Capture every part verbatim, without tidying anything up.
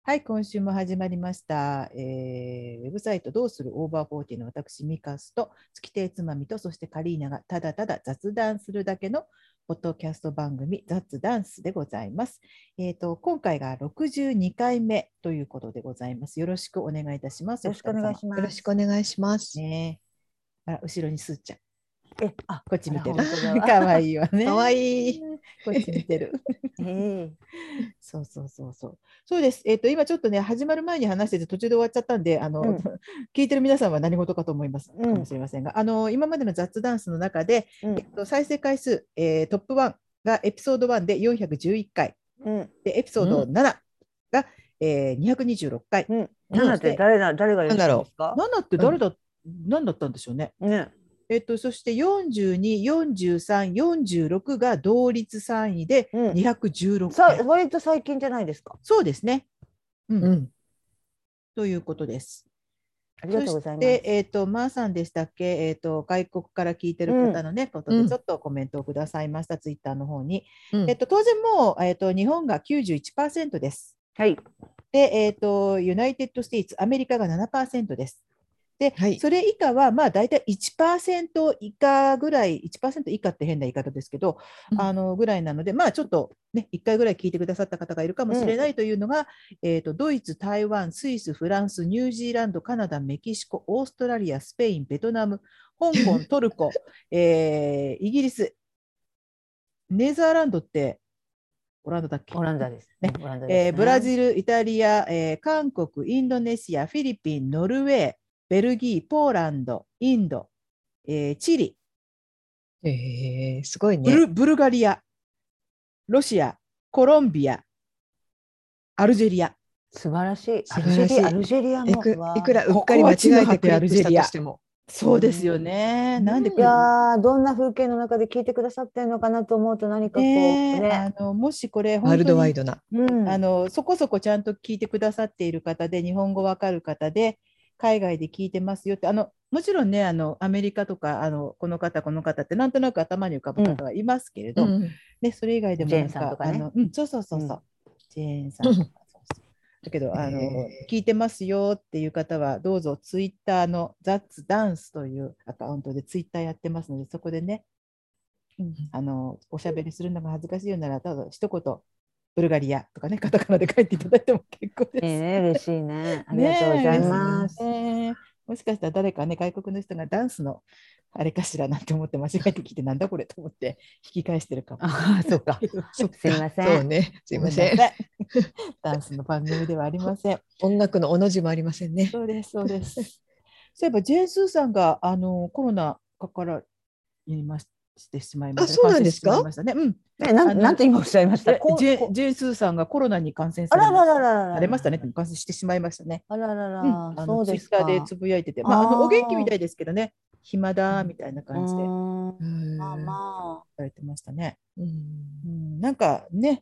はい、今週も始まりました。えー、ウェブサイトどうするオーバーフォーティーの私、ミカスと月亭つまみとそしてカリーナがただただ雑談するだけのポッドキャスト番組雑ダンスでございます。えーと、今回がろくじゅうにかいめということでございます。よろしくお願いいたします。 よろしくお願いします。 よろしくお願いします。 ね、あ、後ろにすーちゃん。 え、あ、 こっち見てる。 かかわいいわね。 かわいい。 こっち見てる。 えー、 そうそうそうそう。そうです。えっ、と、今ちょっとね、始まる前に話してて途中で終わっちゃったんで、あの、 うん、 聞いてる皆さんは何事かと思いますかうんもしれませんが、あの、今までの雑ダンスの中で、 うんえっと、再生回数、えートップワンがエピソードワンでよんひゃくじゅういっかい、 うんで、エピソードななが、えーにひゃくにじゅうろっかい。 うん。ななって誰だ、誰がやったんですか？ ななって誰だ、何だったんでしょうね。 ね。 えっと、そしてよんじゅうに、よんじゅうさん、よんじゅうろくが同率さんいでうんにひゃくじゅうろっさかい。 割と最近じゃないですか。 そうですね。うん。 うん。 ということです。 ありがとうございます。 そして、えっと、まーさんでしたっけ、えっと、外国から聞いてる方のね、ことで、ちょっとコメントをくださいました、ツイッターの方に。 うんえっと、当然もう、えっと、日本がきゅうじゅういちパーセントです。 はい。 で、えっと、ユナイテッド・ステイツ、アメリカがななパーセントです。で、 はいそれ以下は、まあ、大体いちパーセント以下ぐらい、いちパーセント以下って変な言い方ですけど、 うんあのぐらいなので、まあ、ちょっとね、いっかいぐらい聞いてくださった方がいるかもしれないというのが、えーと、ドイツ、台湾、スイス、フランス、ニュージーランド、カナダ、メキシコ、オーストラリア、スペイン、ベトナム、香港、トルコ、えーイギリス、ネザーランドってオランダだっけ？ オランダです。 ねオランダですねえーブラジル、イタリア、えー韓国、インドネシア、フィリピン、ノルウェー、ベルギー、ポーランド、インド、えーチリ、 えー、すごいブル、 ね。 ブルガリア、ロシア、コロンビア、アルジェリア。 素晴らしい。 素晴らしいアルジェリア、アルジェリアも。 いくうわいくらうっかり間違えてクリックしたとしても。 そうですよね。なんでいやー、どんな風景の中で聞いてくださってるのかなと思うと、何かこうねね。 あのもしこれワール本当にドワイドな。 うんあのそこそこちゃんと聞いてくださっている方で、日本語わかる方で、海外で聞いてますよって、あのもちろんね、あのアメリカとかあのこの方、この方ってなんとなく頭に浮かぶ方はいますけれど、 うんね、それ以外でもジェーンなんか、 さんとかねあのうん、そうそうそうそう、 うんジェーンさんとか、そうそうだけど、あのへー聞いてますよっていう方は、どうぞツイッターの雑ダンスというアカウントでツイッターやってますので、そこでね、うんあのおしゃべりするのが恥ずかしいようなら、ただ一言、ブルガリアとかね、カタカナで書いていただいても結構です。 いいね、嬉しいね。ありがとうございます。 ねえもしかしたら誰かね、外国の人がダンスのあれかしらなんて思って間違えてきて、なんだこれと思って引き返してるかも。 ああ、そうか。 そっかすいませんそうね。すいません。 ごめんなさいダンスの番組ではありません。 音楽のおの字もありませんね。 そうです、そうです。そういえば、ジェーン・スーさんがあのコロナかからいましてしまいました。 あそうなんですか感染してしまいましたね。うん。 え、なあのん、なんて今おっしゃいました。 えこうジェこうジェーン・スーさんがコロナに感染さあられましたららららされましたね。感染してしまいましたね。 あららら、 うん、あのそうツイッですか。 ターでつぶやいてて、まあ、あのあーお元気みたいですけどね、暇だみたいなう感じでー言ん、 うんまあまわれてましたね。 うんうん、なんかね、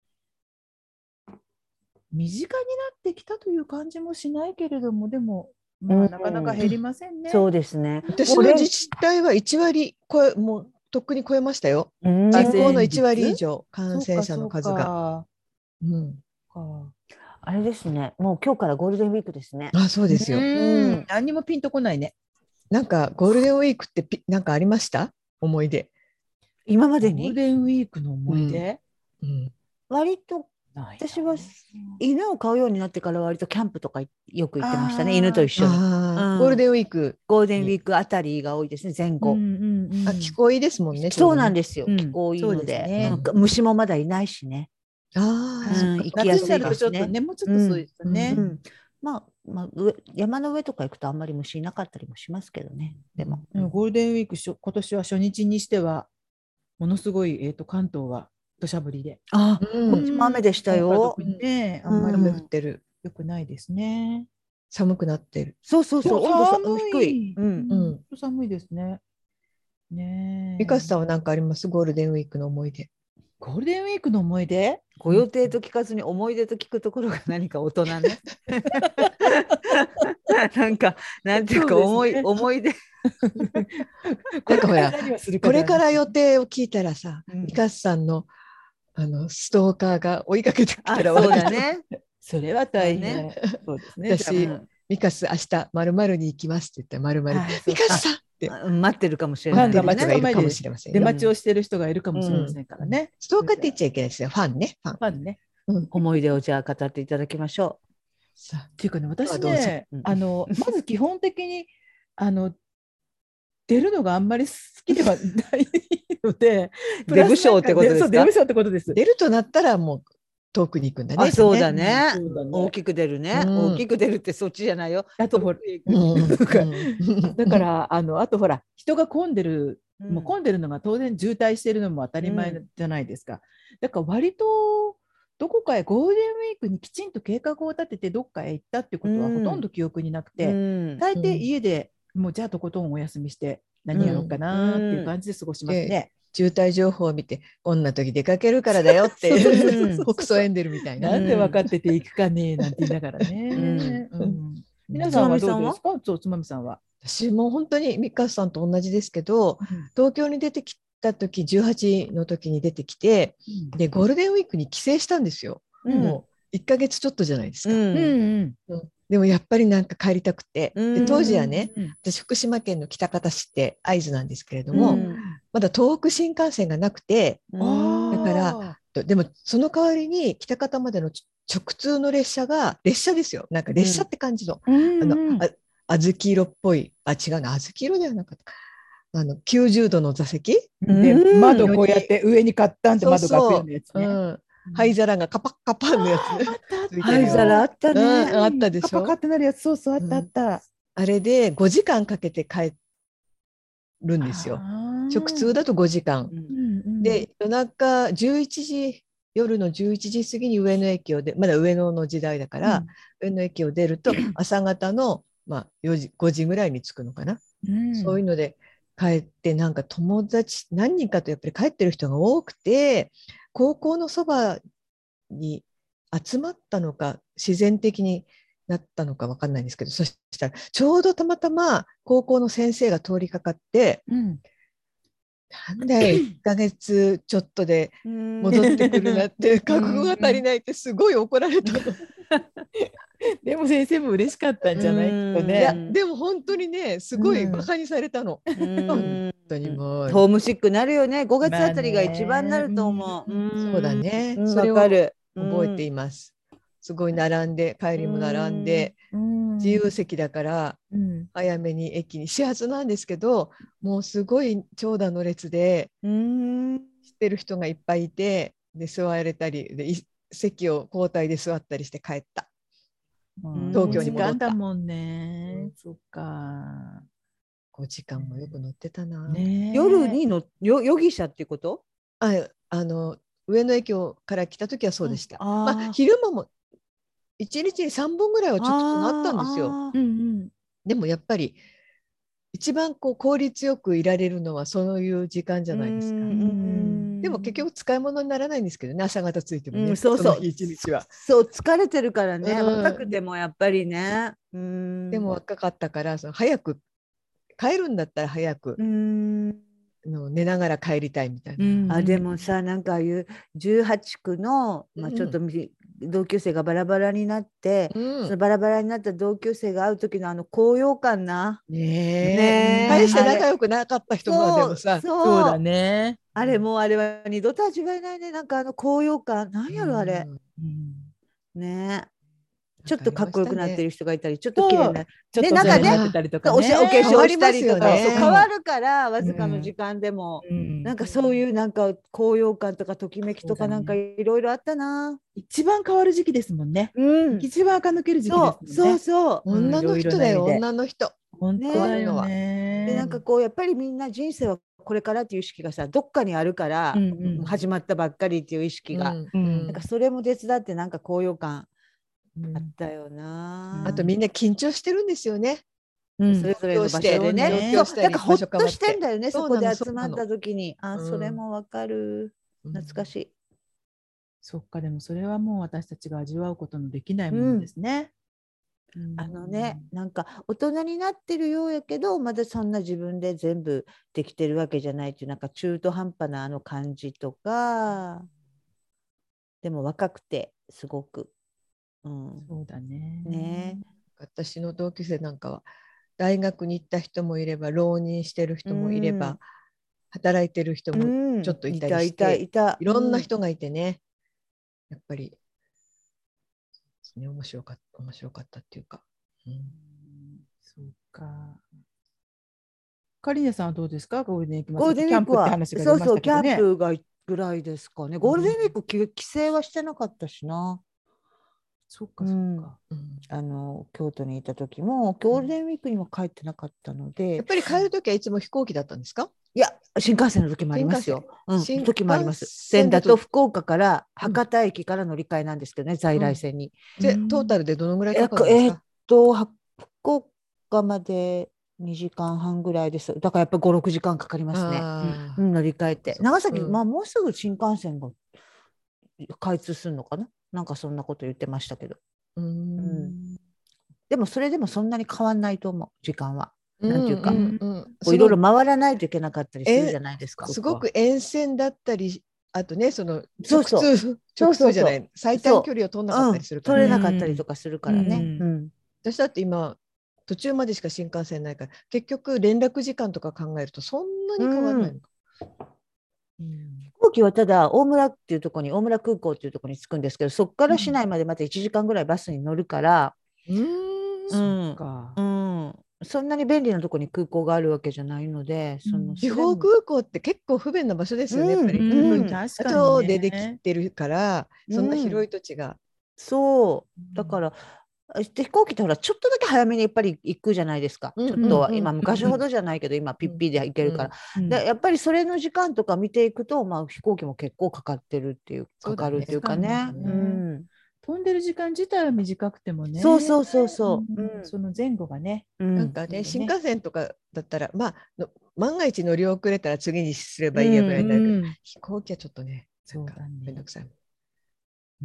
身近になってきたという感じもしないけれども、でも、まあ、 うんなかなか減りませんあ、 ね。 そうですね。 私の自治体はいち割超え、もうとっくに超えましたよ。 うん人口のあいち割以上、感染者の数が。 が。 うんかあれですね。もう今日からゴールデンウィークですね。 あ、そうですよ。 うんうん何にもピンとこないね。 なんかゴールデンウィークってピなんかありました思い出。 今までにゴールデンウィークの思い出、 うん、 割とないな私は犬を飼うようになってから割とキャンプとかよく行ってましたね。 あー犬と一緒に。うんあーゴールデンウィーク、 ゴールデンウィークあたりが多いですね、前後。 うんうんうんあ気候いいですもんね。 そうなんでですよ。 うん気候いいのでそうですねうん虫もまだいないしね。 す。ああ、 うんそっか行きやすい夏になるとちょっとですねね、もうちょっとそうですね。 うんうん、まあ、まあ、上山の上とか行くとあんまり虫いなかったりもしますけどね。でも、 うんゴールデンウィークしょ今年は初日にしてはものすごい、えー、と関東は土砂降りで。 あ、 うんこっちも雨でしたよ。 うんね、あんまりうん雨降ってる。 良くないですね。 寒くなってる。 そうそうそう、温度さ寒低い。うん。 うんうんちょっと寒いですね。ねえミカさんは何かありますゴールデンウィークの思い出。 ゴールデンウィークの思い出ご予定と聞かずに思い出と聞くところが何か大人ね。なんか、なんていうか思い、 そうですね思い出。 なんかほら何をするこれから予定定を聞いたらさ、 うんミカさんのあのストーカーが追いかけてきあ、 たらそう悪いとだね。 それは大まあ変。 ねそうですね。 私じゃあもうミカス明日まるまるに行きますって言ったらまるまるはいそうミカスさんってあ待ってるかもしれファンがないもんね。 待ってる人がいるかも待ち構えてしれませんよ。 出待ちをしてる人がいるかもしれませんからね。 ストーカーって言っちゃいけないですよ。ファンね。ファン。 ファンね。 うん。 思い出をじゃあ語っていただきましょさあっていうかね、私どうぞねうん、 あの、まず基本的に、あの、出るのがあんまり好きではないので、プラス出不精ってことですかなんそう、出不精ってことです。 出るとなったらもう遠くに行くんだう。 ね。 あ、そうだうんね。 そうだね大きく出るね。 うん大きく出るってそっちじゃないよ。 あとほら遠くへう行くってん。うんだからあのあとほら人が混んでる、 うんもう混んでるのが当然渋滞してるのも当たり前じゃないですか。だから割とどこかへゴールデンウィークにきちんと計画を立ててどっかへ行ったってことはうんほとんど記憶になくうて、 ん大抵家でもうじゃあとことんお休みして何やろうかなっていう感じで過ごしますね。 渋滞情報を見てこんな時出かけるからだよってそうそうそうそうそう北総エンデルみたいな。 なんで分かってて行くかねなんて言いながらね。 うんうん皆さんはどうですか？そう、つまみさんは。 私も本当にミカさんと同じですけど、 うん東京に出てきた時じゅうはちの時に出てきて、でゴールデンウィークに帰省したんですよ。 うんもういっかげつちょっとじゃないですか。 うんうんうんうんでもやっぱりなんか帰りたくて、 うんで当時はね、 うん私福島県の喜多方市って会津なんですけれどうも、 んまだ東北新幹線がなくて、 うんだからでもその代わりに喜多方までの直通の列車が列車ですよ。なんか列車って感じの、 うんあのうんあ小豆色っぽい、あ違うな、小豆色ではなかった。あのきゅうじゅうどの座席、 でうん窓こうやって上にカッタンってそう窓が開くよそうう、うなやつね。 ん、灰皿がカパッカパンのやつあーあったあったついてる灰よ。 皿あったうん、 ね。 あったでしょ。 パカパカってなるやつ、そうそうあったあった。 あれでごじかんかけて帰るんですよ。 あー直通だとごじかん。 うんうんうんで、夜中じゅういちじ、夜のじゅういちじ過ぎに上野駅をで、まだ上野の時代だから、上野駅を出ると朝方の、まあ、よじ、ごじぐらいに着くのかな。 うんそういうので帰って、なんか友達何人かとやっぱり帰ってる人が多くて、高校のそばに集まったのか、自然的になったのか分かんないんですけど、そしたらちょうどたまたま高校の先生が通りかかって、 うんなんだよ、いっかげつちょっとでうん戻ってくるなって、覚悟が足りないってすごい怒られたの。 でも先生も嬉しかったんじゃないきっとうんいや、 ね。 でも本当にね、すごいバカにされたの。 う本ん当にもう。 ホームシックなるよね。ごがつまあねあたりが一番なると思う。 うんんそうだねうんそれをわかる。 覚えていまます。すごい並んで、帰りも並んで、 うん自由席だからうん早めに駅に始発なんですけど、もうすごい長蛇の列です。うん知ってる人がいっぱいいて、で座れたりで、い席を交代で座ったりして帰った。 うん東京に戻った時間だもんね。そっか。 ごじかんもよく乗ってたな。 ねえ夜にのよ容疑者っていうこと？ ああの上野駅から来た時はそうでした。 ああまあ、昼間もいちにちにさんぼんぐらいは直通があったんですよ。 あーうんうんでもやっぱり一番こう効率よくいられるのはそういう時間じゃないですか。 うんうんでも結局使い物にならないんですけどね、朝方ついてもね、 うん、そうそうの日一日は。 そう疲れてるからね、 うん若くてもやっぱりね。うんでも若かったから、その早く帰るんだったら早くうんの寝ながら帰りたいみたいな。 うんあでもさなんかああいうじゅうはち区の、まあ、 うんちょっとみ同級生がバラバラになって、 うんそのバラバラになった同級生が会う時のあの高揚感な。 ねねええ大して仲良くなかった人もでもさ、 そうそうだね。 あれもうあれは二度と味わえないね。なんかあの高揚感なんやろあれうんうんね。ちょっとかっこよくなってる人がいたりちょっとそう綺麗なちょっとねなんかねお世話になってたりとかね。 おしお化粧したりと変わりますよか、 ねそう変わるからわずかの時間でも、 うんなんかそういうなんか高揚感とかときめきとかそうだねなんかいろいろあったな。 一番変わる時期ですもんね。 うん。 一番垢抜ける時期そうですもんね。 そうそう。 女の人だよ、 いろいろな意味で女の人。 本当だよね。 でなんかこうやっぱりみんな人生はこれからっていう意識がさどっかにあるから、 うんうん始まったばっかりっていう意識が、 うんうんなんかそれも手伝ってなんか高揚感うんあったよな。 あとみんな緊張してるんですよね。 うんそれぞれの場所でね。 上京そう、なんかほっとしてんだよね、そこでそうなの集まった時に。あ、 うんそれもわかる。 うん懐かしい。 そっか、でもそれはもう私たちが味わうことのできないものですね。うんあのね、なんか大人になってるようやけど、まだそんな自分で全部できてるわけじゃないっていう、なんか中途半端なあの感じとか、でも若くてすごくうん、 そうだね。 ね。 私の同級生なんかは大学に行った人もいれば浪人してる人もいれば、 うん働いてる人うもん、 ちょっといたいたいたりして、 いた。 いろんな人がいてね、やっぱり、ね、面白かった、面白かったっていうか。うん、 そうか。カリーナさんはどうですか、ゴールデンウィーク、まあ、 ゴールデンウさっきキャンプってィークは、 話が出ましそうそう、キャンたけどね。 プがぐらいですかね。ゴールデンウィーク、き帰省はしてなかったしな。 そっかそっうん。 か。 うん、 あの、京都にいた時も、ゴールデンウィークにも帰ってなかったのやで、 っぱり帰るときはいつも飛行機だったんですか？ いや、新幹線の時もあり新幹線。 ますよ。うん、 新時もありま幹す。仙線だと、 台と福岡から博多駅から乗り換えなんですけどね、在来線に。 でうんトータルでどのぐらいえかかるんですえーっか？ と、は福岡までにじかんはんぐらいです。だからやっぱりご、ろくじかんかかりますね。 ああ、 うん、乗り換えて。長崎、 うんまあもうすぐ新幹線が開通するのかな、なんかそんなこと言ってましたけど。 ううん、 んでもそれでもそんなに変わんないと思う、時間は。なんていうか、 うんうんうん、 こういろいそのろ回らないといけなかったりするじえゃないですか。 すごく沿線だったり、あとね、その直そうそう。 通、 そう直そうそ通じゃない、最う。そ短距離を取んなう。 かったうん。 りするからね。 取れなかったりとかするからね。 うんうん。 私だって今、途中までしか新幹線ないから、結局連絡時間とか考えるとそんなうに変わらないん。 のか。うん飛行機はただ大村っていうところに、大村空港っていうところに着くんですけど、そこから市うん内までまたいちじかんぐらいバスに乗るから、 うーん、 そっうん。 か。 うん。そんなに便利なところに空港があるわけじゃないので、その、 地それも、 方空港って結構不便な場所ですよね、やっうん、 ぱり。 うん、 うん、 確かに後でできね。 てるから、 うそんな広ん。 い土地が。 そう。だから、あで飛行機ってほら、ちょっとだけ早めにやっぱり行くじゃないですか。 うんちょっとは、 うん今、昔うんほどじゃないけど、今、ピッうんピで行けるから。 うんで、やっぱりそれの時間とか見ていくと、まあ、飛行機も結構かかってるっていう、 そうだね。 かかるっていうか確かね。うにね。 ん。 飛んでる時間自体は短くてもね、 そうそうそううそう。うん、 ん。 その前後がね、 うん。 なんかね、 いろいろね。 新幹線とかだったら、まあ、の万が一乗り遅れたら次にすればいいやぐらいうん。 になるけど、 うん飛行機はちょっとね、なんかそうだね。 めんどくさい。 うん。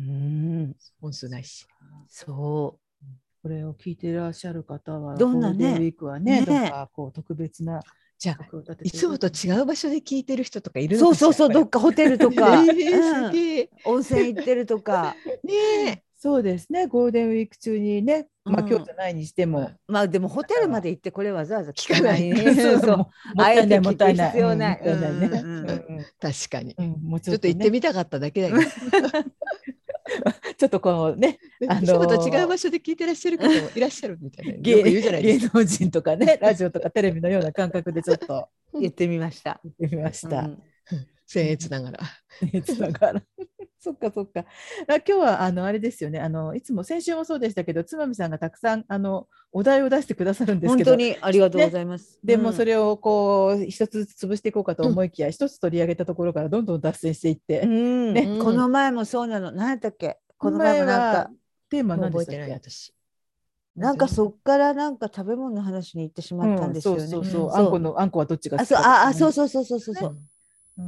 本数ないし。 そこれを聞いていらっしゃる方は、 どんゴールデンウなね。 ィークはね、 ねどっかこう特別なじゃあ、 策を立ていて動いてつもと違う場所で聞いてる人とかいるのかしら、 そうそうそう、 これ。 どっかホテルとえか、 ー、すうん。 げえ。 温泉行ってるとか。 ねえ。 そうですね、ゴールデンウィーク中にね、まあ今日うん。 じゃないにしても、 まあでもホテルま方はで行ってこれわざわざ聞聞かない。 かないね。 そうそう。 ももっあえたいない、 て聞くもったいない、うん、もっ必要ない。うたいないね。 んうんうん。 うん確かに。 うん、もうちちょっと行ってょっとね、 みたかっただけだよ。 ちょっとこのね、あいつもと違うの場所で聞いてらっしゃる方もいらっしゃるみたいな、よ芸、 く言うじゃないで芸すか。 能人とかね、ラジオとかテレビのような感覚でちょっと言ってみました。 言ってみました。 うん僭越ながら。 つながらそっかそっか。あ今日はあのあれですよね。あのいつも先週もそうでしたけど、つまみさんがたくさんあのお題を出してくださるんですけど、 本当にありがとうごね、 ざいます。 でもうんそれをこう一つずつ潰していこうかとうん思いきや、一つ取り上げたところからどんどん脱線していっうて、 ん、 ね。 この前もそうなの。何やったっけ、この前も前はなんか、 テーマもう覚えてない何でしたっけ？ 私。 なんかそっからなんか食べ物の話に行ってしまったんうん、そうですよね。 そうそう、 うんあんこそう。 のあんこはどっちがあ、そう、 好きかとかあ、あ、そうね。 そうそうそうそうそう。 うん、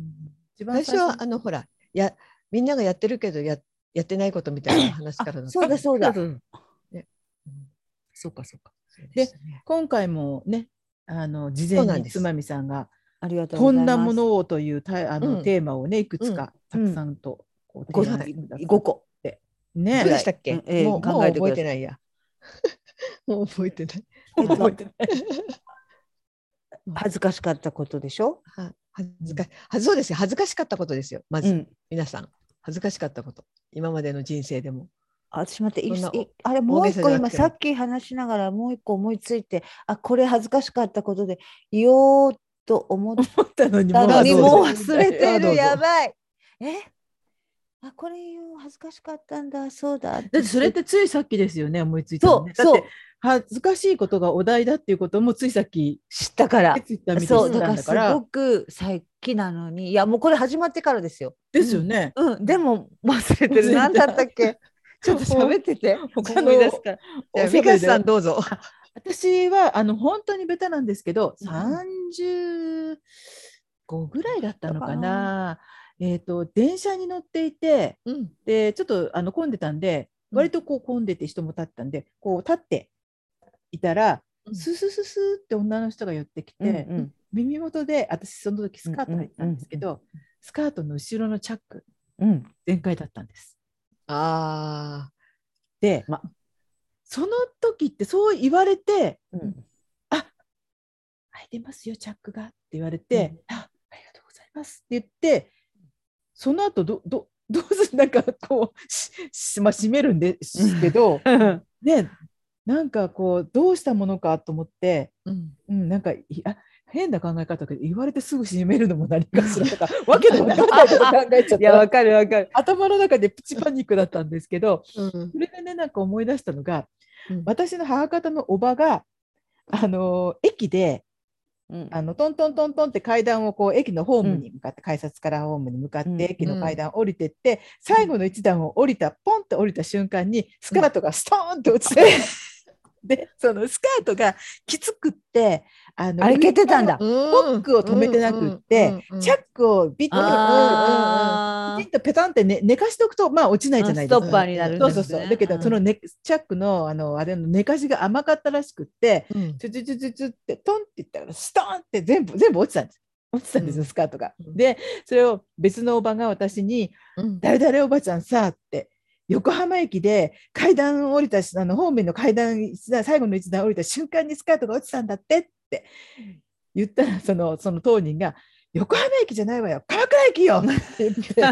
一番最初最初はあのほらやみんながやってるけどややってないことみたいな話からだったそうだそうだ。 そうね。うんそうかそうか。 そうでしたね今回もね、あの事前そうなんですにつまみさんがありがとうごこんなざいます。 ものをというたあうんのテーマをねいくつうんかたくさんとこうご、 提案してくださ 5 っ個てそうぐらい。 ね。 でしたっけ、 うんえーもう考もう覚ええてください。 てないや。もう覚えてない。 えっと覚えてない。 恥ずかしかったことでしょ。 は恥ずかはそうですよ、恥ずかしかったことですよ、まず、 うん。 皆さん。恥ずかしかったこと。今までの人生でも。 あ私待っていそんないあれ大げさもう一個じゃなくても。 今さっき話しながらもう一個思いついて、あこれ恥ずかしかったことで言おうと思っ思ったのにもうたのにあどうぞもう忘れてる。 あどうぞやばい。えあこれ言う恥ずかしかったんだそうだ。 だってそれってついさっきですよね、思いついたのね。 そうそうだって恥ずかしいことがお題だっていうこともついさっき知ったからツイッター見て知っそうだからすたんだから。 ごく最近なのに、いやもうこれ始まってからですよ。 ですよね。 うん、でも忘れてる。 忘れた何だったっけ。ちょっと喋ってて他の思い出すから。 じゃあ、 おしゃべりでミカさんどうぞ。 あ私はあの本当にベタなんですけど、 うんさんじゅうごぐらいだったのかな。えっと、電車に乗っていて、 うん。 で、ちょっとあの混んでたんで、 うん割とこう混んでて人も立ったんで、こう立っていたら、 うんススススって女の人が寄ってきて、 うんうん耳元で、私その時スカート履いてたんですけど、スカートの後ろのチャック、 うん全開だったんです。 ああ、 で、 まその時ってそう言われて、 うんあ、開いてますよチャックがって言われて、 うんあ、ありがとうございますって言って、その後どどどうするなんかこうしし、まあ、閉めるんですけど、ね、なんかこうどうしたものかと思って、 うんうん、なんかいあ変な考え方だけど言われてすぐ閉めるのも何かしらとかわけのわかんないこと考えちゃっいや、わたかるわかる。 頭の中でプチパニックだったんですけど、 うんそれでねなんか思い出したのが、 うん私の母方のおばがあの駅でうんあのトントントントンって階段をこう駅のホームに向かって、改札からホームに向かって、 うん駅の階段を降りてって、最後の一段を降りたポンって降りた瞬間にスカートがストーンって落ちて、でそのスカートがきつくってあのあれ、蹴ってたんだ。 ポックを止めてなくって、チャックをビッてあきちんとペタンって、ね、寝かしておくとまあ落ちないじゃあ、 ないですか。 ストッパーになるんそうですね。 そうそう。だけど、その、ね、チャックの、あの、あれの寝かしが甘かったらしくって、 うんチュチュチュチュチュってトンって言ったら、ストンって全部、全部落ちたんです。落ちたんですよ、 うんスカートが。 うんで、それを別のおばが私に、 うん誰々おばちゃんさって、横浜駅で階段降りたし、あのホームの階段一段、最後の一段降りた瞬間にスカートが落ちたんだってって言ったら、その、その当人が、横浜駅じゃないわよ、鎌倉駅よって言って、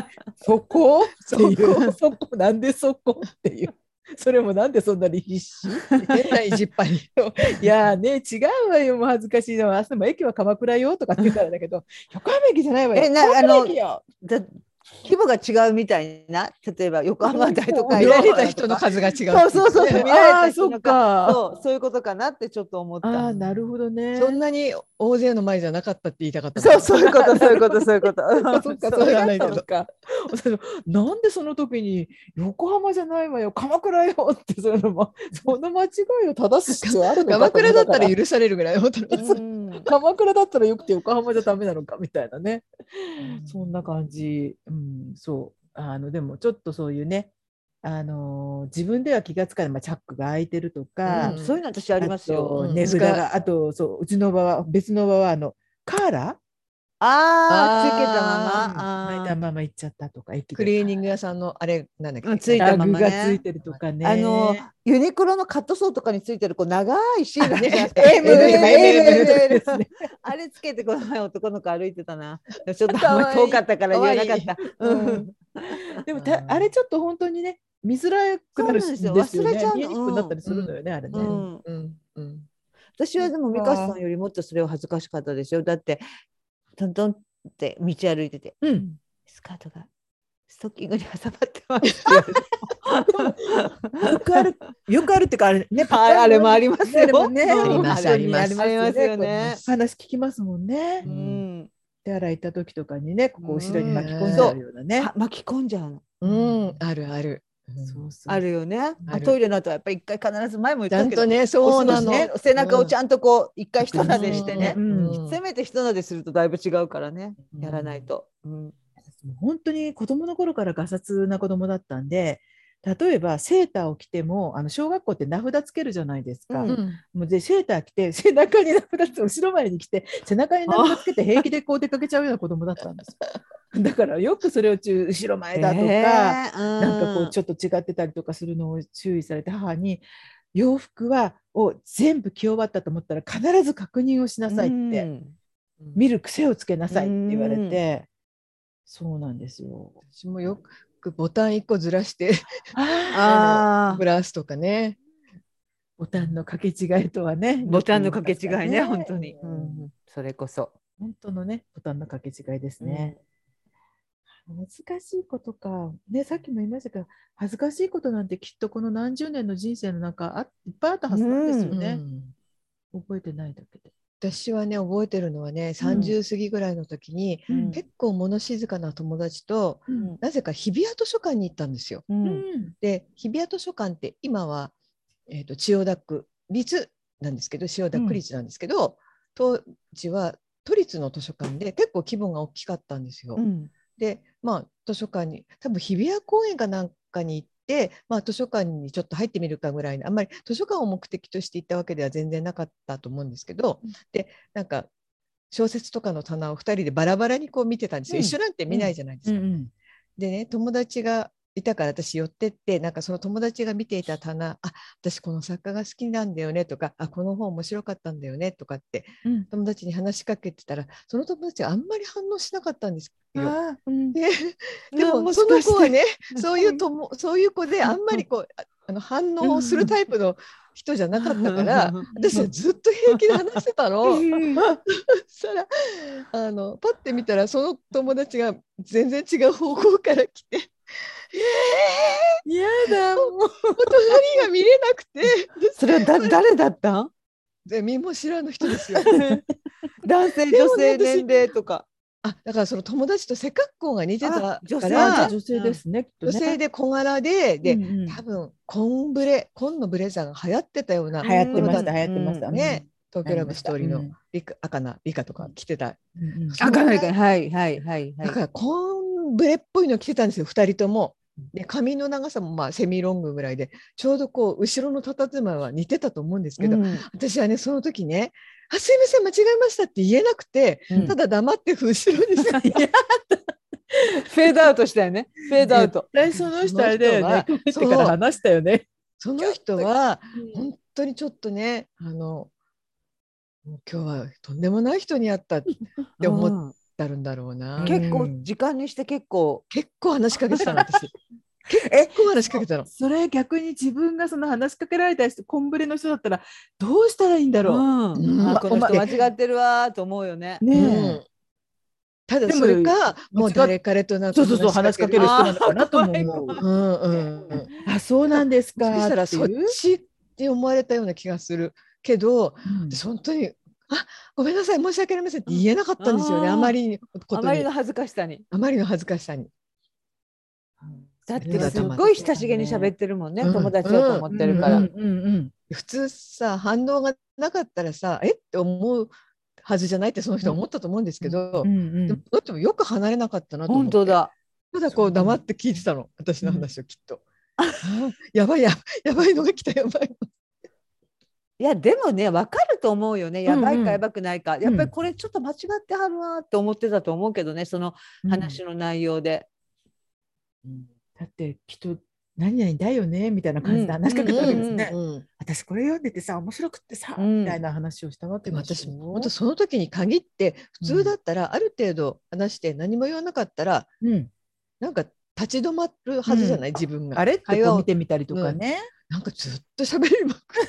そこっていう、そこ、なんでそこっていう。それもなんでそんなに必死変な意地っぱり。 いやーね、違うわよ、もう恥ずかしいのは、明日も駅は鎌倉よとかって言うからだけど、横浜駅じゃないわよ、 えな鎌倉駅よ。 だ規模が違うみたいな、例えば横浜大都会見のられた人の数が違うっていうね。 そうそうそうそう、見られた人のあーそっかそう、そういうことかなってちょっと思った。 ああ、なるほどね。 そんなに大勢の前じゃなかったって言いたかった。 そう、そういうこと、そういうこと、そういうこと。 そっか、 そそうれだはないけどったのか。なんでその時に横浜じゃないわよ、鎌倉よってその、ま、その間違いを正す必要あるのか鎌倉だったら許許されるぐらい。本当にうん鎌倉だったらよくて横浜じゃダメなのかみたいなね。 うんそんな感じ。うん、そう。あの、でもちょっとそういうね、あのー自分では気がつかない、まあ、チャックが開いてるとか、 うんそういうの私ありますよ。 あとうん値札が、あとそううちの場は別の場はあのカーラああ、つけたあーまま。 泣いたまま行っちゃったとか駅でクリーニング屋さんのあれなんだっけ。 うんついたタままねグがついてるとかね。 あのユニクロのカットソーとかについてるこう長いシールあるじゃないですか。 エムエムエム エムエムですねあれつけてこの前男の子歩いてたな。ちょっとあんまり遠かったから言えなかった。 かわいいうんでもたあれちょっと本当にね見づらくなるんですよね。 そうなんですよ忘れちゃうの見えにくくなったりするのよね、あれね。 うんうんうん私はでも美香さんよりもっとそれは恥ずかしかったですよ。だってトントンって道歩いてて、 うんスカートがストッキングに挟まってますって言われてよくある、よくあるっていうか、あれね、 ああれもありますよでもね、 うんありますありますありますよね。 話聞きますもんねう。ん、 手洗い行った時とかにね、ここ後ろに巻き込んじゃうようなね。 は巻き込んじゃうの。 うんあるある。 そうそうあるよね。 あるトイレの後はやっぱり一回必ず前も言っちゃたけど、 んとね、そうなの。 ね、背中をちゃんとこう一回一撫でしてね、 うんせめて一撫でするとだいぶ違うからね、 うんやらないと。うん本当に子供の頃からガサツな子供だったんで、例えばセーターを着ても、あの小学校って名札つけるじゃないですか。 うんうんもうでセーター着て背中に名札つ後ろ前に来て背中に名札つけて平気でこう出かけちゃうような子供だったんですよ。だからよくそれを中後ろ前だとか、 えーなんかこうちょっと違ってたりとかするのを注意されて、母に洋服はを全部着終わったと思ったら必ず確認をしなさいって、 うん見る癖をつけなさいって言われて、そうなんですよ。 私もよくボタン一個ずらしてあーブラウスとかね。 ボタンの掛け違いとはね。 ボタンの掛け違いね、 よく言本当に、 ますからねうんそれこそ。 本当のね、ボタンの掛け違いですね。難しいことか、ね、さっきも言いましたけど、恥ずかしいことなんてきっとこの何十年の人生の中あいっぱいあったはずなんですようね。 ん覚えてないだけで。 私はね覚えてるのはねさんじゅう過ぎぐらいの時に、 うん結構物静かな友達とうんなぜか日比谷図書館に行ったんですよ。 ううんんで日比谷図書館って今は、えーと千代田区立なんですけど千代田区立なんですけど、当時は都立の図書館で結構規模が大きかったんですよ。 うんでまあ図書館に多分日比谷公園かなんかに行って、まあ、図書館にちょっと入ってみるかぐらいのあんまり図書館を目的として行ったわけでは全然なかったと思うんですけど、 うんでなんか小説とかの棚をふたりでバラバラにこう見てたんですよ、 うん一緒なんて見ないじゃないですか。 うんでね友達がいたから私寄ってって、なんかその友達が見ていた棚、あ、私この作家が好きなんだよねとか、あ、この本面白かったんだよねとかってうん友達に話しかけてたら、その友達はあんまり反応しなかったんですよ。 あーうんで、でなももそしかしての子はね、そういうとも、そういう子であんまりこう、ああの反応をするタイプの人じゃなかったから、私はずっと平気で話してたの。そしたらあのパッて見たらその友達が全然違う方向から来て、えやだ、もう。 ー、隣が見れなくて、 それはだ誰だったん？ で身も知らぬ人ですよ。 男性、 でもね女性、 私年齢とか。 あ、だからその友達と背格好が似てたあ女性から、 あ、じゃあね女性ですね、きっとね。 女性で小柄で、で、 うんうん多分紺ブレ、紺のブレザーが流行ってたような流行ってました、 頃だっ流行ってました。 うんね、東京ラブありましたストーリーのうんリカ赤なリカとか着てた。 うんうんそのあ、かなりかぐらいはいはいはいはい。 だから紺ブレっぽいの着てたんですよ、ふたりとも。で、髪の長さもまあセミロングぐらいで、ちょうどこう後ろの佇まいは似てたと思うんですけど、 うん私はね、その時ね、あ、すいません、間違えましたって言えなくて、 うんただ黙って後ろにしていやフェードアウトしたよね。フェードアウト。 絶対その人あれだよね。帰ってそうから話したよね。 その人はうん本当にちょっとね、あのもう今日はとんでもない人に会ったって思っうんたんだろうな。 結構うん時間にして結構。 結構話しかけてたの私。 え結構話しかけてたの。 それ逆に自分がその話しかけられた人、コンブレの人だったらどうしたらいいんだうろんうんあこの人お前間違ってるわーと思うよね。 う。 うねんただでもそれかもう間違っ誰彼となえ。 くそうそうそう、話しかける人なのかなともあー思う。 うんうんうんあ、そうなんですもしかかしたらそっっていう。 ちって思われたような気がするけど、 うん私本当にあごめんなさい申し訳ありませんって言えなかったんですよね、 うんあまりのことにあまりの恥ずかしさに。 あまりの恥ずかしさに。 だっそれがてすっごい親しげに喋ってるもんね、 うん友達だと思ってるから。 うんうんうん普通さ反応がなかったらさえって思うはずじゃないってその人は思ったと思うんですけど、 うんうんでもどっちもよく離れなかったなと思って。 本当だ。 ただこう黙って聞いてたの私の話をきっと。あーやばいややばいのが来たやばいの。 いやでもね分かると思うよね、やばいうんうんかやばくないか、やっぱりこれちょっと間違ってはるわって思ってたと思うけどね、そのうん話の内容で。 だってきっと何々だよねみたいな感じで話しかけたわけですね。 うんうんうん私これ読んでてさ面白くってさ、 うんみたいな話をしたわけでもでしょ。 私本当その時に限って普通だったらある程度話して何も言わなかったらうん、 なんか立ち止まるはずじゃない、自分が。 あれって会話をこう見てみたりとかね。 なんかずっと喋りまくる。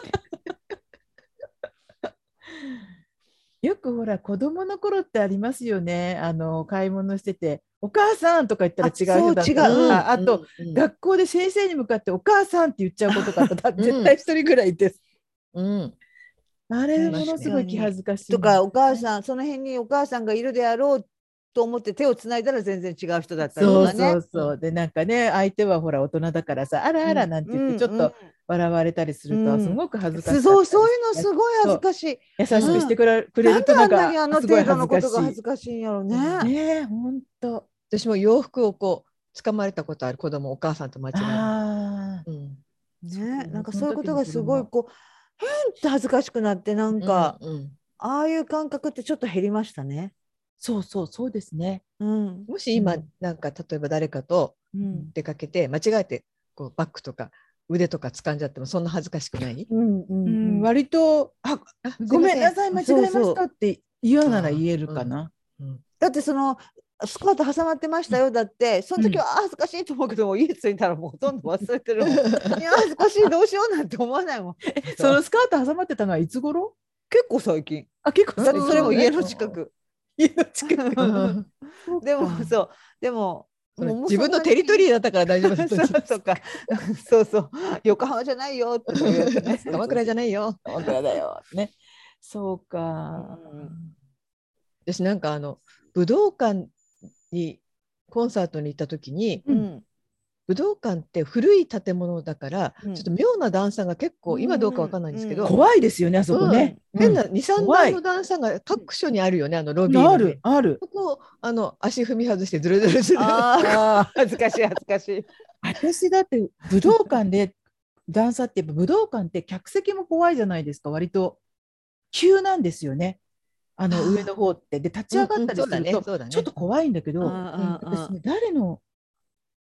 よくほら子供の頃ってありますよね。あの買い物しててお母さんとか言ったら違う人だったりとあそう違うか、あと、 うん学校で先生に向かってお母さんって言っちゃうことがあったら絶対一人ぐらいです。 うんあれ確かにものすごい気恥ずかしいとかお母さんその辺にお母さんがいるであろうと思って手をつないだら全然違う人だったりとかね。 そうそうそうでなんかね相手はほら大人だからさあらあらなんて言ってちょっと笑われたりするとすごく恥ずかしかったりそうそういうのすごい恥ずかしい。 優しくしてくれ,、くれなんでるとなんあんなにあのかすごい程度の恥ずかしいことが恥ずかしいんやろね。 ねえ本当私も洋服をこう掴まれたことある子供お母さんと間違えて、 あうんね、 そうなんかその時そういうことがすごいのこう変って恥ずかしくなってなんか、 うんうんああいう感覚ってちょっと減りましたね。 そうそうそうですね。 うんもし今、 うんなんか例えば誰かとうん出かけて間違えてこうバッグとか腕とか掴んじゃってもそんな恥ずかしくない、 うんううんん、割とああごめんなさい間違えましそうそたって言うなら言えるかな。 うんだってそのスカート挟まってましたよだってその時は、あ恥ずかしいと思うけども家着いたらもうほとんど忘れてるもん。いや恥ずかしいどうしようなんて思わないもん。 そのスカート挟まってたのはいつ頃？ 結構最近。 あ結構だってそれも家のうん近く。 家の近く。 でもそうでもそれもう自分のテリトリーだったから大丈夫だそうそうかそうそう横浜じゃないよっていうやつね。 鎌倉じゃないよ。 鎌倉だよね。そうか。 うん私なんかあの武道館にコンサートに行った時に、 ううんん武道館って古い建物だから、 うんちょっと妙な段差が結構、今どうかわかんないんですけど、 うん怖いですよねあそこね。 変なに、さん怖い段の段差が各所にあるよね、あのロビーの、ね、 あるある。 そこをあの足踏み外してずるずるずる。 ああ恥ずかしい恥ずかしい。 私だって武道館で段差ってやっぱ武道館って客席も怖いじゃないですか。割と急なんですよね。あのあー上の方ってで立ち上がったりするうんうんそうだねそうだねとちょっと怖いんだけど、 うんうんうん私ね誰の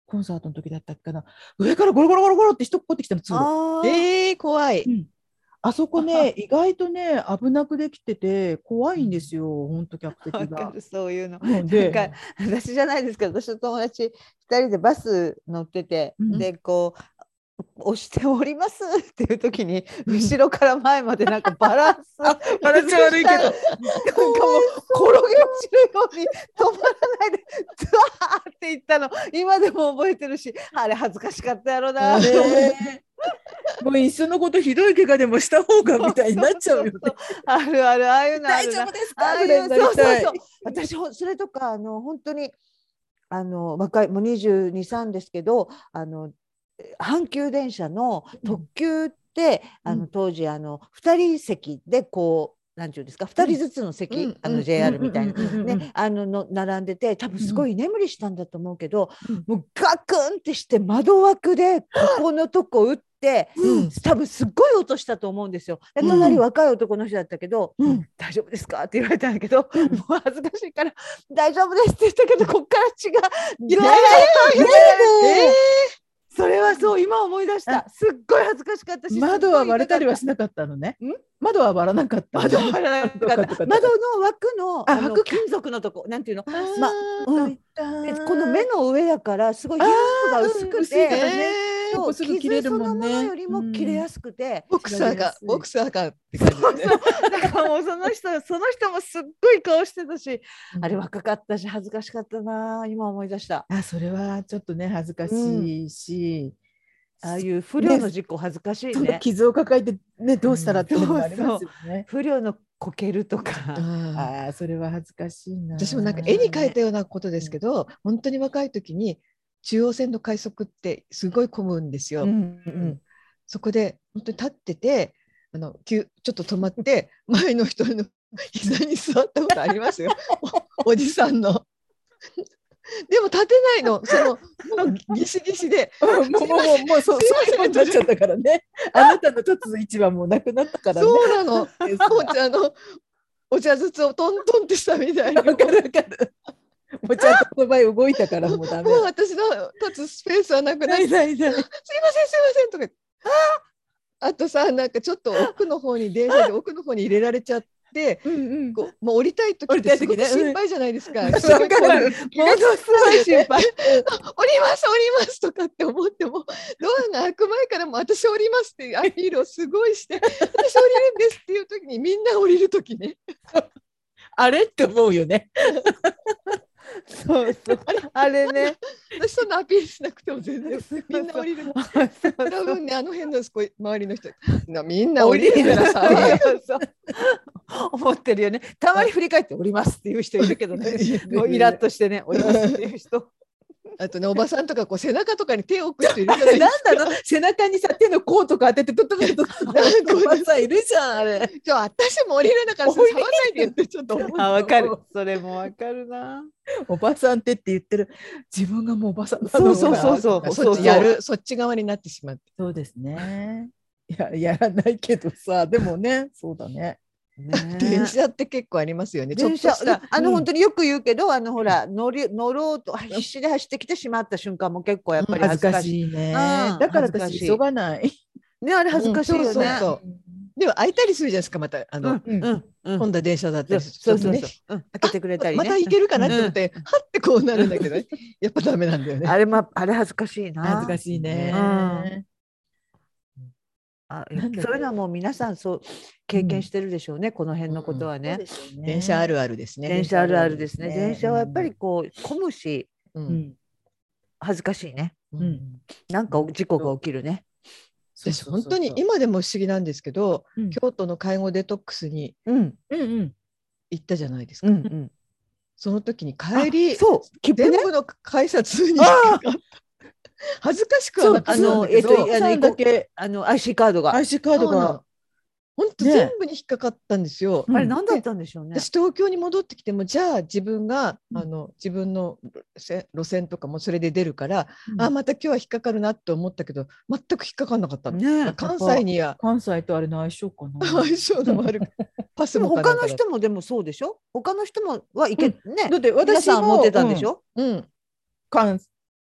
コンサートの時だったっけかな、上からゴロゴロゴロゴロって人っこってきたの通路。 あーえー、怖い。 うん、あそこね、意外とね、危なくできてて、怖いんですよ、本当、客席が。 わかる、そういうの。 うんなんで、 か私じゃないですけど、私の友達ふたりでバス乗ってて、 うんでこう押しておりますっていう時に、 うん後ろから前までなんかバランスあバランス悪いけどなんかもう転げ落ちるように止まらないでズワーっていったの今でも覚えてるし、あれ恥ずかしかったやろな。 あれもういっそのことひどい怪我でもした方がみたいになっちゃうよね。 あるある、ああいうのあるな。 大丈夫ですああいかぐらいうになりそうそうたいそう。私ほそれとかあの本当にあの若いもうにじゅうに、さんですけど、あの阪急電車の特急って、 うんあの当時あのふたり席でこうなんていうんですか、ふたりずつの席、 うんあの ジェイアール みたいな、 うんうんうんうんね、あのの並んでて、多分すごい居眠りしたんだと思うけど、 うんもうガクンってして窓枠でここのとこ打って、 うん多分すっごい音したと思うんですよ。でうん隣若い男の人だったけど、 うん大丈夫ですかって言われたんだけど、もう恥ずかしいから大丈夫ですって言ったけど、こっから血がドワーえそれはそう今思い出した。すっごい恥ずかしかったし、 窓は割れたりはすしなかったのね。 ん窓は割らなかったのね。 っごい痛かった。窓は割らなかった。 よかったよかった窓の枠のあのあ枠か金属のとこなんていうの、 ーまあうん痛いでこの目の上だからすごい皮膚が薄うんくて、 薄いからねえーそうここすぐ切れるもんね傷そのものよりも切れやすくて、 ボクサーがボクサーがって感じそうですね。 そうだからもうその人その人もすっごい顔してたし、 うんあれ若かったし恥ずかしかったな、今思い出した。 あ、それはちょっとね恥ずかしいし、 ああいう不良の事故恥ずかしいそのね。 傷を抱えてねどうしたらっていうのもありますよね。 不良のこけるとか。 あああ、それは恥ずかしいな。 私もなんか絵に描いたようなことですけど、本当に若い時に中央線の快速ってすごい混むんですよ。 うんううんんそこで本当に立ってて、あの急ちょっと止まって前の人の膝に座ったことありますよ。お、おじさんの。でも立てないの、そのもうギシギシで。 うんもうもうもうもうそうすいませんそういうことになっちゃったからね。あなたの一つ一番もうなくなったからね。 そうなの。お茶のお茶筒をトントンってしたみたいに。 わかるわかる。もうちゃんとその場合動いたからもうダメ。 もう私の立つスペースはなくなって、 ないないない。 すいませんすいませんとか言って、あとさ、なんかちょっと奥の方に電車で奥の方に入れられちゃって、 うんうん。 こうもう降りたい時ってすごく心配じゃないですか。 わかすごいこうる。 ものすごい心配。 降ります降りますとかって思っても、ドアが開く前からも私降りますっていうアピールをすごいして、私降りるんですっていう時にみんな降りる時ね。 あれって思うよね。 そうそうあれね。 私そんなアピールしなくても全然みんな降りる。 そうそう多分ね、あの辺のすごい周りの人なみんな降りてください。 そうそう思ってるよね。たまに振り返っておりますっていう人いるけどね。もうイラッとしてね、おりますっていう人。 あとね、おばさんとかこう背中とかに手を置く人いるじゃないでなんすか。 だろう、背中にさ手の甲とか当ててトトトトトトトさいるじゃんあれ。 ちょ私も降りれなから触らないでよってちょっと思う。 あ、わかる。それもわかるな。 おばさんってって言ってる自分がもうおばさんなそうのそうそうそう。 そっちやる、そっち側になってしまって。 そうですね。いややらないけどさ、でもね、そうだね。 電車って結構ありますよね。ちょっ電車としたあの、 うん本当によく言うけど、あのほら乗り乗ろうと必死で走ってきてしまった瞬間も結構やっぱり恥ずか恥ずかしい。 しいね。 うんだから恥ずかしい私急がない。 ね、あれ恥ずかしいよね。 うんそうそうそうでも開いたりするじゃないですか、またあの、 うんうんうん。 混んだ電車だったりするそうそうそうちょっとね。 うん開けてくれたりね。 また行けるかなって思って、はってこうなるんだけど、やっぱダメなんだよね。 あれまあれ恥ずかしいな。 恥ずかしいね。 うんあなんだっけそういうのはもう皆さんそう経験してるでしょうね、この辺のことはね。 電車あるあるですね。 電車あるあるですね。 ね電車はやっぱりこう混むしううんん。 恥ずかしいね。 ううんん。 なんか事故が起きるね。 私本当に今でも不思議なんですけど、 うん京都の介護デトックスにうんうんうん。 行ったじゃないですか。 うんうん。 その時に帰り、 そう切符ね。 全部の改札に引っかかった。恥ずかしくはなかったんだけど、 そうあのえっとあのだけあの アイシー カードが。 アイシー カードが本当ね全部に引っかかったんですよ。 うんあれ何だったんでしょうね。 私東京に戻ってきても、じゃあ自分が、 うんあの自分の路線路線とかもそれで出るから、 うんあまた今日は引っかかるなって思ったけど、全く引っかかんなかったの。 ねえ関西には関西とあれの相性かな。 相性の悪いパスでももかなんかだ他の人もでもそうでしょ。他の人もはいけ、ね。 だって私も皆さん持ってたんでしょ。 うん、 関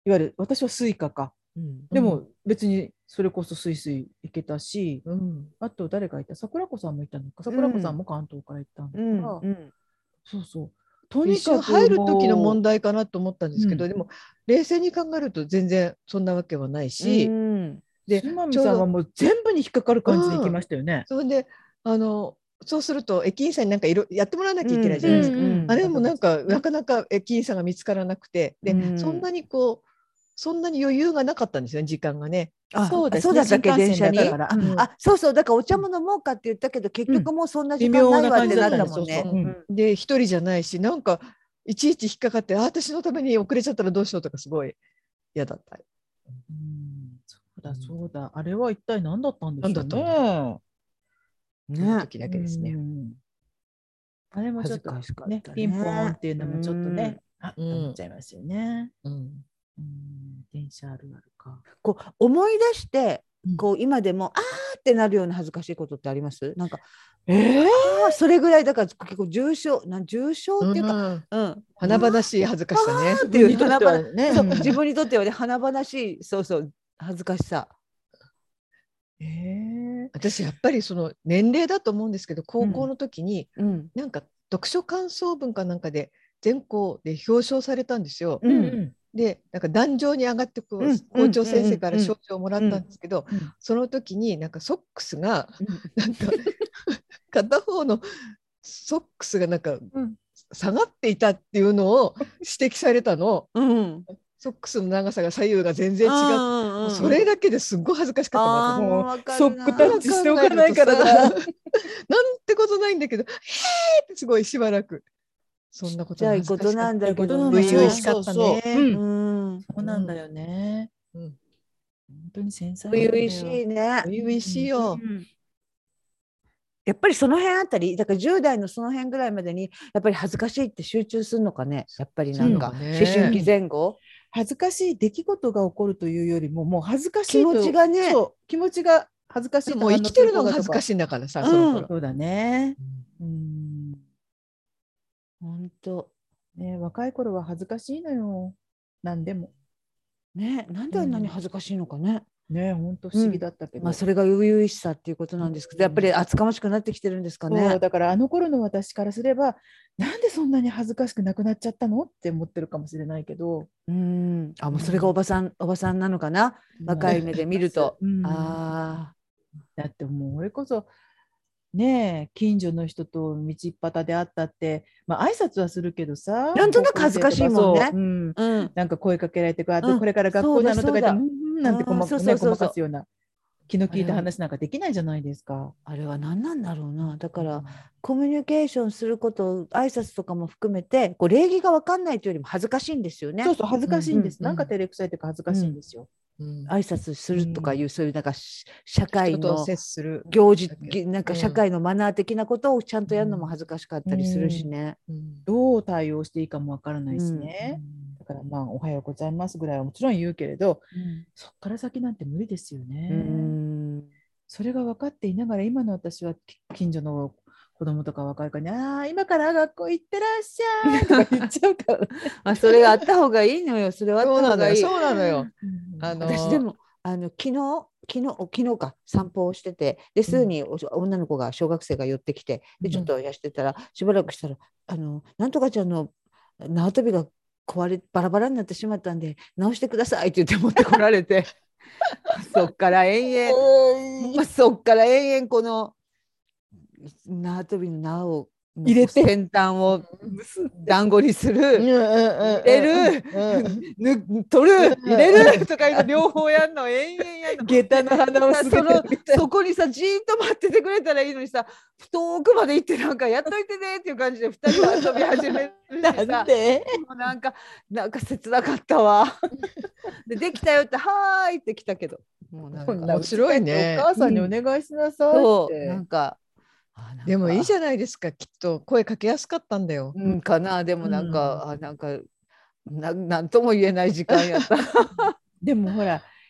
いわゆる私はスイカか。 うんでも別にそれこそスイスイ行けたし、 うんあと誰がいた、桜子さんもいたのか、桜子さんも関東から行ったのか、 うんうんそうそう。と一にかく瞬入る時のもう問題かなと思ったんですけど、 うんでも冷静に考えると全然そんなわけはないし、 うんで島見ちょうど、 さんはもう全部に引っかかる感じで行きうん、 ましたよね。 それであのそうすると駅員さんになんかいろやってもらわなきゃいけないじゃないですか。 うんあれもなんかねなかなか駅員さんが見つからなくて、で、 うんそんなにこうそんなに余裕がなかったんですよね、時間がね。 あそうですね、 そうだったっけ、 新幹線だった電車に。あ、 からうんあ、そうそう、だからお茶も飲もうかって言ったけど、結局もうそんな時間ないわってなったもんね。 微妙な感じだったんですそうそううんで一人じゃないし、なんかいちいち引っかかって、あ、私のために遅れちゃったらどうしようとかすごい嫌だった。 うんそうだそうだ、あれは一体何だったんでしょう何だったんだね。 そのね、 時だけですね。 うんあれもちょっと恥ずかしかったね、 ね。 ピンポーンっていうのもちょっとね、あっうんて思っちゃいますよね。 うんうん電車あるあるか。 こう思い出してうんこう今でもあーってなるような恥ずかしいことってあります？なんかえー、 あーそれぐらいだから結構重症な重症っていうか、 うんうん、 華々しい恥ずかしさね。 っていう自分にとってはね。 そううん自分にとってはね華々しいそうそう恥ずかしさ。 えー、 私やっぱりその年齢だと思うんですけど、高校の時にうんなんか読書感想文かなんかで全校で表彰されたんですよ。 うんうんでなんか壇上に上がってこう、 うん校長先生から賞状をもらったんですけど、 うんその時になんかソックスがうんなんか片方のソックスがなんかうん下がっていたっていうのを指摘されたの。 うんソックスの長さが左右が全然違って、 うんもうそれだけですっごい恥ずかしかったあー私もうわかるなソックタッチしておかないからだ。 なんてことないんだけど、へーってすごいしばらくそんなことちっちゃいことなんだけどね。 初々しかったね。 そうそうそううんそうなんだよね。 うん本当に繊細初なんだよ。 々しいね。 初々しいよ。 うんやっぱりその辺あたりだからじゅう代のその辺ぐらいまでにやっぱり恥ずかしいって集中するのかね。やっぱりなんかするのかね思春期前後、 恥ずかしい出来事が起こるというよりも、もう恥ずかしいと気持ちがねそう気持ちが恥ずかしいともう生きてるのが恥ずかい。 しいんだからさ、 うんその頃。 そうだね。うん本当ね、若い頃は恥ずかしいのよ。何でも。 ね、なんであんなに恥ずかしいのかね。 ね、本当不思議だったけど。 まあそれが初々しさっていうことなんですけど、やっぱり厚かましくなってきてるんですかそうね。 だからあの頃の私からすれば、なんでそんなに恥ずかしくなくなっちゃったのって思ってるかもしれないけど。 うん、あ、もうそれがおばさん、おばさんなのかな。若い目で見ると。 うんああ。 だってもう俺こそねえ近所の人と道端で会ったって、まあ挨拶はするけどさ、 なんとなく恥ずかしいもんね高校生とかそううんうん。 なんか声かけられてこうやって、 うんこれから学校なのとか言って、 そうだそうだうんなんてごま,、 うんそうそうね、 そうそうごまかすような気の利いた話なんかできないじゃないですか。 あれは何なんだろうな。だからコミュニケーションすること挨拶とかも含めてこう礼儀が分かんないというよりも恥ずかしいんですよね。 そうそう恥ずかしいんです、 うんなんか照れくさいというか恥ずかしいんですよ。 うん挨拶するとかいう、そういうなんかし社会人との接する。 行事うんなんか社会のマナー的なことをちゃんとやるのも恥ずかしかったりするしね。 うんどう対応していいかもわからないしね、だからまあおはようございますぐらいはもちろん言うけれど、そっから先なんて無理ですよね。 うんそれが分かっていながら今の私はき近所の子供とか若い子に「ああ今から学校行ってらっしゃい」とか言っちゃうから、ね、 まあそれがあった方がいいのよ。それはあったそうなのよ、 方がいい。 そうなのよ。 うんあの私でもあの昨日昨日昨日か散歩をしててですぐにお女の子が小学生が寄ってきてでちょっとやしてたら、しばらくしたらあのなんとかちゃんの縄跳びが壊れバラバラになってしまったんで直してくださいって言って持ってこられてそっから延々そっから延々この縄跳びの縄を入れて先端を団子にする。入れる、ぬ取る、入れるとかいうの両方やんの、延々やんの。 下駄の花をすそのみたいな。 そこにさじーっと待っててくれたらいいのにさ遠くまで行ってなんかやっといてねっていう感じでふたりは遊び始めるしさなんでもうなんかなんか切なかったわでできたよってはーいって来たけどもうなんかこんな面白いねお母さんにお願いしなさいっそうて。 なんかあなんかでもいいじゃないですか、きっと声かけやすかったんだよ。 うんかなでもなんか、あなんかななんとも言えない時間やったでもほら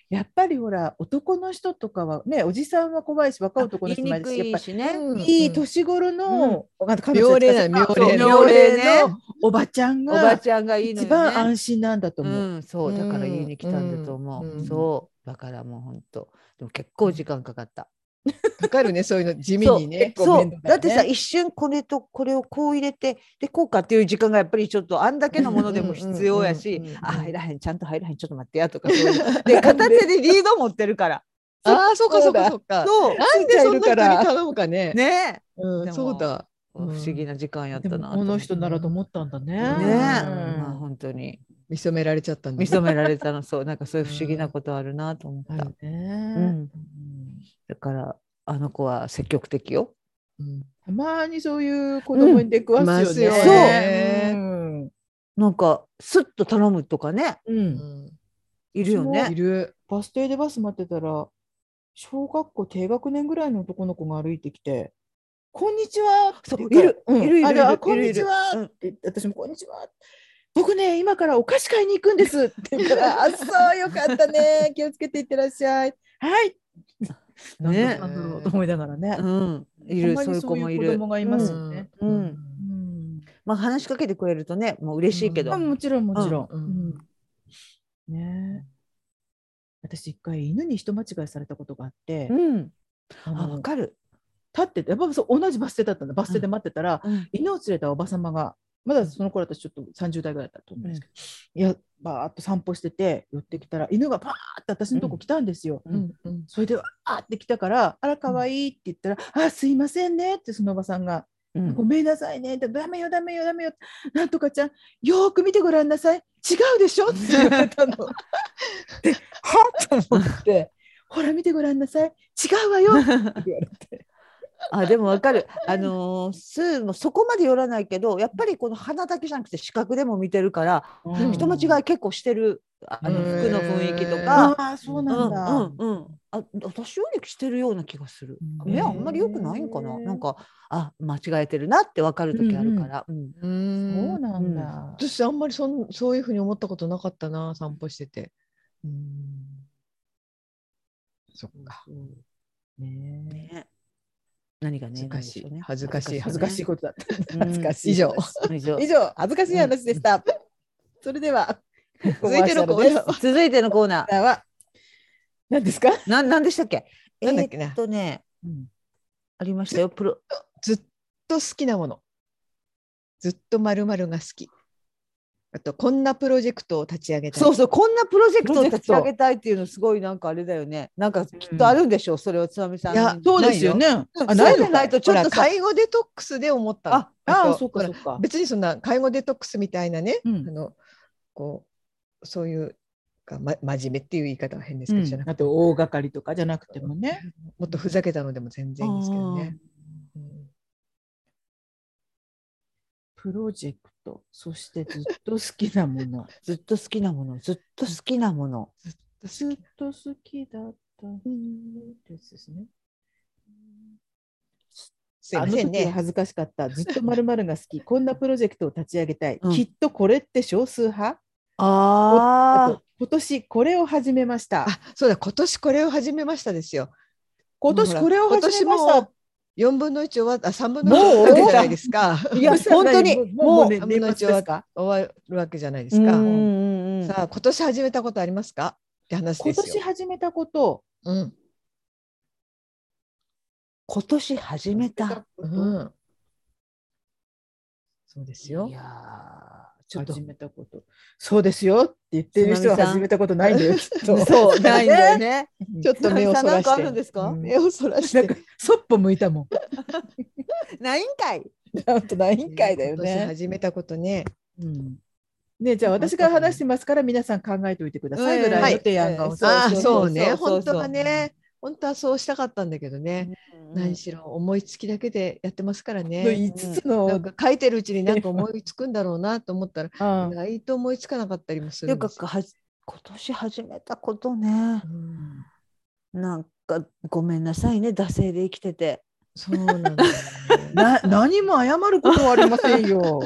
やっぱりほら男の人とかはね、おじさんは怖いし若い男の人もあるし、 言いにくやっぱいしね。 うんりいい年頃の、あ彼女妙齢たちがな妙齢そう妙齢ね妙齢のおばちゃんおばがちゃんがいいの一よね。 番安心なんだとう思う。 ん、そうだから言いに来たんだと思う。 うんうんそうだからもう本当。でも結構時間かかった。 かかるね、そういうの地味そうにね。 構そう面倒だよねだってさ、一瞬これとこれをこう入れてでこうかっていう時間がやっぱりちょっとあんだけのものでも必要やしうんうんうんうんあ入らへんちゃんと入らへんちょっと待ってやとかそういうで片手でリード持ってるからああ、そうかそうかそうか。 そうなんでそんな人に頼むかね。 ねうん、 でもそうだ。 不思議な時間やっでもたなと思ってこの人ならと思ったんだね。 ねえ、 うんまあ本当に見初められちゃったんだね。 見初められたのそうなんかそういう不思議なことあるなと思った、 あるね。 うんうんだからあの子は積極的よ。 うんたまにそういう子供に出くわすよね。 いますよねうんなんかスッと頼むとかねううんんいるよ私ねい。る。 バス停でバス待ってたら、小学校低学年ぐらいの男の子が歩いてきて、こんにちはってそう言うから、 いるいるいるあであいるこんにちいるいるうんはって言って、私もこんにちは。僕ね、今からお菓子買いに行くんですって言うから、あ、そう、よかったね。気をつけていってらっしゃい。はい。なんだねなんだろうと思いながらね。 うんいたまにるそういう子もいるそういう子供がいますよね。 うんうんうんまあ話しかけてくれるとねもう嬉しいけど、 あもちろんもちろん。 うんうんねえ私一回犬に人間違いされたことがあって、 うんあのあわかる、 立っててやっぱそう同じバス停だったんだ。バス停で待ってたら、 うん犬を連れたおば様がまだその頃私ちょっとさんじゅう代ぐらいだったと思うんですけど、いやバーッと散歩してて寄ってきたら犬がパーって私のとこ来たんですよ。 うんうんそれでわーって来たからあら可愛いって言ったら、あすいませんねってそのおばさんが。 うんごめんなさいねって、ダメよダメよダメよ、なんとかちゃんよーく見てごらんなさい、違うでしょって言われたので、はっと思ってほら見てごらんなさい、違うわよって言われてあでもわかるあのースーもそこまで寄らないけどやっぱりこの鼻だけじゃなくて視覚でも見てるから、 うん人間違い結構してるあのうん服の雰囲気とか、 ああそううんなんだ、 うんうんあ私よりしてるような気がする、 うん目あんまり良くないんかななんかあ間違えてるなってわかる時あるから、うんうんそうなんだ、 私あんまりそんそういうふうに思ったことなかったな、散歩してて。 うんそっか。 ねね何がね恥ずかしいなんでょうね恥ずかしい恥ずかしいことだった、 うん恥ずかしい以上以上以上恥ずかしい話でした、それでは続いてのコーナーは続いてのコーナーコーナーは何ですか、 ななんでしたっけなんだっけなえーっとねうんありましたよプロずっと好きなもの。ずっとまるまるが好き。あとこんなプロジェクトを立ち上げたい。 そうそうこんなプロジェクトを立ちプロジェクト上げたいっていうのすごいなんかあれだよねなんかきっとあるんでしょう、それはつまみさんいやにそうですよね、 ないあそうじゃないとちょっほらとさ介護デトックスで思ったの。 あああとほらそっかそっか、 別にそんな介護デトックスみたいなね、 うんあのこうそういうか、ま、真面目っていう言い方は変ですけど、 うんじゃなくてあと大掛かりとかじゃなくてもね、 もっとふざけたのでも全然いいですけどね。うんプロジェクト、そしてずっと好きなものずっと好きなものずっと好きなものずっと好きだったですね。 すいませんあの時はね。 恥ずかしかった。ずっとまるまるが好き。こんなプロジェクトを立ち上げたい。 うんきっとこれって少数派。 ああと今年これを始めました。 あ、そうだ、今年これを始めましたですよ。 今年これを始めました。 よんぶんのいち終わった、さんぶんのいち終わったじゃないですか。 いや本当にもうねもう年末ですか。 終わるわけじゃないでうんうすか。 んうんうんさあ、今年始めたことありますかって話今ですよ。 年始めたこと。 うん。 今年始めたうん。そうですよい。やーちょっと始めたこと。そうですよって言ってる人はつまみさん始めたことないんだよ。きっとそうないんだよねちょっと目をそらなんかあして。 るんですかうん目をそらしなんかて。 そっぽ向いたもん。 ないんかいなんとないんかいだよ今年ね。 始めたことね。 うんね、じゃあ私が話してますから皆さん考えておいてくださいぐらいの提案が欲しい。 ああ、 そうそうね。 そうそう本当はね。本当はそうしたかったんだけどね。何うんしろ思いつきだけでやってますからのね。 いつつの、 なんか書いてるうちになんか思いつくんだろうなと思ったら、 あ意外と思いつかなかったりもすっていうかるんですよ。 はじ今年始めたことねうんなんかごめんなさいね惰性で生きててそうなんだよね。 な何も謝ることはありませんよ。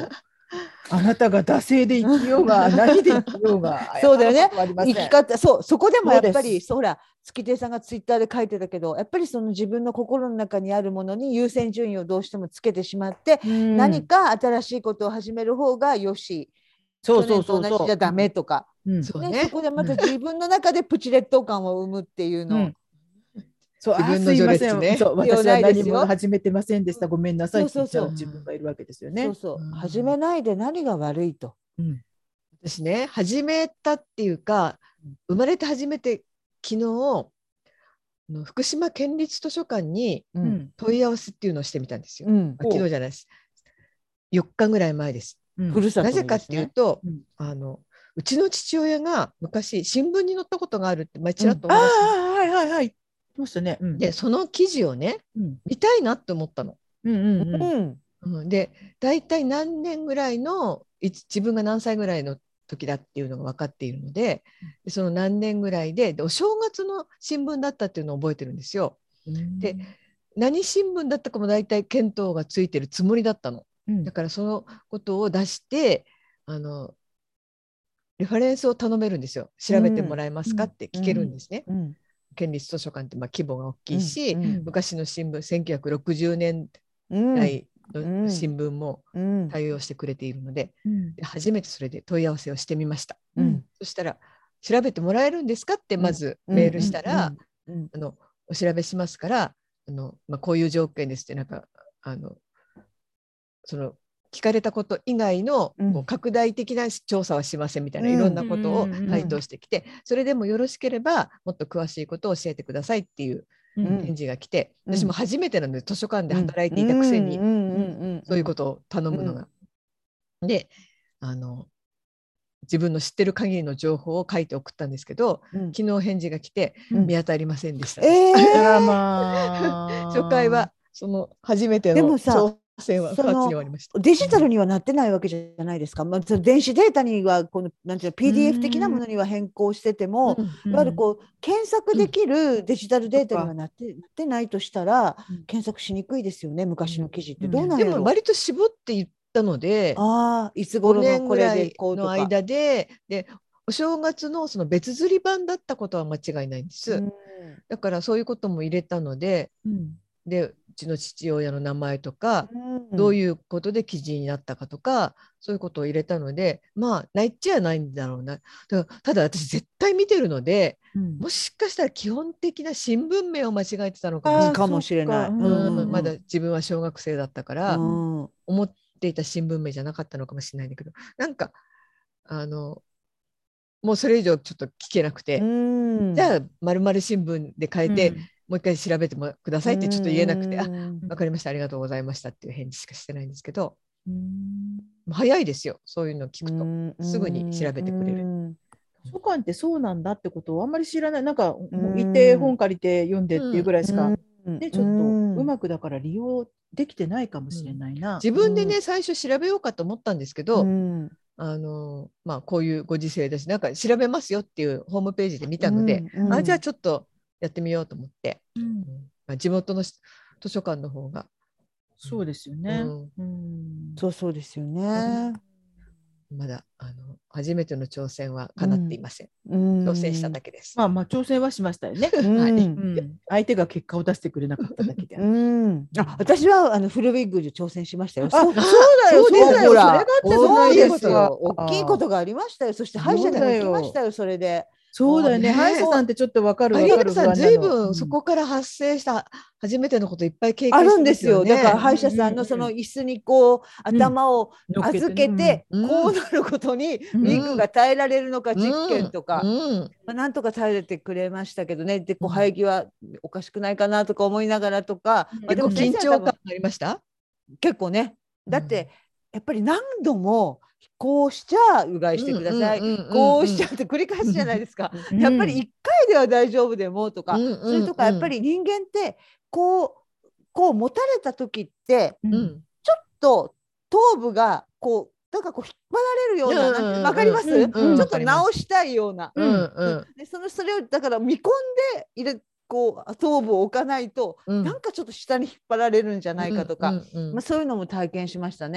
あなたが惰性で生きようが何で生きようがそうだよね。 謝ることはありません。 生き方、そう、そこでもやっぱそうですりそうほら月亭さんがツイッターで書いてたけど、やっぱりその自分の心の中にあるものに優先順位をどうしてもつけてしまって、 うん何か新しいことを始める方がよし、 そうそう去年と同じそうそう。 じゃダメとか、 うんね、 そうね。 そこでまた自分の中でプチ劣等感を生むっていうの、 うんそう、あー自分の序すいません、 列ね。 そう、 必要私はないですよ。 何も始めてませんでした、ごめんなさいって言っちゃそうそうそうう自分がいるわけですよね。 そうそう、 うん始めないで何が悪いと。 うん私ね、始めたっていうか、生まれて初めて昨日、あの福島県立図書館にううんん問い合わせっていうのをしてみたんですよ。 うんあ昨日じゃないです。よっかぐらい前です。 うんふるさとなぜかっにですね。 ていうと、 うんあのうちの父親が昔新聞に載ったことがあるって前ちらっとああ、 お話し、 はいはいはい。言ってましたね。うんでその記事をねうん見たいなって思ったの。 うんうんうんうんうん、で大体何年ぐらいのいつ自分が何歳ぐらいの時だっていうのが分かっているので、でその何年ぐらいで、でお正月の新聞だったっていうのを覚えてるんですよ。 うんで何新聞だったかも大体見当がついてるつもりだったの。 うんだからそのことを出してあのレファレンスを頼めるんですよ。調べてもらえますかって聞けるんですね。 うん県立図書館ってまあ規模が大きいし、 うんうん昔の新聞せんきゅうひゃくろくじゅうねんうんだいうんの新聞もうん対応してくれているので、 うんで初めてそれで問い合わせをしてみました。 うんそしたら調べてもらえるんですかってまずメールしたら、 うんあのお調べしますからあの、まあ、こういう条件ですってなんかあのその聞かれたこと以外のうんこう拡大的な調査はしませんみたいな、 うんいろんなことをうんうんうん回答してきて、それでもよろしければもっと詳しいことを教えてくださいっていううん返事が来て、 うん私も初めてなので図書館で働いていたくせにそういうことを頼むのが。であの自分の知ってる限りの情報を書いて送ったんですけど、 うん昨日返事が来て、 うん見当たりませんでした。 えあらーまあ。 初回はその初めてのでもさ挑戦は不発にその終わりました。 デジタルにはなってないわけじゃないですか。まあ、その電子データにはこのなんていうの ピーディーエフ 的なものには変更してても、 うんいわゆるこう検索できるデジタルデータにはなって、なってないとしたらうん検索しにくいですよね、昔の記事って。 うんどうなんやろう。 でも割と絞って言ったので、 ああ、いつご頃の年ぐらこれでいのこうとか。 間で、でお正月のその別釣り版だったことは間違いないんです。 うんだからそういうことも入れたので、 うんでうちの父親の名前とか、 うんどういうことで記事になったかとか、そういうことを入れたので、まあないっちゃないんだろうな。だからただ私絶対見てるので、 うんもしかしたら基本的な新聞名を間違えてたのかもしれない。 あーかもしれない。 そっかうんうんまだ自分は小学生だったから、 うん思っていた新聞名じゃなかったのかもしれないんだけど、なんかあのもうそれ以上ちょっと聞けなくて、 うんじゃあ丸々新聞で変えて、 うんもう一回調べてもくださいってちょっと言えなくて、あうんわかりましたありがとうございましたっていう返事しかしてないんですけど、 うん早いですよそういうの聞くと、 うんすぐに調べてくれる。 うん図書館ってそうなんだってことをあんまり知らない。なんか、もううん行って本借りて読んでっていうぐらいしか、 うんね、ちょっとうんうまくだから利用できてないかもしれないな。 自分でね最初調べようかと思ったんですけど、 うんあのまあ、こういうご時世だしなんか調べますよっていうホームページで見たので、 うんうんあじゃあちょっとやってみようと思って、 うんうんまあ、地元の図書館の方が、 そうですよね。 うんうんそうそうですよね。 まだあの初めての挑戦はかなっていません。 うん挑戦しただけです。 まあまあ挑戦はしましたよね。 うんはいうん、相手が結果を出してくれなかっただけであうる。 ん、あ、私はあのフルウィッグで挑戦しましたよ。 あ、そうだよ、 そうですそうだよ、それほらがあってそうそうでですすよ。 よ。 大きいことがありましたよ。そして歯医者にも行きましたよ。それで。 そうだよね。 ね歯医者さんってちょっとわかるわかる。 有吉さん、 不安なのずいぶんそこから発生した初めてのこといっぱい経あ験してるんですよ。 ますよね。 だから歯医者さんのその椅子にこう頭を乗っけて預けてうんこうなることにウうんィッグが耐えられるのか実験とか、 うんうんまあ、なんとか耐えてくれましたけどね。でこううん生え際おかしくないかなとか思いながらとか、 うんまあ、でも結構緊先生は多分張感ありました？ 結構ね。だってやっぱり何度もこうしちゃうがいしてください、 うんうんうんうんこうしちゃうって繰り返すじゃないですか。 うんやっぱりいっかいでは大丈夫でもとか、 うんうんうんそれとかやっぱり人間ってこうこう持たれた時ってううんんと頭部がこうなんかこう引っ張られるような、 うんうんうんなんてわかります、 うんうんちょっと直したいような、 うんうんでそのそれをだから見込んで入れこう頭部を置かないと、 うんなんかちょっと下に引っ張られるんじゃないかとか、 うんうんうんまあ、そういうのも体験しましたね。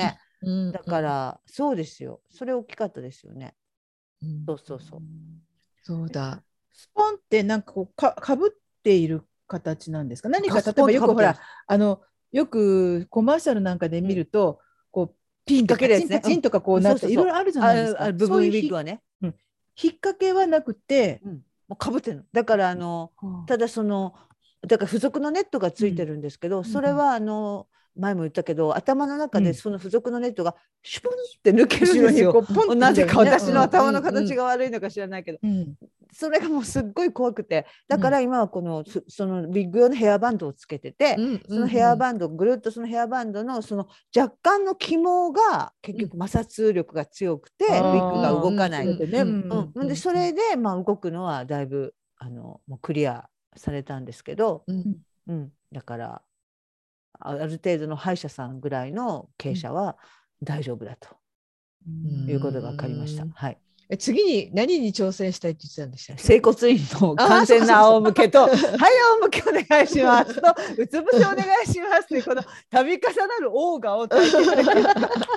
うんだからそうですよ。それ大きかったですよね。 うんそうそうそう。 そうだ。 スポンってなんかこうか、かぶっている形なんですか？何か例えスポンばよくほら、 とかぶってます。 あの、よくコマーシャルなんかで見ると、こう、ピ引っンでパ掛けるやつね。 チンパチンとかこうん。 うなってそうそうそう。 いろいろあるじゃあ、 ないですか。 あ部分ウそういうひ、 ィッグはね。 うん、引っ掛けはなくて、 うん。もうかぶってるの。だからあのはあただそのだから付属のネットがついてうんるんですけど、 うんそれはあの前も言ったけど頭の中うんでその付属のネットがシュポンって抜けるん後ろですよ。 にこうポンってなぜか出るね。 私の頭のうんうんうん形が悪いのか知らないけど、 うんそれがもうすっごい怖くて、だから今はこのふそのビッグ用のヘアバンドをつけてて、 うんそのヘアバンドぐるっとそのヘアバンドのその若干の肝が結局摩擦力が強くてウあーィッグが動かない。 うんうんねうんうん、でそれでまあ動くのはだいぶあのもうクリアされたんですけど、 うんうん、だからあある程度の歯医者さんぐらいの傾斜は大丈夫だとうんいうことが分かりました。 うんはい。 え次に何に挑戦したいって言ってたんでしたっけ？ 整骨院の完全な仰向けと、はい、仰向けお願いしますと、うつ伏せお願いしますって、この度重なるオーガを体験できる。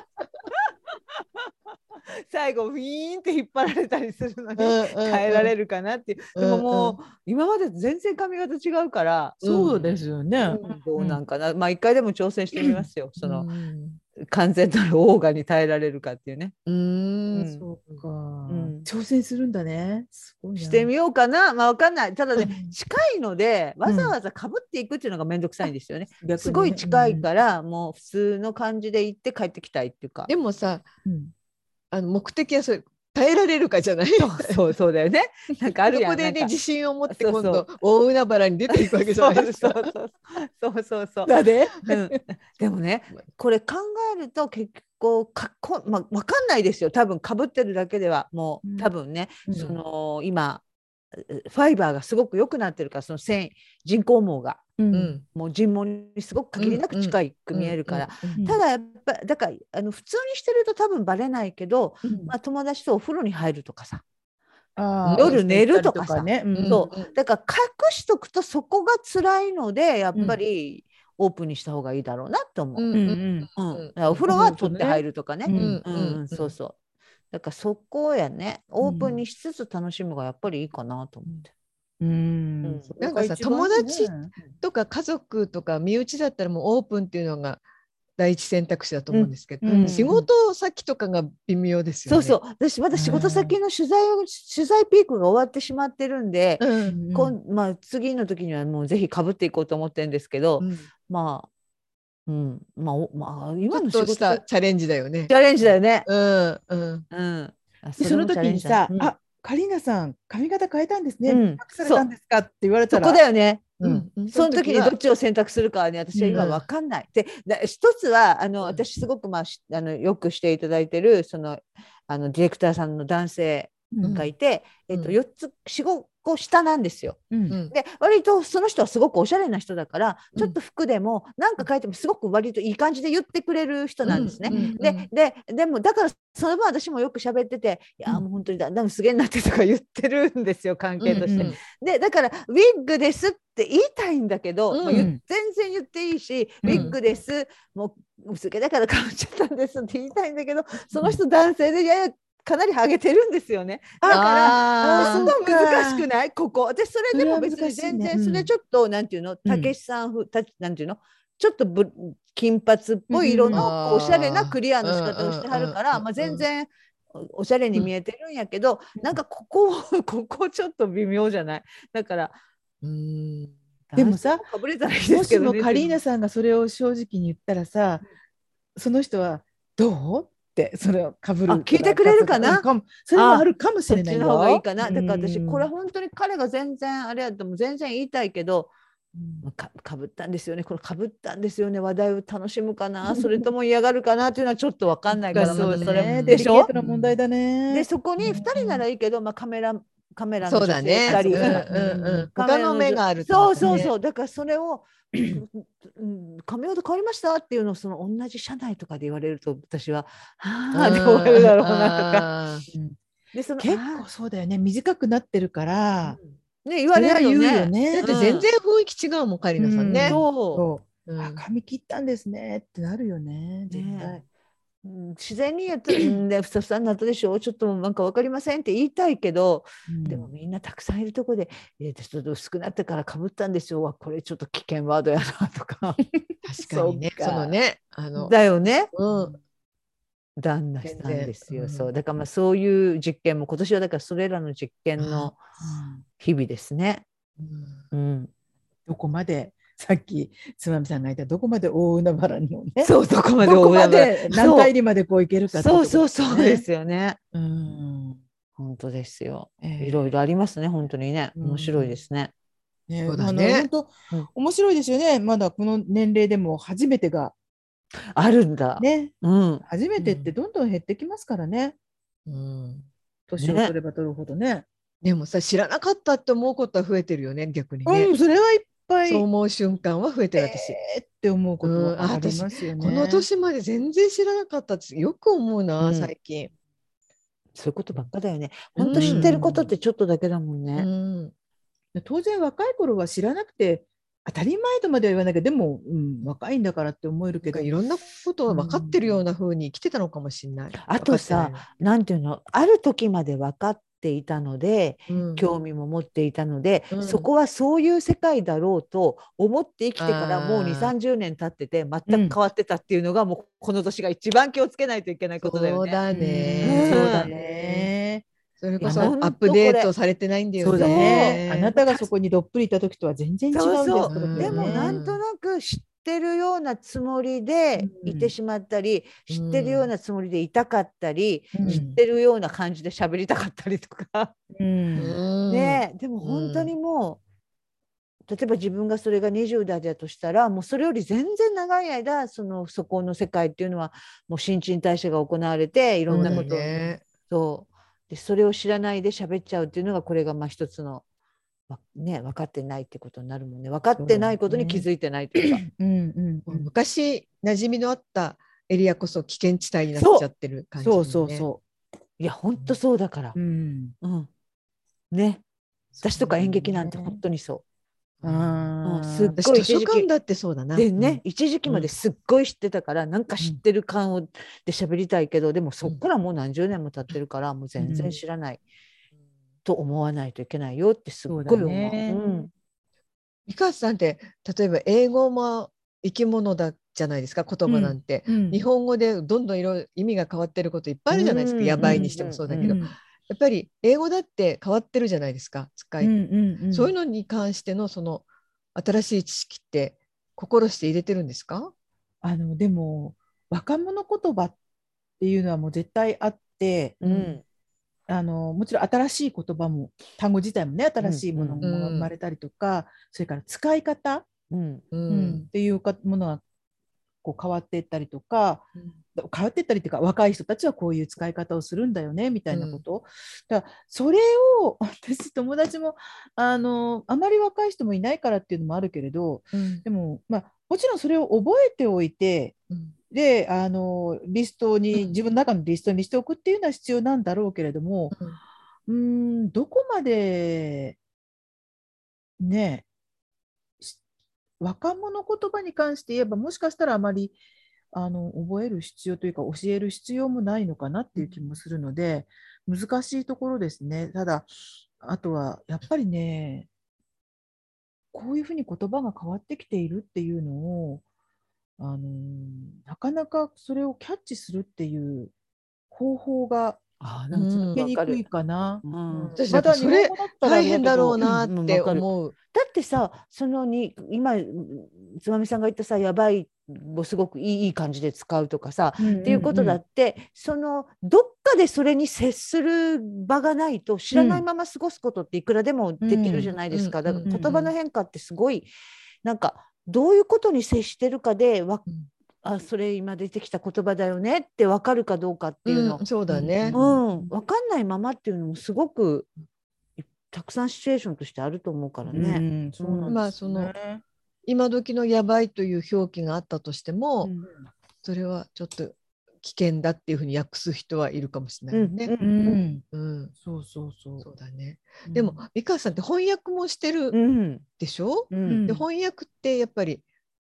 最後、ウィーンって引っ張られたりするのに耐えられるかなっていう。でももう、今までと全然髪型違うから、 そうですよね。 うんどうなんかな。まあ、一回でも挑戦してみますよ。そのうん完全なるオーガに耐えられるかっていうね。 うーんそうか、 ん挑戦するんだね。すごいな。 してみようかな。まあ、わかんない。ただね、 うん近いので、わざわざかぶっていくっていうのがめんどくさいんですよね。 逆にねすごい近いから、もう普通の感じで行って帰ってきたいっていうか。 でもさ、 うんあの目的はそれ耐えられるかじゃない？ そうそうそうだよね。なんかあるやん。 そこでねなんか自信を持って今そうそう度大海原に出ていくわけじゃないですか。 そうそうそうそうそう。 だで、 うん、でもね、これ考えると結構かっこ、まあ、分かんないですよ。多分かぶってるだけではもう多分ね、 うんその今ファイバーがすごく良くなってるから、その繊維人工毛がうんうんもう人毛にすごく限りなく近いく見えるから、 うんうんうんただやっぱだからあの普通にしてると多分バレないけど、 うんまあ、友達とお風呂に入るとかさ、 あー夜寝るとかさね。うんそううんだから隠しとくとそこが辛いのでやっぱりオープンにした方がいいだろうなと思う。 うんうんうんうんだからお風呂は取って入るとかね。 うんうんうんそうそう。だからそこやね、オープンにしつつ楽しむがやっぱりいいかなと思って。 うんうんそれがなんかさ一番いいね友達とか家族とか身内だったらもうオープンっていうのが第一選択肢だと思うんですけど、 うんうん仕事先とかが微妙ですよね。 そうそう。私まだ仕事先の取材を取材ピークが終わってしまってるんで、 うんこんまあ、次の時にはもうぜひかぶっていこうと思ってるんですけど、 うんまあ、うん、まあ、おまあ、 ちょっ今の仕事としたチャレンジだよねチ。ャレンジだよね。 うんうんうん。あでその時にさ、 うんあ、カリーナさん、髪型変えたんですね。 うん短くされたんですかって言われたそら。 こだよね。 うんうんその時にはどっちを選択するかはね、私は今わかんない。で、だ一つはあのうん私すごくまあしあのよくしていただいてるそのあのディレクターさんの男性うんがいて、 うんえっとよっつよん、ご個下なんですよ。 うんうんで割とその人はすごくおしゃれな人だから、 うんちょっと服でも何か書いてもすごく割といい感じで言ってくれる人なんですね。 うんうんでででもだからその分私もよく喋ってて「いやうんもう本当にだんだん薄毛になって」とか言ってるんですよ関係として。 うんでだからウィッグですって言いたいんだけど、 うんまあ、言全然言っていいし、 うんウィッグですもう薄毛だからかぶっちゃったんですって言いたいんだけど、その人男性でややかなりハゲてるんですよね。だからあーちょっと難しくないここでそれでも別にそれは難しいね全然うんそれちょっとなんていうのたけしさん風たなんていうのちょっとぶ金髪っぽい色うんのおしゃれなクリアの仕方をしてはるから、 うんまあ、全然おしゃれに見えてるんやけど、なんかここここちょっと微妙じゃない。だからうんでもさかぶれたらいいでもしすけどね。 もカリーナさんがそれを正直に言ったらさ、その人はどうってそれをかぶるあ聞いてくれるかなうんもそれもあるかもしれないよ。 そっちの方がいいかな。だから私うんこれ本当に彼が全然あれやっても全然言いたいけど、 うんかかぶったんですよねこれかぶったんですよね話題を楽しむかなそれとも嫌がるかなっていうのはちょっと分かんないから、 そうまだそれね。 でしょデリケート。な問題だね。 でそこにふたりならいいけど、まあ、カメラカメラのそうだね。 女性ふたりうんうんうんカメラの他の目があるとそうまたねそうそうだからそれをうん髪型変わりましたっていうのをその同じ社内とかで言われると私ははあで終わるだろうなとかあーうんでその結あ構そうだよね。短くなってるから、 ね言われるよそれは言うよね。 ね。 だって全然雰囲気違うもん、カリナさんね。 そうそううんあ髪切ったんですねってなるよね。絶対。 自然にやったら「うん、でふさふさになったでしょ、ちょっとなんか分かりません」って言いたいけど、 うんでもみんなたくさんいるとこで「えー、ちょっと薄くなってからかぶったんですよ」わこれちょっと危険ワードやなとか確かにね、 そっかそのね、あの、 だよね。 うん、 旦那したんですよ。 全然そうだからまあそういう実験も今年はだからそれらの実験のうん日々ですね。 うんうん、 どこまで、さっきつまみさんが言ったどこまで大海原のね、 そうどこまでどこまでそう何回りまでこういけるかってそうところそうそうでね。 すよね。 うん本当ですよ。 ええいろいろありますね本当にね。面白いですね。 ね、 そうだあのね本当うん面白いですよね。まだこの年齢でも初めてがあるんだ。 ね、 うん。 初めてってどんどん減ってきますからね。 うん年を取れば取るほどね。 でもさ、知らなかったって思うことは増えてるよね、逆にね。 うん、それはいっぱい、 そう思う瞬間は増えてる私。 えーって思うことうん、あ、 はあり私ますよね。 この年まで全然知らなかったってよく思うな、 うん最近。 そういうことばっかだよね。 うん本当知ってることってちょっとだけだもんうね。 ん、 当然若い頃は知らなくて当たり前とまでは言わないけど、でも、うん、若いんだからって思えるなんけど、 かいろんなことは分かってるような風に生きてたのかもしれない。 あとさ、なんていうの、ある時まで分かっていたので、 うん興味も持っていたので、 うんそこはそういう世界だろうと思って生きてからもうに、 あーさんじゅうねん経ってて全く変わってたっていうのが、もうこの年が一番気をつけないといけないことだよね。 そうだうんね。 そうだね。 それこいやそアッほんとプデーこれトされてないんだよそうだね。あなね。 たがそこにどっぷりいた時とは全然違うんでそうそう。 すってことだでよね。 もなんとなく知ってるようなつもりでいてしまったり、 うん知ってるようなつもりでいたかったり、 うん知ってるような感じで喋りたかったりとか。 うんうんねえ、でも本当にもう、例えば自分がそれがにじゅう代だとしたら、もうそれより全然長い間そのそこの世界っていうのはもう新陳代謝が行われていろんなことを、 ね。 そうでそれを知らないで喋っちゃうっていうのがこれがまあ一つの、わね、分かってないってことになるもんね。分かってないことに気づいてないというか。 うんうんうん昔馴染みのあったエリアこそ危険地帯になっちゃってる感じだそうもんね。 そうそいや本当そうだからう。う。ん。 うんね、私とか演劇なんて本当にそう。 あうん、すっあ。 私ごい一時期図書館だってそうだな。 でね、 うん一時期まですっごい知ってたから、なんか知ってる感をで喋りたいけど、でもそっからもう何十年も経ってるからもう全然知らないと思わないといけないよってすっそうだごい思う。 ね。 うんミカさんって例えば英語も生き物だじゃないですか、言葉なんて、 うん日本語でどんどんいろいろ意味が変わってることいっぱいあるじゃないですか、 うんやばいにしてもそうだけど、 うんうんやっぱり英語だって変わってるじゃないですか、使い、 うんうんうんそういうのに関してのその新しい知識って心して入れてるんですか？ あのでも若者言葉っていうのはもう絶対あって、 うんあのもちろん新しい言葉も単語自体もね新しいものも生まれたりとか、それから使い方、 うんううんんっていうかものがこう変わっていったりとか、変わっていったりというか若い人たちはこういう使い方をするんだよねみたいなこと、だからそれを私友達もあのあまり若い人もいないからっていうのもあるけれど、 うんでも、まあ、もちろんそれを覚えておいてうんであのリストに自分の中のリストにしておくっていうのは必要なんだろうけれども、うーんどこまでねし若者言葉に関して言えばもしかしたらあまりあの覚える必要というか教える必要もないのかなっていう気もするので難しいところですね。ただあとはやっぱりねこういうふうに言葉が変わってきているっていうのをあのなかなかそれをキャッチするっていう方法があうんなん受けにくいわかる。 かな。 うんうん私なんまだ日本かそれ語だったらあ大変だろうれだけど、 なってうんわかる思う。 だってさ、そのに今つまみさんが言ったさ、やばいをすごくいいいい感じで使うとかさ、 うんうんうんっていうことだって、そのどっかでそれに接する場がないと知らないまま過ごすことっていくらでもできるじゃないですか。 うんだからうん言葉の変化ってすごいなんかどういうことに接してるかでわうんあそれ今出てきた言葉だよねって分かるかどうかっていうの、 うん、そうだね。 うん分かんないままっていうのもすごくたくさんシチュエーションとしてあると思うからね。 うんそうなんですまあそのね。 今時のやばいという表記があったとしても、 うんそれはちょっと危険だっていうふうに訳す人はいるかもしれないよね。 ううんん、 うん、 そうそうそう。 そうだね。 うんでも美川さんって翻訳もしてるうんでしょ？ うんで翻訳ってやっぱり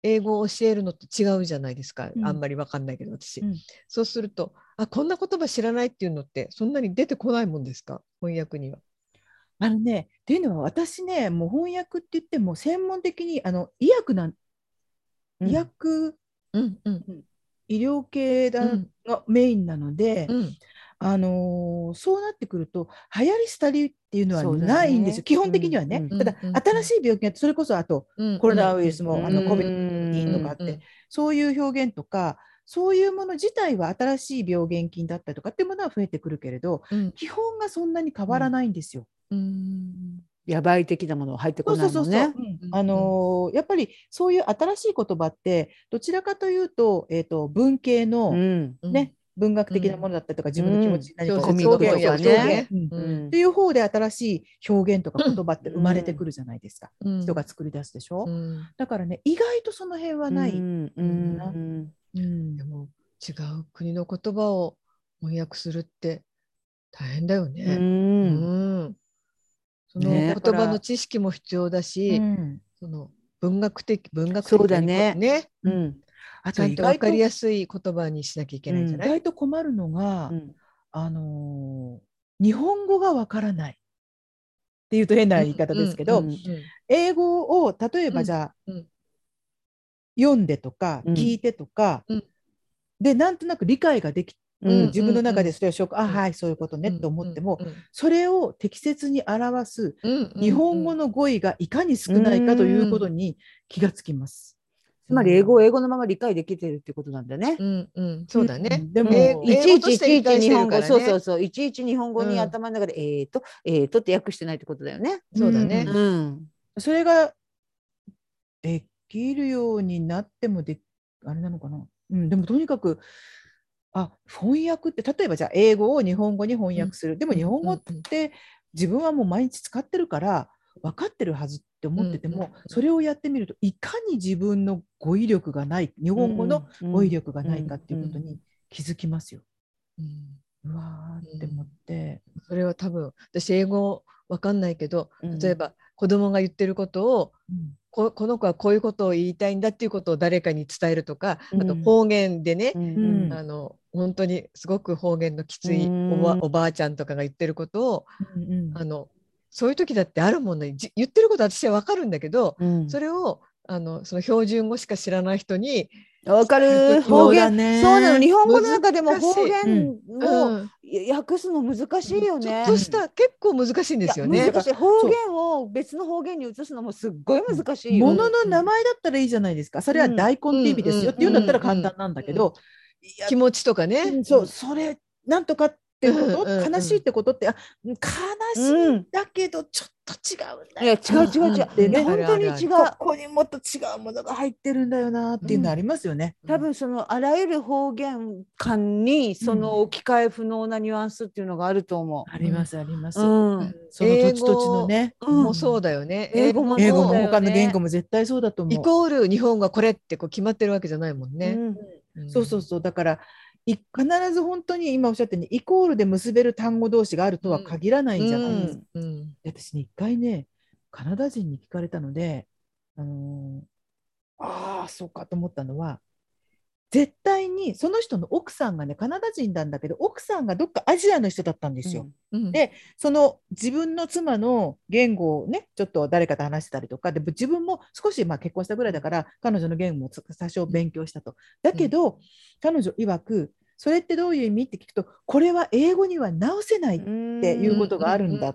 英語を教えるのと違うじゃないですか、 うん、 あんまり分かんないけど私、 うん、 そうするとあこんな言葉知らないっていうのってそんなに出てこないもんですか、翻訳には。 あのね、っていうのは私ね、もう翻訳って言っても専門的にあの医薬なん、医うん薬、 うんうんうん医療系だうんがメインなので、 うんあのーそうなってくると流行り廃りっていうのはそうだよないんですよ、 ね。 基本的にはね。 うんうんただうんうん新しい病気がそれこそあとうんコロナウイルスうんうんもあの コビッドナインティーン とかあって、 うんそういう表現とかそういうもの自体は新しい病原菌だったりとかっていうものは増えてくるけれど、 うん基本がそんなに変わらないんですよ。 うんやばい的なもの入ってこそうそうそうそう、 ないもんね。 うんうんあのーやっぱりそういう新しい言葉ってどちらかというと、えーと、文系の、 うんうんね、文学的なもうんのだったりとか、自分の気持ちうん。 に何かを小コミック表現、 と説の翻そうかね。 表現、 訳とかね。 うん、っうんていう方で新しい表現とか言葉って生まれてくるじゃないですか、人がうん作り出すでしうょ。 んだからね、意外とその辺はうないんううんかな。 ん。 うん、 でも違う国の言葉を翻訳するって大変だようね。うん。 ん、そのね、だね。 言葉のから、 知識も必要だうし、 ん、 その文学的文学そう的何こだね。 ね、 うん、 うん。 あとちゃんと分意外と、 かりやすい言葉にしなきゃいけないんじゃない？ 意外と困るのが、 うん。 あのー日本語がわからないっていうと変なうん言い方うんですけど、 うん。 うん英語を例えうんばじゃあうん読んでとかうん。 聞いてとかうんでなんとなく理解ができ、 うんうん。 自分の中うんでそれをしょあうんはいそういうことねって思っても、 うんそれを適切に表すうんう日んうん本語の語彙がいかにう少ないかというこん。 とに気がつきます。 つまり英語を英語のまま理解できてるってことなんだね。 うんうんうそうだね。 ん、でうん、 英も、 いちい英語としてちいちいち理解してる日本語、 からね。 そうそうそう、いちいち日本語にうん頭の中で、えーと、えーとって訳してないってことだよね。 そうだね。 うん、 うん。 それができるようになってもであれなのかな、うん、でもとにかくあ翻訳って例えばじゃあ英語を日本語に翻うん訳する、でもうん日本語っうんうんて自分はもう毎日使ってるから分かってるはずって思ってても、 うんうんそれをやってみるといかに自分の語彙力がない日う本語のん。う語彙ん。 力がないかっていうことに気づきますよ。 うんうわーって思っうんて、 それは多分私英語わかんないけど、 うん。 例えば子供が言ってることをうんここの子はこういうことを言いたいんだっていうことを誰かに伝えるとか、 うんあと方言でね、 うん。 ううん。 んあの本当にすごく方言のきうついおば、 ん。 おばあちゃんとかが言ってることをうんうんあのそういう時だってあるもんね。じ言ってることは私は分かるんだけど、 うん。 それをあのその標準語しか知らない人にわか伝えるる。 時の方言。 そうだそうなの。 ね。 日本語の難中でも方しい。 言をうん、 訳すの難しいよちょっね。 とした結構難しいんいや、 ですよね。 難しい。方そう言を別の方言に移すのもすっごい難しいよ。 物の名前だったらいいじゃないですか。それはうん。 大根って意味ですよっていうんだったら簡単なんだけど、いや、 気持ちとかね。 うんそう、それ、なんとかってうんこと、 うん悲しいってことって、あ、悲しいうん。 んだけど、ちょっと違うんいや、違だよう違う違う。いや、 なってね、 本当に違う。 ここにもっと違うものが入ってるんだよなっていうのありますよね。 多分そのあらゆる方言間にその置き換え不能なニュアンスっていうのがあると思あります、ありまう。 す。 うん。 その土地土地のね。 もそうだよね。 英語も英語もそうだよね。 他の言語も絶対そうだとイ思う。 コール日本語はこれってこう決まってるわけじゃないもんね。 うん。 そうそうそう。だからい必ず本当に今おっしゃったようにイコールで結べる単語同士があるとは限らないじゃないですか。 うんうん私ね、一回ね、カナダ人に聞かれたので、あのーああ、そうかと思ったのは、絶対にその人の奥さんがね、カナダ人なんだけど、奥さんがどっかアジアの人だったんですよ。 うんで、その自分の妻の言語をね、ちょっと誰かと話してたりとか、で自分も少しまあ結婚したぐらいだから、彼女の言語も多少勉強したと。だけど、彼女曰く、それってどういう意味って聞くと、これは英語には直せないっていうことがあるんだって。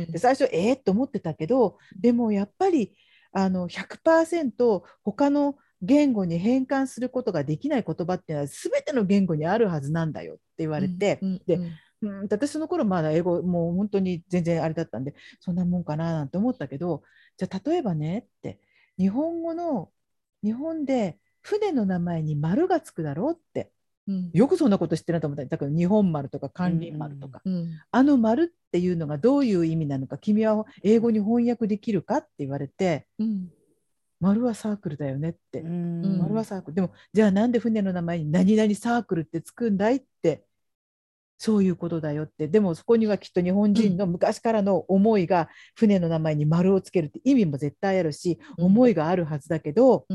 で、最初、えー、と思ってたけど、でもやっぱりあのひゃくパーセント他の言語に変換することができない言葉っていうのは全ての言語にあるはずなんだよって言われて、で、うん、私その頃まだ英語もう本当に全然あれだったんでそんなもんかななんて思ったけど、じゃあ例えばねって日本語の日本で船の名前に丸がつくだろうって、うん、よくそんなこと知ってるなと思った。だから日本丸とか関林丸とか、うんうん、あの丸っていうのがどういう意味なのか君は英語に翻訳できるかって言われて、うん丸はサークルだよねって、うん、丸はサークルでもじゃあなんで船の名前に何々サークルってつくんだいって、そういうことだよって。でもそこにはきっと日本人の昔からの思いが船の名前に丸をつけるって意味も絶対あるし、思いがあるはずだけど、うん、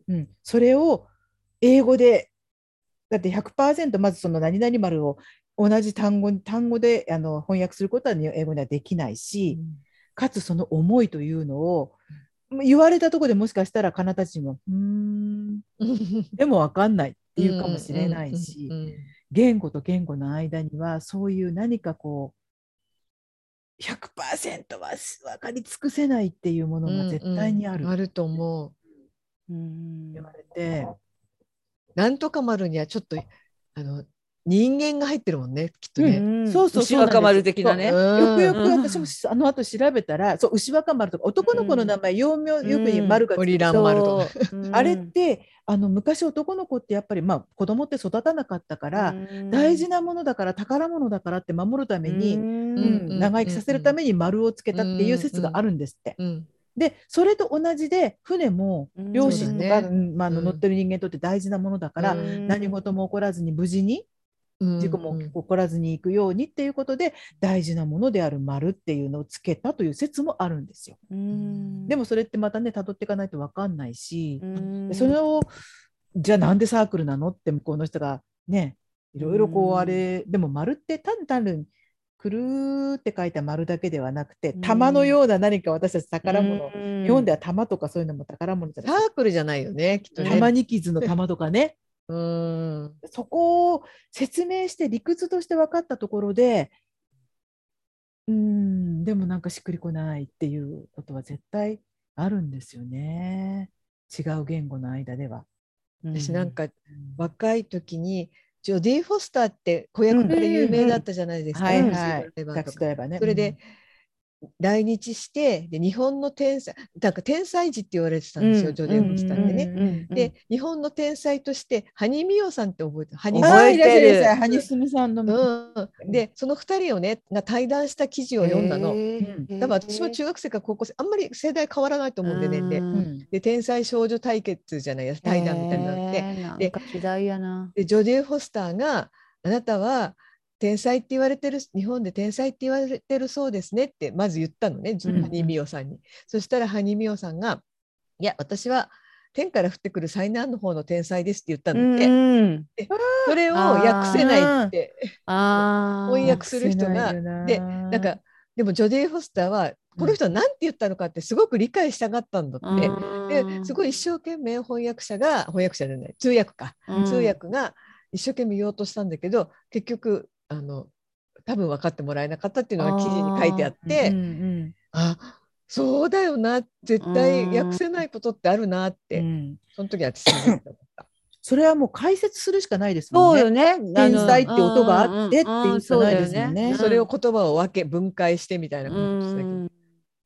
うん、それを英語で、だって ひゃくパーセント まずその何々丸を同じ単語に単語であの翻訳することは英語にはできないし、 うんかつその思いというのを言われたところでもしかしたらカナダ人はうーんでも分かんないっていうかもしれないし、言語と言語の間にはそういう何かこう ひゃくパーセント は分かり尽くせないっていうものが絶対にある、 あると思う。 うん言われて、 なんとか丸にはちょっとあの人間が入ってるもんね、きっとね。 うんそうそう牛若丸的なね。 そうよくよくうん私もあの後調べたら、そう牛若丸とか男の子の名前、幼名よくうん丸がつくオリラでしょ。 ン丸とか。 そううんあれってあの昔男の子ってやっぱり、まあ、子供って育たなかったから、 うん大事なものだから宝物だからって守るために、 ううんん長生きさせるために丸をつけたっていう説があるんですって。 うんでそれと同じで船もうん両親とか、 そうだねうんまあ、あのうん乗ってる人間にとって大事なものだから、 うん何事も起こらずに無事にうん事故もうん起こらずにいくようにっていうことで大事なものである丸っていうのをつけたという説もあるんですよ。 うんでもそれってまたね辿っていかないと分かんないし、 うんでそれをじゃあなんでサークルなのって向こうの人がねいろいろこうあれ、でも丸って単単にくるーって書いた丸だけではなくて、玉のような何か私たち宝物、 うん日本では玉とかそういうのも宝物じゃないですか。 サークルじゃないよね、きっとね。 玉に傷の玉とかね。 うんそこを説明して理屈として分かったところで、うーん、でもなんかしっくりこないっていうことは絶対あるんですよね。違う言語の間では。 私なんかうん若い時にジョディ・フォスターって子役から有名だったじゃないですか、 はいタクシードはい。タクライバーとか。 シードライバーね。 それで来日してで日本の天才なんか天才児って言われてたんですよ、 うんジョディ・フォスターってね。 うんうんうんで日本の天才としてハニミオさんって覚えてる、ハニああ、 覚えいらっしゃいいらっしゃい。 てハニスムさんの。 うん、でそのふたりをねが対談した記事をる。 読んだの。 へうんー多分私も中学生から高校生あんまり世代変わらないと思うんで年齢うんうんで天才少女対決じゃないや対談みたいになって、 へーなんでか時代やな。 でジョディ・フォスターがあなたは天才って言われてる日本で天才って言われてるそうですねってまず言ったのね、 うんハニミオさんに。そしたらハニミオさんがいや私は天から降ってくる災難の方の天才ですって言ったんだって。 うんでそれを訳せないってあー翻訳する人が訳せないよなでなんかでもジョディ・フォスターはこの人は何て言ったのかってすごく理解したがったんだって。ですごい一生懸命翻訳者が翻訳者じゃない通訳か、 うん通訳が一生懸命言おうとしたんだけど結局あの多分分かってもらえなかったっていうのが記事に書いてあっうんて、 うんあそうだよな絶対訳せないことってあるなって、 うんその時は私も思った。 それはもう解説するしかないですもんね。 そうよね。 天才って音があってっていうしかないですもんね。 それを言葉を分け分解してみたいなことしたけど、 うん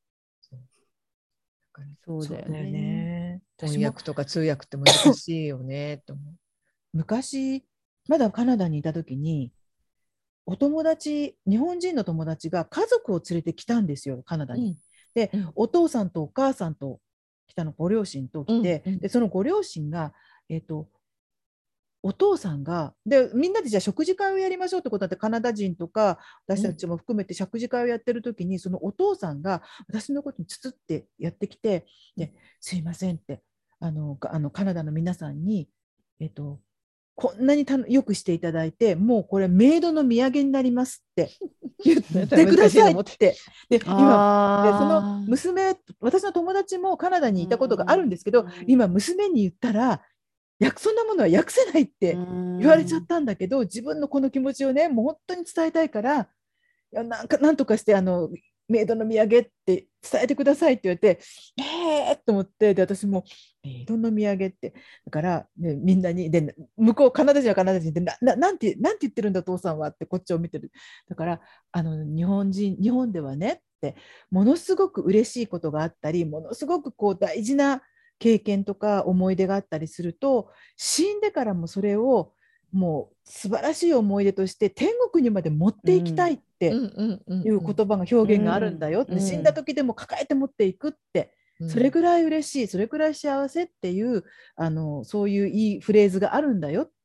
そうそうだよだよね。 ね。私も翻訳とか通訳って難しいよねと思う。 昔まだカナダにいた時にお友達日本人の友達が家族を連れてきたんですよカナダに。 うんで、 うんお父さんとお母さんと来たのご両親と来て、 うんうんでそのご両親が、えーとお父さんがでみんなでじゃあ食事会をやりましょうってことだってカナダ人とか私たちも含めて食事会をやってる時に、そのお父さんが私のことにつつってやってきてですいませんってあのかあのカナダの皆さんに、えっと、こんなにたよくしていただいてもうこれメイドの土産になりますって言ってくださいってで今でその娘私の友達もカナダにいたことがあるんですけど今娘に言ったらそんなものは訳せないって言われちゃったんだけど自分のこの気持ちをねもう本当に伝えたいからいやなんかなんとかしてあのメイドの土産って伝えてくださいって言われてえーと思ってで私もメイドの土産ってだから、ね、みんなにで向こうカナダ人はカナダ人で な, な, なんてなんて言ってるんだ父さんはってこっちを見てるだからあの日本人日本ではねってものすごく嬉しいことがあったりものすごくこう大事な経験とか思い出があったりすると死んでからもそれをもう素晴らしい思い出として天国にまで持っていきたいっていう言葉が表現があるんだよって、死んだ時でも抱えて持っていくってそれぐらい嬉しいそれぐらい幸せっていうあのそういういいフレーズがあるんだよって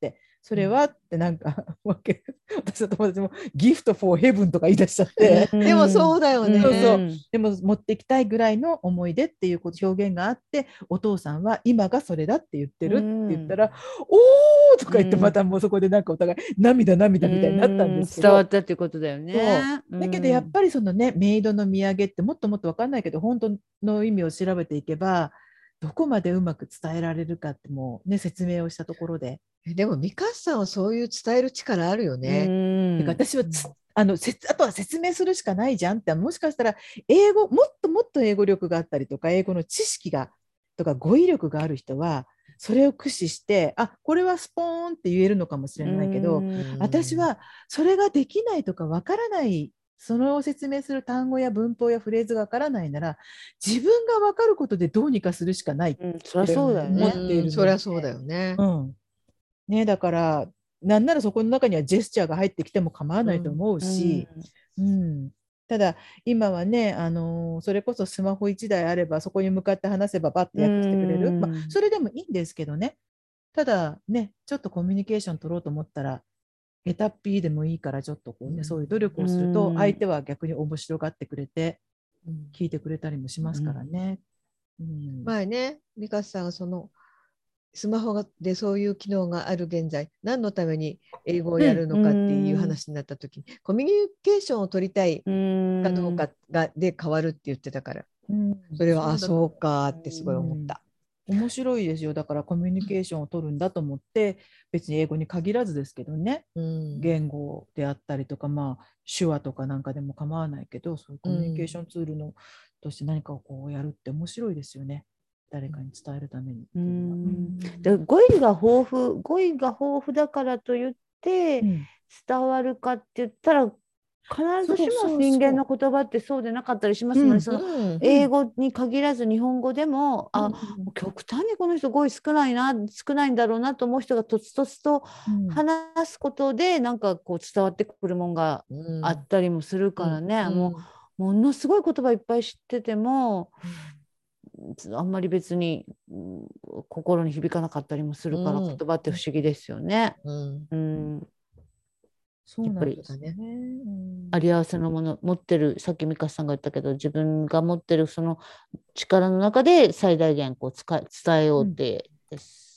それはってなんかわけ私の友達もギフトフォーヘブンとか言い出しちゃって、 でもそうだよね。 そうそうでも持ってきたいぐらいの思い出っていうこと表現があって、お父さんは今がそれだって言ってるって言ったら、おーとか言って、またもうそこでなんかお互い涙涙みたいになったんですけど、 伝わったっていうことだよね。 だけどやっぱりそのね、メイドの土産ってもっともっと分かんないけど、本当の意味を調べていけばどこまでうまく伝えられるかってもうね、説明をしたところで。 でもミカさんはそういう伝える力あるよね。 てか私はつあのせあとは説明するしかないじゃんって、もしかしたら英語もっともっと英語力があったりとか、英語の知識がとか語彙力がある人はそれを駆使して、あ、これはスポーンって言えるのかもしれないけど、私はそれができないとかわからない、その説明する単語や文法やフレーズがわからないなら、自分がわかることでどうにかするしかないって思っているので、 そりゃそうだよね。 うんね、だからなんならそこの中にはジェスチャーが入ってきても構わないと思うし、うんうん、ただ今はね、あのー、それこそスマホいちだいあればそこに向かって話せばバッて訳してくれる、まあ、それでもいいんですけどね、ただね、ちょっとコミュニケーション取ろうと思ったらエタピーでもいいからちょっとこう、ね、そういう努力をすると相手は逆に面白がってくれて聞いてくれたりもしますからね。 うん、前ね、ミカさんがそのスマホでそういう機能がある現在、何のために英語をやるのかっていう話になった時に、うん、コミュニケーションを取りたいかどうかがで変わるって言ってたから、うん、それはあそうかってすごい思った、 うん、面白いですよ。だからコミュニケーションを取るんだと思って、別に英語に限らずですけどね、うん、言語であったりとか、まあ、手話とかなんかでも構わないけど、そういうコミュニケーションツールのとして何かをこうやるって面白いですよね。誰かに伝えるために。 うんで語彙が豊富語彙が豊富だからといって伝わるかって言ったら、必ずしも人間の言葉ってそうでなかったりしますので、その英語に限らず日本語でも、うん、あ、極端にこの人語彙少ないな少ないんだろうなと思う人がとつとつと話すことで、なんかこう伝わってくるもんがあったりもするからね、うん、もうものすごい言葉いっぱい知ってても、うん、あんまり別に、うん、心に響かなかったりもするから、言葉って不思議ですよね。うんうん、 そうなんですね。 あり合わせのもの持ってる、さっき美香さんが言ったけど、自分が持ってるその力の中で最大限こう使い伝えようってです、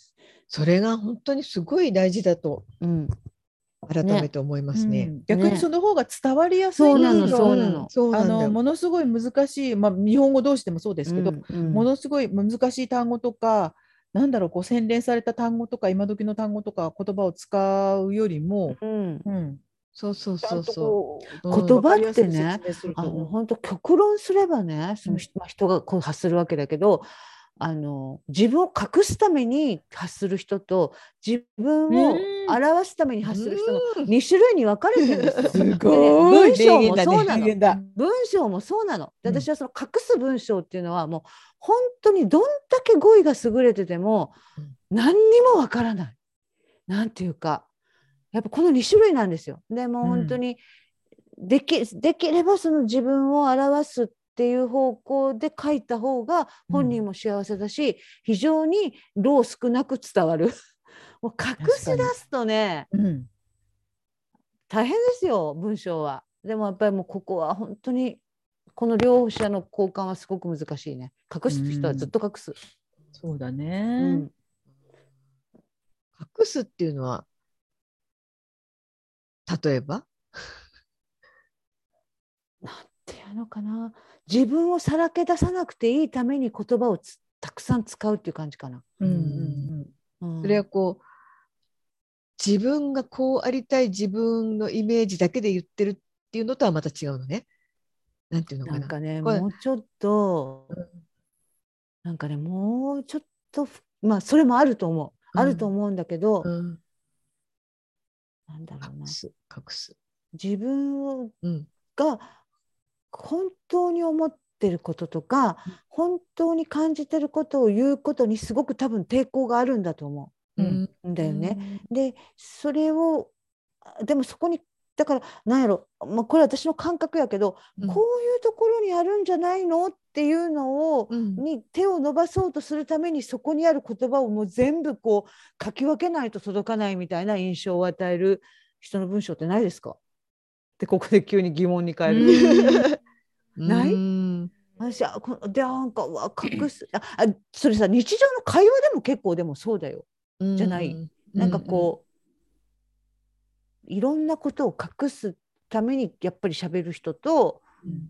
うん、それが本当にすごい大事だと、うん、改めて思いますね。ね、うん、 逆にその方が伝わりやすいんですよ。そうなの、そうなの。あのものすごい難しい、まあ、日本語同士でもそうですけど、うんうん、ものすごい難しい単語とか、なんだろう、こう洗練された単語とか今時の単語とか言葉を使うよりも、うんうん、 そうそうそうそう、うん、言葉ってね、あの本当極論すればね、その、まあ、人がこう発するわけだけど、あの自分を隠すために発する人と自分を表すために発する人のに種類に分かれてるんですよ。 すごい、ね、文章もそうなの、ね、文章もそうなの。で、私はその隠す文章っていうのはもう本当にどんだけ語彙が優れてても何にも分からない。なんていうか。やっぱこのに種類なんですよ。でも本当にでき、うん、できればその自分を表すっていう方向で書いた方が本人も幸せだし、うん、非常に労少なく伝わる。もう隠し出すとね、うん、大変ですよ、文章は。でもやっぱりもうここは本当にこの両者の交換はすごく難しいね。隠す人はずっと隠す。 そうだね、 隠すっていうのは例えばなんていうのかな、自分をさらけ出さなくていいために言葉をたくさん使うっていう感じかな。うんうんうん、それはこう自分がこうありたい自分のイメージだけで言ってるっていうのとはまた違うのね。なんていうのかな。 なんかね、もうちょっと、うん、なんかね、もうちょっと、まあそれもあると思う、うん、あると思うんだけど、うん、なんだろうな、 隠す隠す自分が本当に思ってることとか、うん、本当に感じてることを言うことにすごく多分抵抗があるんだと思う、うん、だよね。でそれをでもそこにだからなんやろ、まあ、これ私の感覚やけど、 うんこういうところにあるんじゃないのっていうのを、 うんに手を伸ばそうとするためにそこにある言葉をもう全部こう書き分けないと届かないみたいな印象を与える人の文章ってないですか？でここで急に疑問に変える。ないうん私あこでなんかうわ隠すああそれさ日常の会話でも結構でもそうだよ。じゃないうんなんかこう、いろんなことを隠すためにやっぱり喋る人と、 うん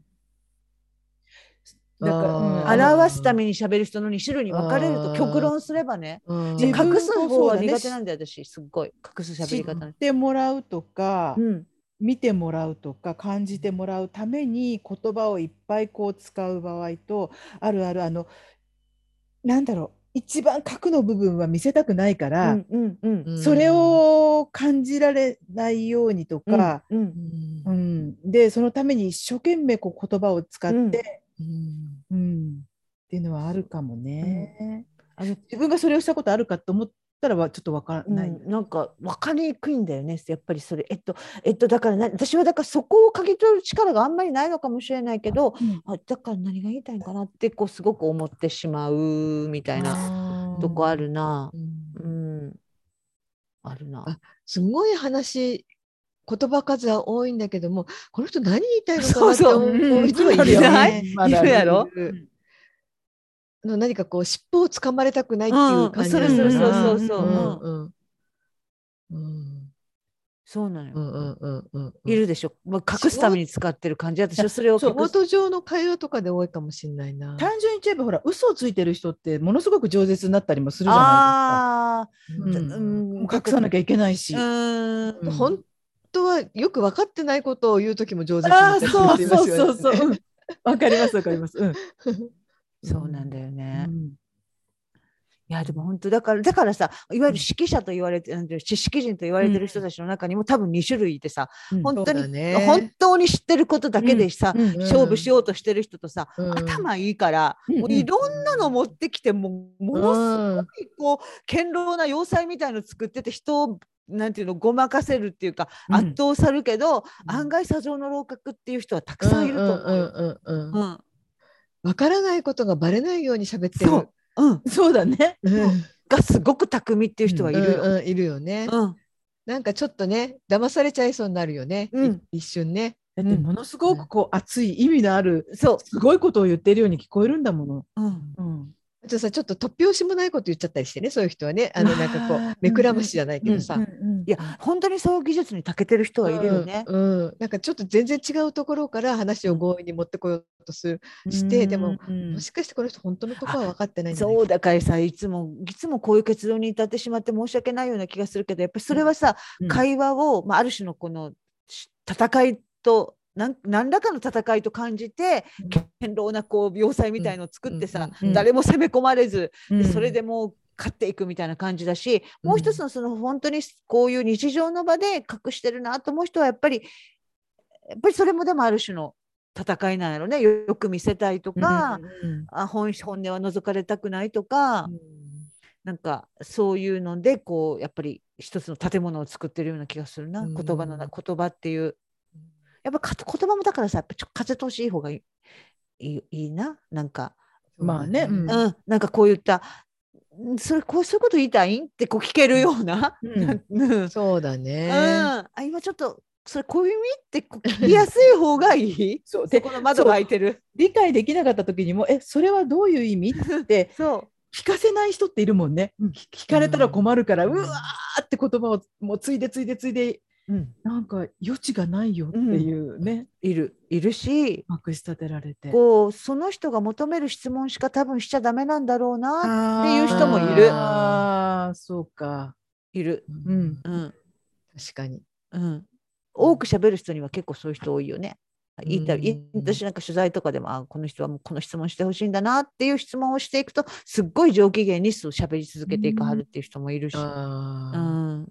だから、うんあーあの表すために喋る人のに種類に分かれるとあー極論すればね。 うんで自分隠す方はそうだね苦手なんで私すっごい隠す喋知っり方。 てもらうとか、 うん見てもらうとか感じてもらうために言葉をいっぱいこう使う場合と、あるあるあのなんだろう、一番核の部分は見せたくないかうら、 んうんうんうんそれを感じられないようにとうんか、 ううんんうんでそのために一生懸命こう言葉を使っうんて、 うんうんっていうのはあるかもね。 あの自分がそれをしたことあるかと思ったらはちょっと分からない。 うん、なんか分かりにくいんだよねやっぱりそれえっとえっとだからな私はだからそこを嗅ぎ取る力があんまりないのかもしれないけど、 うんあだから何が言いたいんかなってこうすごく思ってしまうみたいなあーとこあるな。 うんうん、あるな。 あすごい話言葉数は多いんだけどもこの人何言いたいのかそうそうなって思う人はいるよいないね。 まだいるやろいるの何かこう尻尾をつかまれたくないってうんいう感じなそれそれそうのかな。 そうそう、 ううんんうんうんそうなのよ、 うんうんうんうんうんいるでしょ、まあ、隠すために使ってる感じ私はそれをそう仕事上の会話とかで多いかもしれないな。 単純に言えばほら嘘をついてる人ってものすごく饒舌になったりもするじゃなあいですか。 ううんんもう隠さなきゃいけないし。 うんうん本当はよく分かってないことを言う時も饒舌にああなったりするそうそう人いますよね。 そうそう。うんわかりますわかります。うんそうなんだよね、 うんいやでも本当だからだからさいわゆる指揮者と言われてなんていう知識人と言われてる人たちの中にも多分に種類いてさ、 うん本当に、 そうだね本当に知ってることだけでさ、 うん勝負しようとしてる人とさ、 うん頭いいから、 うんもういろんなの持ってきてもうものすごいこう堅牢な要塞みたいの作ってて人をなんていうのごまかせるっていうか、 うん圧倒されるけど、 うん案外砂上の楼閣っていう人はたくさんいると思うよ。 うんうんうんうんうん分からないことがバレないように喋ってる。 そう、うん、 そうだね。 うんがすごく巧みっていう人はいるよ。 うんうんいるよね。 うんなんかちょっとね騙されちゃいそうになるよね。 うんい一瞬ね。 だってものすごくこう熱い意味のあるそうすごいことを言ってるように聞こえるんだもの。 うんうんあとさちょっと突拍子もないこと言っちゃったりしてねそういう人はねあのなんかこあーう目くらましじゃないけどさ。 うんうんいや本当にそういう技術に長けてる人はいるよね。 うんうん、なんかちょっと全然違うところから話を強引に持ってこようとする、してでも、 うんもしかしてこの人本当のところは分かってないんじゃないかそうだからさいつもいつもこういう結論に至ってしまって申し訳ないような気がするけどやっぱりそれはさ、 うん会話を、まあ、ある種のこのし戦いとなん何らかの戦いと感じて堅牢なこう要塞みたいのを作ってさ、 うんうん誰も攻め込まれず、 うんでそれでもう勝っていくみたいな感じだし、もう一つのその本当にこういう日常の場で隠してるなと思う人はやっぱりやっぱりそれもでもある種の戦いなんやろね。よく見せたいとか、 うんあ 本, 本音は覗かれたくないとか、 うんなんかそういうのでこうやっぱり一つの建物を作ってるような気がするな、 うん言葉のな言葉っていうやっぱか言葉もだからさやっぱちょっと風通しいい方がいいいいいいななんか、 まあねうんうん、なんかこういったんそれこうそういうこと言いたいんってこう聞けるような、 うんうんうんそうだね。 あ今ちょっとそれこういう意味ってこう聞きやすい方がいいそうそこの窓が開いてる理解できなかった時にもえそれはどういう意味ってそう聞かせない人っているもんね。聞聞かれたら困るから、ううんわーって言葉をもうついでついでついでうんなんか余地がないよっていうね、 いるいるしまくし立てられて。 こうその人が求める質問しか多分しちゃダメなんだろうなっていう人もいあーるあーそうか。 いる、 うんうん確かに。 うん、多く喋る人には結構そういう人多いよね。言いたいいうん私なんか取材とかでもあこの人はもうこの質問してほしいんだなっていう質問をしていくとすっごい上機嫌にそう喋り続けていかはるっていう人もいるし、うあん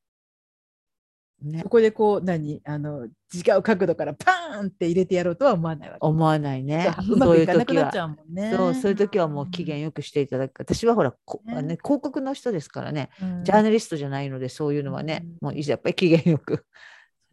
ねそ、こでこう何あの違う角度からパーンって入れてやろうとは思わないわけ。 思わないね。 うまくいかなくそういう時はなっちゃうもんね。 そうそういう時はもう機嫌よくしていただく。私はほら、こねあのね、広告の人ですからね、 うんジャーナリストじゃないのでそういうのはね、 うんもうやっぱり機嫌よく。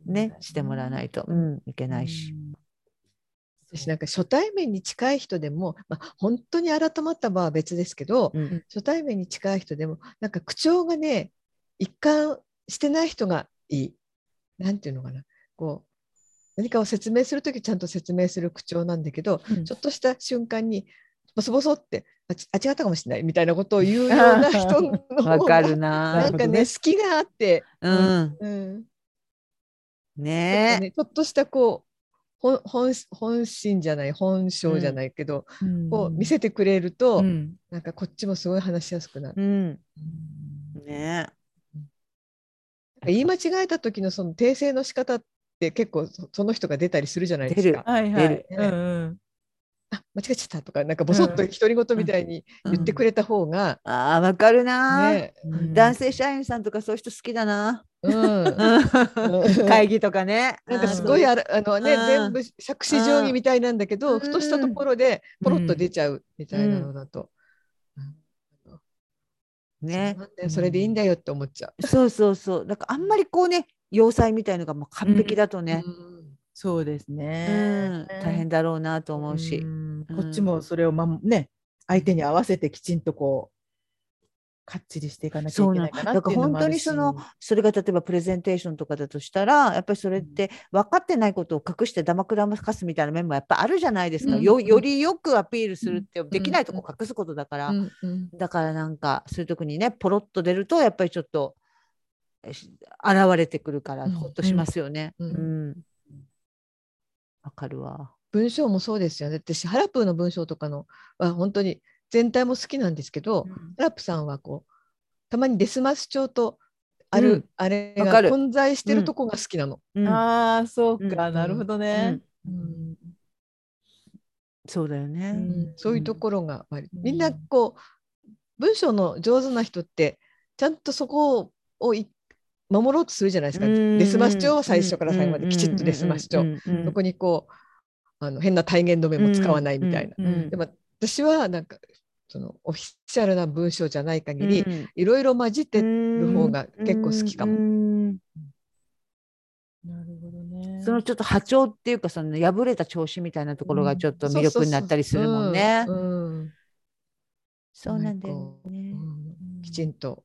ねしてもらわないと、うん、いけないし。 私なんか初対面に近い人でも、まあ、本当に改まった場は別ですけど、 うん、 初対面に近い人でもなんか口調がね一貫してない人がいい。なんていうのかな、こう何かを説明するときちゃんと説明する口調なんだけど、 うんちょっとした瞬間にボソボソってあちあ違ったかもしれないみたいなことを言うような人の方がわかるなな。 んかね隙があって、 うん、 うん、ちょっとねねちょっとしたこう本本本心じゃない本性じゃないけど、 うんこう見せてくれると、 うんなんかこっちもすごい話しやすくなる。 うん、 うんね言い間違えた時のその訂正の仕方って結構そその人が出たりするじゃないですか。 はいはい。 出るうんうんあ間違えちゃったとかなんかボソッと独り言みたいに言ってくれた方が、 あーわかるな、 ね、 うん男性社員さんとかそういう人好きだな。 うん会議とかね。 なんかすそういうごいあるあのね、 うん全部杓子定規みたいなんだけど、 うんふとしたところでポロッと出ちゃうみたいなのだと、うんそうね、 なんだよ、それでいいんだよって思っちゃそうそうそう。だからあんまりこうね、要塞みたいのがもう完璧だとう。 ね、 うんそうですうね。 ん、大変だろうなと思うし。 うんうんこっちもそれを、ま、ね、相手に合わせてきちんとこう、かっちりしていかなきゃいそうなけないかなだから本っていうのもあるし。 当にそのそれが例えばプレゼンテーションとかだとしたらやっぱりそれって分かってないことを隠してだまくらかすみたいな面もやっぱあるじゃないですか、 うんよ, よりよくアピールするってんできないとこ隠すことだから、 うんうんだからなんかそういう時にねポロッと出るとやっぱりちょっとえし現れてくるからうんほっとしますよね。 ううんん、わかるわ。 文章もそうですよね。私、ハラプーの文章とかのは本当に全体も好きなんですけど、 うんハラプさんはこうたまにデスマス調とある、 うんあれわかるが混在してるとこが好きなの。 うんああ、そううんか、なるほどうねん。 うんそうだよね。 ううんんそういうところが割うんみんなこう文章の上手な人ってちゃんとそこをい守ろうとするじゃないですか。デスマス調は最初から最後まできちっとデスマス調。そこにこうあの変な体言止めも使わないみたいな。 うんでも私はなんかそのオフィシャルな文章じゃない限りうんいろいろ混じってる方が結構好きかも。 うんなるほどね。 そのちょっと波長っていうかその破れた調子みたいなところがちょっと魅力になったりするもんね。 そうそうそううんうんそうなんだようね。 んきちんと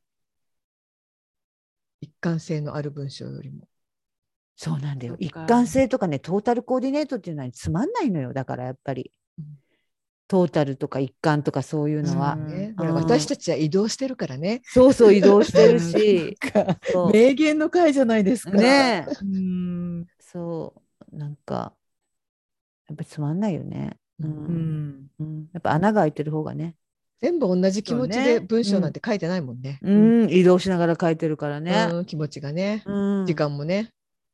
一貫性のある文章よりも。 そうなんだよ。一そっか貫性とかね、トータルコーディネートっていうのはつまんないのよ。だからやっぱり。 うんトータルとか一貫とかそういうのは。 うんね、 うん私たちは移動してるからね。 そうそう移動してるし。 なんかそう名言の回じゃないですか。 ねえ。 うん。 そう。なんか、やっぱりつまんないよね。う。 うんん。 うんやっぱ穴が開いてる方がね。 全部同じ気持ちそうねで文章なんて書いてないもんね。 うん、移動しながら書いてるからね。 うん、気持ちがね、 うん、 時間もね。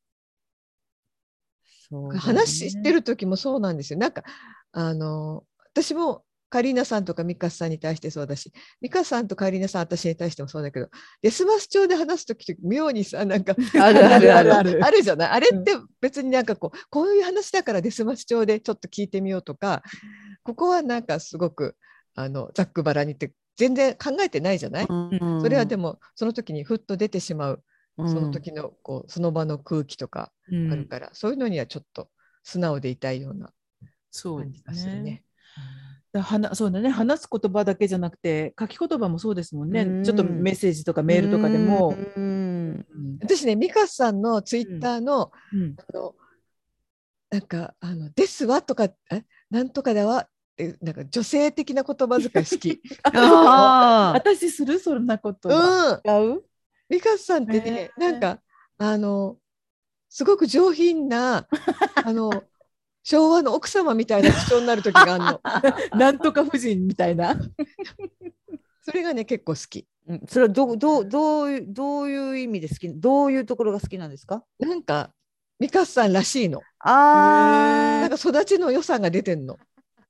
そうだね話してる時もそうなんですよ。なんかあの私もカリーナさんとかミカさんに対してそうだし、ミカさんとカリーナさん私に対してもそうだけど、デスマス調で話す時妙にさなんかあるあるあるあるあるじゃない。あれって別になんかこうこういう話だからデスマス調でちょっと聞いてみようとか、ここはなんかすごくあのざっくばらんにって全然考えてないじゃない。 うんそれはでもその時にふっと出てしまう。 うんその時のこうその場の空気とかあるから、そういうのにはちょっと素直でいたいようなそう感じがするね。 だ話そうだね、話す言葉だけじゃなくて書き言葉もそうですもんね、 うんちょっとメッセージとかメールとかでも、 うんうん私ね、ミカさんのツイッターの、 うんあのなんかあのですわとかえなんとかだわえなんか女性的な言葉遣い好き。 あー私するそんなことうん。 違うミカさんってね、なんかあのすごく上品なあの昭和の奥様みたいな口調になる時があるの。 なんとか夫人みたいな。 それがね結構好き。 うんそれはどどうどういうどういう意味で好きどういうところが好きなんですか？ なんかミカさんらしいの。 ああなんか育ちの良さが出てんの。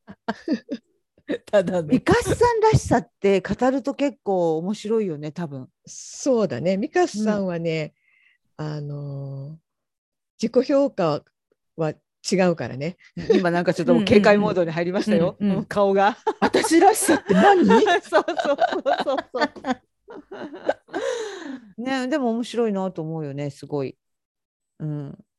ただのミカスさんらしさって語ると結構面白いよね多分。 そうだね。ミカさんはね、うん、あの自己評価は違うからね。 今なんかちょっと警戒モードに入りましたよ、 うんうんうん顔が。 私らしさって何そうそうそうそうそう。ねでも面白いなと思うよねすごい。うん。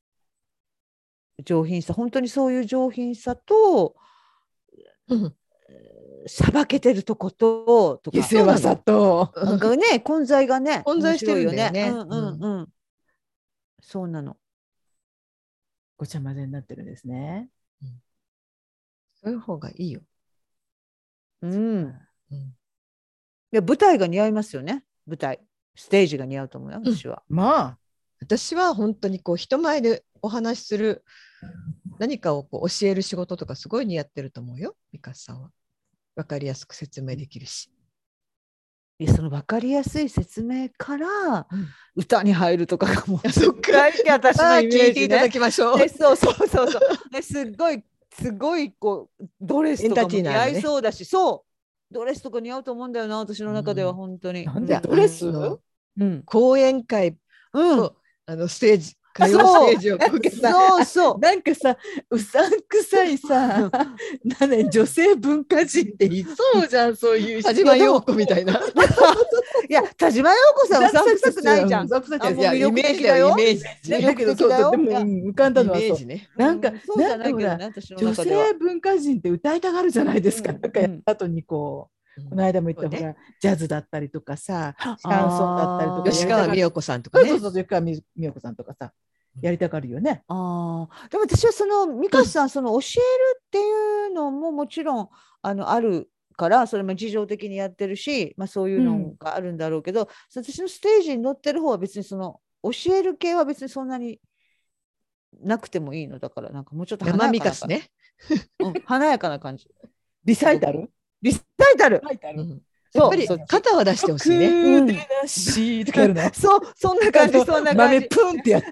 上品さ、本当にそういう上品さとうんさばけてるとこととか、 下世話さと。 なんかね、混在がね、 混在してるんだよね面白いよね。うんうんうん。そうなの。 ごちゃ混ぜになってるんですね。 そういう方がいいよ。 うん。 うんいや、舞台が似合いますよね。舞台。ステージが似合うと思うよ、私は。 まあ、 私は本当にこう人前でお話しする何かをこう教える仕事とかすごい似合ってると思うよ、ミカさんは。わかりやすく説明できるし。 いや、その分かりやすい説明からうん歌に入るとかがもう、 そっか大体私まあのイメージ聞いていただね。 きましょう。 でそうそうそうそう。ですっごい、すごいこうドレスとかも似合いそうだし、そうドレスとか似合うと思うんだよな、私の中では本当に。 なんじゃあでドレス？ あのうん講演会うん。 とあのステージ、歌謡そうステージを受けた。 そうそう。 なんかさ、うさんくさいさ、なんね、女性文化人っていそうじゃん、そういう人。 田島陽子みたいな。 いや、田島陽子さんはうさんくさくないじゃん。 うさんくさいあもういや魅力イメージだよ、 的だよ。 イメージ。 魅だけど力的だよ。 そうそうでもいやうん浮かんだイのはそう。 メージね。 なんか、 うんそうじゃないけどね、 なんか私の女中では性。文化人って歌いたがるじゃないですか。 うんなんかやった後にこう、この間も言った、 そうねほら、ジャズだったりとかさ、シャンソンだったりとか吉やりたがる。 川美代子さんとかね。 そうそうそう、吉川美代子さんとかさ、やりたがるよね。 ああ、でも私はその美香さん、その教えるっていうのももちろんあのあるから、それも事情的にやってるし、まあ、そういうのがあるんだろうけど、私のステージに乗ってる方は別にその教える系は別にそんなになくてもいいのだから、なんかもうちょっと華山美やかな感じ、 香ね。 うん、華やかな感じ。 リサイタルリサイタルリサイタルうんやっぱりそうそっち肩は出してほしいね。 くでなしとかやるの。 そう、そんな感じ、そんな感じ。 豆プンってやって。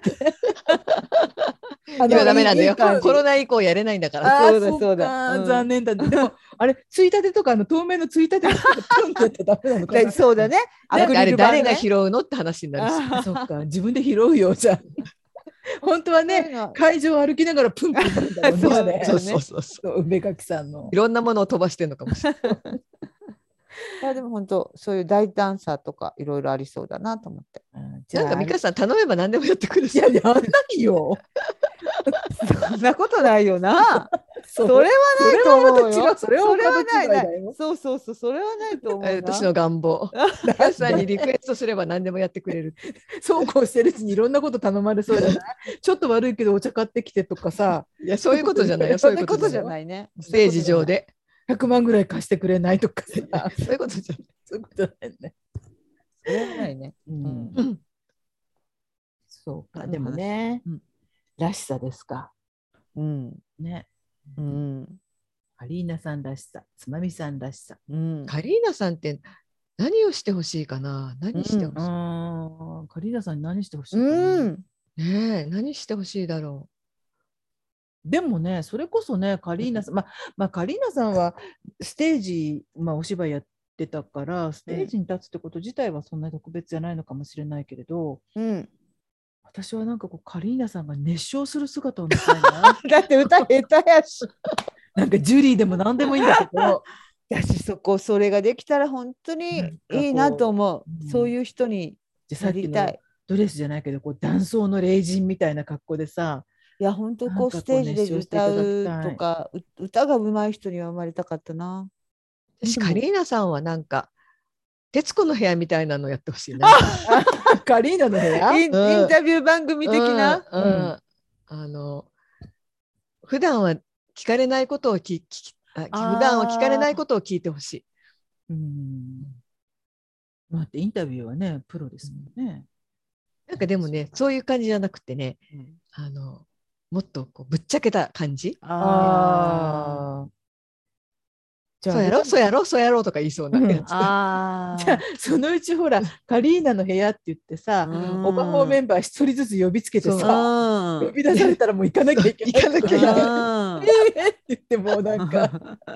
あの今ダメなんだよいい感。じコロナ以降やれないんだから。 あーそうだそそうだかうん残念だね。でも、あれ、ついたてとか、あの透明のついたてとか、プンってやったらダメなのかな。 でそうだね。アクだってあれリル板ね誰が拾うのって話になるし。 あそっか、自分で拾うよ、じゃあ。本当はね、 そういうのは会場を歩きながらプンプンなんだもんねそうあれ。 そうそうそうそそう梅垣さんのう。い。ろんなものを飛ばしてるのかもしれない。 いやでも本当そういう大胆さとかいろいろありそうだなと思って。 うんじゃあなんか美香さん頼めば何でもやってくるし。 いや、やんないよ。 そんなことないよな。 そそれはないと思うよ。 それはまた違うそれはそれはないないお門違いだよ。 そうそうそう、それはないと思うな。 あれ私の願望。美香さんにリクエストすれば何でもやってくれる。 そうこうしてるうちにいろんなこと頼まれそうじゃないちょっと悪いけどお茶買ってきてとかさ、 いや、そういうことじゃないよ。 そそうういううことといこじゃじゃない。 ないね。 ステージ上で。 ひゃくまんぐらい貸してくれないとかさ、 そういうことじゃない。 そういうことだよね。 それはないね。 うんうんうんそうか、 うんでもね、 うんらしさですか。 うんね。 うんアリーナさんらしさ、つまみさんらしさ。 うん。 カリーナさんって何をしてほしいかな。何してほしい。 ああ、カリーナさんに何してほしいかな。 うん。 ねえ、何してほしいだろでもね、それこそね、カリーナさん、まあ、まあ、カリーナさんはステージ、まあ、お芝居やってたから、ステージに立つってこと自体はそんなに特別じゃないのかもしれないけれど、 うん。 私はなんかこう、カリーナさんが熱唱する姿を見たいな。 だって歌下手やし。 なんかジュリーでも何でもいいんだけど、 私そこそれができたら本当にいいなと思う。 うんそういう人にじゃあさっきのなりたい。 ドレスじゃないけど、こう男装の霊人みたいな格好でさ、 いや本当こうなんかこうステージで熱唱していた歌うだきたいとかう歌が上手い人には生まれたかったな。 う。私、 でもカリーナさんはなんか、徹子の部屋みたいなのやってほしいな。 カリーナの部屋インインタビュー番組的な。 うんうんあの普段は聞かれないことを聞きあ普あー段は聞かれないことを聞いてほしい。 うん。まあ、ってインタビューはね、プロですもんね。 なんかでもね、そういう感じじゃなくてね、 うんあのもっとこうぶっちゃけた感じ。 ああ。じゃあそうやろそうやろそうやろとか言いそうなやつ。 あじゃあそのうちほら、カリーナの部屋って言ってさ、オバホーメンバー一人ずつ呼びつけてそうさ、呼び出されたらもう行かなきゃいけない。 行かなきゃいけないえーって言ってもうなんか、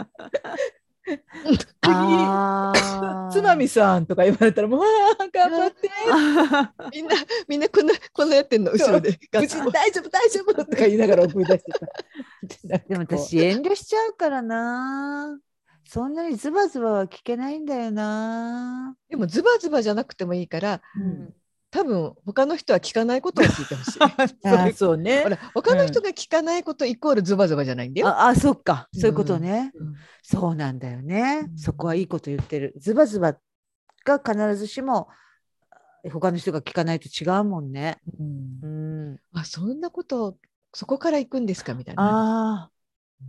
次、つまみさんとか言われたらもう、ああ、頑張って、 みんなみんなこんなこんなやってんの後ろでガ無ッツ事大丈夫、大丈夫とか言いながら送り出してた。 でも私遠慮しちゃうからな。そんなにズバズバは聞けないんだよな。 でもズバズバじゃなくてもいいから、 うん多分他の人は聞かないことを聞いてほしい。 ああ、そうねほ。ら他の人が聞かないことイコールズバズバじゃないんだよ。 ああ、そっか、そういうことね。 うんそうなんだよね。 うんそこはいいこと言ってる。ズバズバが必ずしも他の人が聞かないと違うもんね。 うんうん。 あ、そんなことそこから行くんですかみたいな。 あ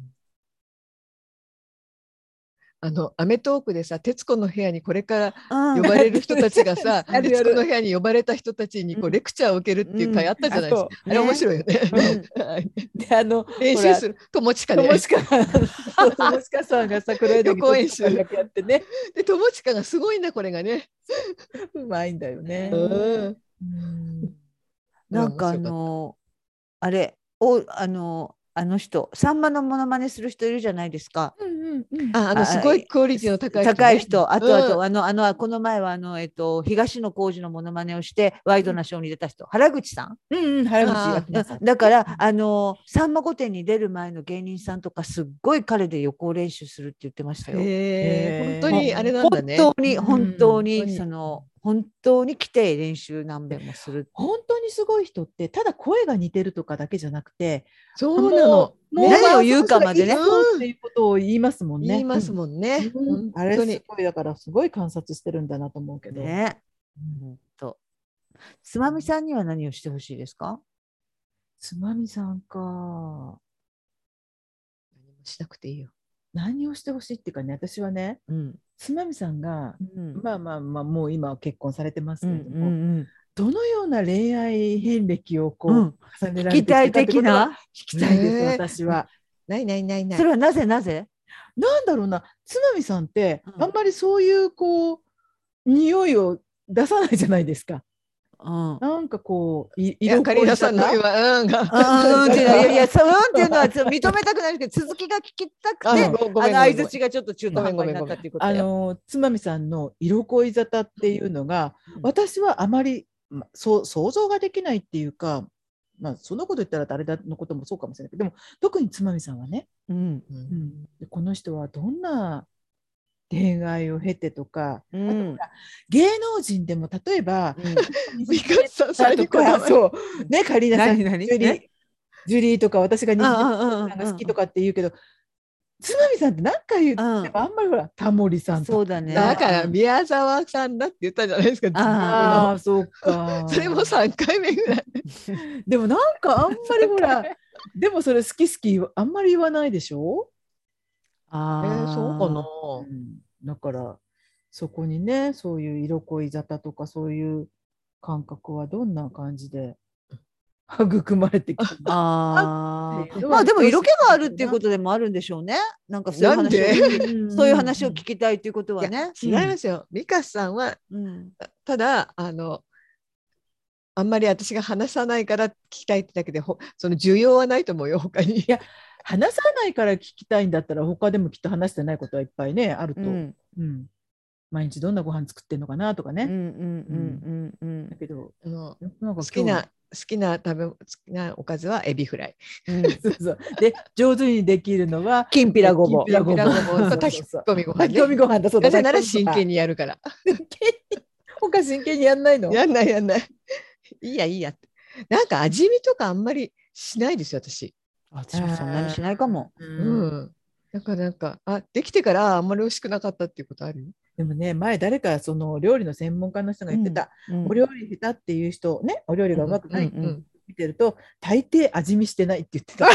あのアメトーークでさ、徹子の部屋にこれからあ、うん。 呼ばれる人たちがさ、 あるある徹子の部屋に呼ばれた人たちにこううんレクチャーを受けるっていう回あったじゃないですか。 うんあそうあれ面白いよね。 うんはいで、あの、 練習する友近で。 友近が、そう友近さんがさ、黒柳予行演習徹子さんがやってね、 で友近がすごいんだこれがね。 うまいんだよね。 うん。 うんなんかあのあれおあのあの人さんまのモノマネする人いるじゃないですか。 うんうんうんあ、あのすごいクオリティの高い人、ね、 高い人、あとあと、 うんあのあのこの前はあのえっと東野幸治のモノマネをしてワイドなショーに出た人、原口さん。 うんうん、原口あ明菜さん。 だからあのさんま御殿に出る前の芸人さんとかすっごい彼で予行練習するって言ってましたよ。 へへーえ、本当にあれなんだね。 本当にうん本当本当ににその本当に来て練習何遍もする。 本当にすごい人ってただ声が似てるとかだけじゃなくて、 そうなの。 もうもう何を言うかまでねその人が言いそうっていうことを言いますもんね。 言いますもんね。 うん本あれす当に。 ごいだからすごい観察してるんだなと思うけど。 ね。 うんほんと。つまみさんには何をしてほしいですか？ つまみさんか。 何もしなくていいよ。 何をしてほしいっていうかね、私はね、 うん。 つまみさんが、 うんまあまあまあ、もう今は結婚されてますうんけれども、 うんどのような恋愛遍歴をこう、 うん重ねら聞きたいれてきたかってことは的な。 聞きたいです、 へー私は。 ないないないない。 それはなぜなぜ？ なんだろうな、つまみさんって、 うんあんまりそういうこう匂いを出さないじゃないですか。 うん。 なんかこう、いいや、 色カリーナさんの濃い今、うんが。 うんうんっていうのは、いやいや、そううんっていうのはちょっと認めたくないですけど、続きが聞きたくあて、 ごごめんごめんあの相槌がちょっと中途半端になったっていうことあだよ。 のつまみさんの色恋沙汰っていうのが、 うん私はあまり、ま、そう想像ができないっていうか、まあ、そんなこと言ったら誰だのこともそうかもしれないけど、でも特につまみさんはね、 うんううんん、でこの人はどんな恋愛を経てとか、 うんあとほら芸能人でも例えば、 ミカさん、それとにこだわる。 かそうね、カリーナさん、 何何ジュリーえジュリーとか私が西うん島うんうんさんが好きとかって言うけど、つまみさんって何回言ってもあんまりほらタモリさんとかそうだねだから、宮沢さんだって言ったじゃないですか。 あああそうかそれもさんかいめぐらい。 でもなんかあんまりほらでもそれ好き好きあんまり言わないでしょ、 あーえー、そうかな。 うん、だからそこにねそういう色恋沙汰とかそういう感覚はどんな感じで育まれてきたのかあっていうのはーまあでも色気があるっていうことでもあるんでしょうね。なんかそういう話をなんで聞きそういう話を聞きたいっていうことはいやね。 違いますよ。ミカさんはうんただあのあんまり私が話さないから聞きたいってだけでほその需要はないと思うよ他に。いや話さないから聞きたいんだったら他でもきっと話してないことはいっぱいねあると、 うんうん毎日どんなご飯作ってんのかなとかね、 うんうんうんうんだけどあのなんか好きな好きな食べ好きなおかずはエビフライ。 うんうんそうそうで上手にできるのはきんぴらごぼう。 きんぴらごぼうきんぴらごぼうと炊きそう込みご飯ね炊き込みご飯だそうだなぜなら真炊き込みご飯剣にやるから。 真剣に他真剣にやんないのやんないやんない。いいやいいやって。なんか味見とかあんまりしないですよ私。 私もそんなにしないかも。 ううんん。だからなんかあできてからあんまり美味しくなかったっていうことある？ でもね前誰かその料理の専門家の人が言ってた、 うんお料理下手っていう人ねお料理がうまくないってうんうん見てると大抵味見してないって言ってた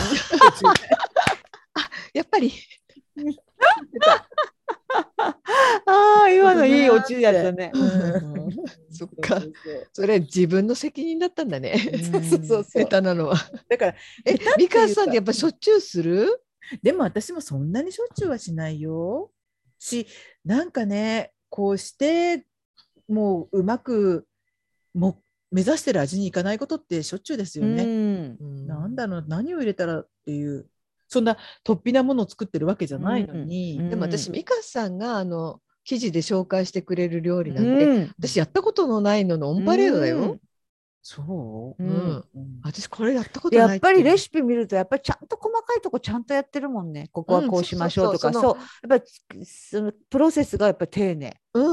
やっぱり言ってたああ今のいいオチやったね。 うんそっかそうそうそれ自分の責任だったんだね。 そうそうそうそう下手なのは。 だからえ下手っていうかミカさんってやっぱしょっちゅうする？ でも私もそんなにしょっちゅうはしないよ。し、なんかね、こうしてもううまくも目指してる味にいかないことってしょっちゅうですようね。 んなんだろう、何を入れたらっていう、そんな突飛なものを作ってるわけじゃないのに。 うんでも私ミカさんがあの記事で紹介してくれる料理うなんて、 ん私やったことのないののオンパレードだよ。 そう、 うんうんうん私これやったことないやっぱりレシシピ見るとやっぱりちゃんと細かいとこちゃんとやってるもんね。ここはこうしましょうとか、 うんそうそうそうそうやっぱりそのプロセスがやっぱり丁寧。 うん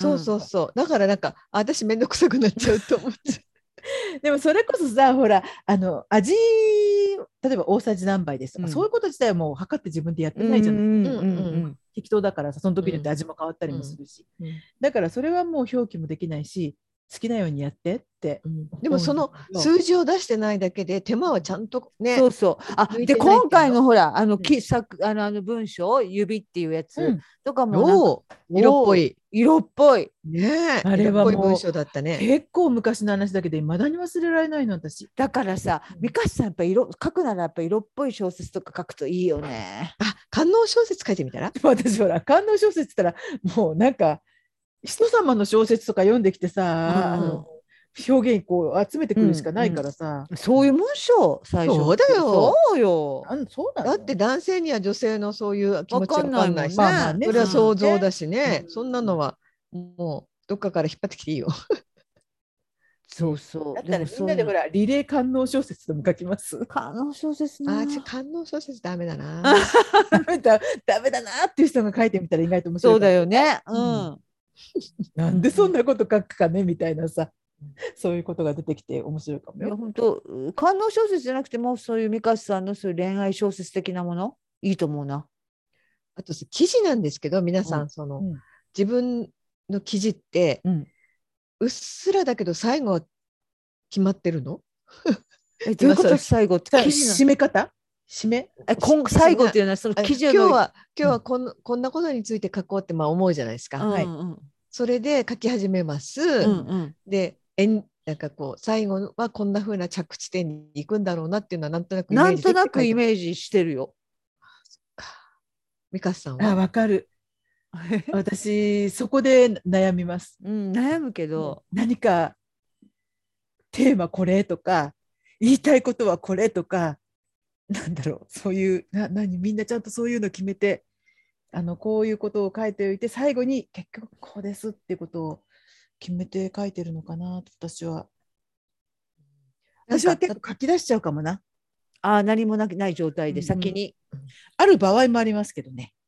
そうそうそう。だからなんかあ私めんどくさくなっちゃうと思って。 でもそれこそさ、ほら、あの味、例えば大さじ何杯ですとか、 うんそういうこと自体はもう測って自分でやってうんないじゃない。 うんうんうん適当だからさ、その時によってうん味も変わったりもするし。 うんだからそれはもう表記もできないし、好きなようにやってってうんで思うんだもそのけど。 数字を出してないだけで手間はちゃんとねそうそう。あ、 抜いで、今てないっていうの回のほら、あの、 うんき、作、あの、あの文章、指っていうやつうん、 とかもなんか、 おお色っぽおーい色っぽい。 ねえあれ色っはもうぽい文章だったね。 結構昔の話だけど、未だに忘れられないの、私。 だからさ、 うんミカさんやっぱ色、書くならやっぱ色っぽい小説とか書くといいよね。 あ官能小説書いてみたら。 私ほら、官能小説って言ったら、もうなんか、人様の小説とか読んできてさ、あうんの表現こう集めてくるしかないからうんさ。 うん、そういう文章、最初。 そうだよそうよ。 あんそうなのだって男性には女性のそういう気持ちわわかんなかんないし、 いもんね。 まあまあねそれはうん想像だしね、 うんそんなのはもうどっかから引っ張ってきていいよ。 そうそう。 だっでたらみんなでもそういうの。 ほらリレー官能小説とも書きます。 観音小説あな。 ーち官能小説ダメだな。 ダメだダメだなっていう人が書いてみたら意外と面白そういかも。 だよね。 ううんん。 なんでそんなこと書くかねみたいなさ、そういうことが出てきて面白いかもいやよ。 本当観音小説じゃなくてもそういうミカさんのそういう恋愛小説的なものいいと思うな。 あと記事なんですけど皆さうんんその、 うん自分の記事ってうん。 うっすらだけど最後は決まってるの？ えどういうこと今更最後ってさあ記事の締め方締めえ今最後っていうのはそのあ記事の今日は今日はこん,、こんなことについて書こうってまあ思うじゃないですか。 うんはいうんそれで書き始めます。 うんうんでえんなんかこう最後はこんな風な着地点に行くんだろうなっていうのはなんとなくイメージなんとなできて書いてくイメージしてるよ。 ミカさんあ、 はわかる。私そこで悩みます。 うん悩むけど、 何かテーマこれとか言いたいことはこれとか、なんだろう、そういうな何みんなちゃんとそういうの決めて、あのこういうことを書いておいて最後に結局こうですっていうことを決めて書いてるのかなと私は。私は結構書き出しちゃうかもな。 ああ何もなない状態で先に、 ある場合もありますけどね。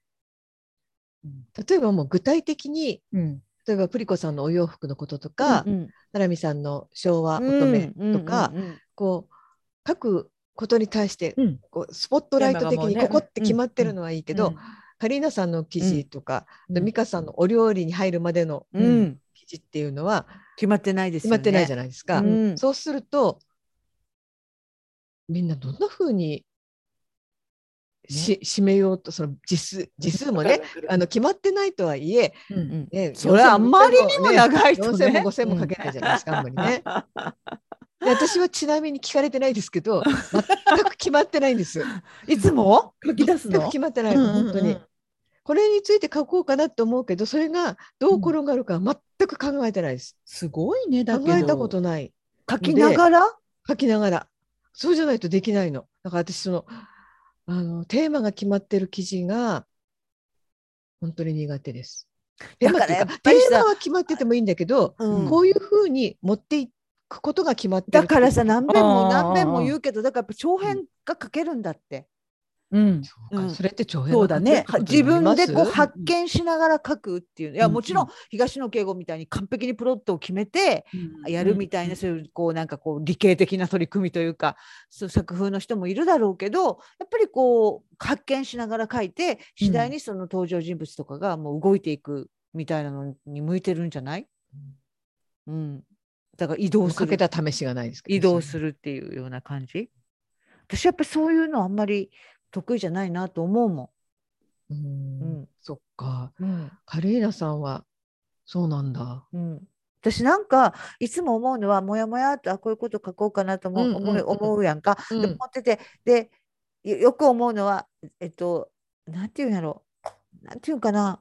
例えばもう具体的にうん例えばプリコさんのお洋服のこととか、 うんうんナラミさんの昭和乙うん女とか、 うんうんうんこう書くことに対してうんこうスポットライト的にテーマがもうねここって決まってるのはいいけど、 うんカリーナさんの記事とか、 うんミカさんのお料理に入るまでのうんうん記事っていうのは決まってないです決よね。 まってないじゃないですか。 うんそうするとみんなどんな風にし、締めようとその字数字数もねあの決まってないとはいえ、 うんうんね、 それはあまりにも長いとねよんせんもごせんもかけないじゃないですか、あんまりね。で私はちなみに聞かれてないですけど全く決まってないんです。 いつも書き出すの全く決まってない、 うんうんうん本当に。これについて書こうかなって思うけどそれがどう転がるか全く考えてないです。 すごいね。だけど考えたことない。 書きながら書きながらそうじゃないとできないの。だから私そのあのテーマが決まってる記事が本当に苦手です。テーマっていうかだからやっぱりさテーマは決まっててもいいんだけど、 うんこういうふうに持っていくことが決まってるだからさ何遍もあー何遍も言うけどだからやっぱ長編が書けるんだって。 うんそうかうんそれって長編そうだねは自分でこうは発見しながら書くっていういやうんもちろん東野圭吾みたいに完璧にプロットを決めてやるみたいな、そういうこうなんかこう理系的な取り組みというかそういう作風の人もいるだろうけどやっぱりこう発見しながら書いて次第にその登場人物とかがもう動いていくみたいなのに向いてるんじゃない、うん、だから移動すかるけた試しがないですけど移動するっていうような感じ。私やっぱりそういうのあんまり得意じゃないなと思うもうん、 うんそっかん。うんカリーナさんはそうなんだ。 うん、私なんかいつも思うのはもやもやっとあこういうこと書こうかなと思う,、 うんうんうん思うやんか、 うんで思っててでよよく思うのはえっとなんていうんやろなんていうんかな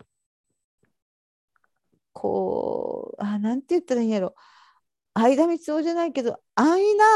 こうあなんて言ったらいいんやろ相田みつをじゃないけど安易な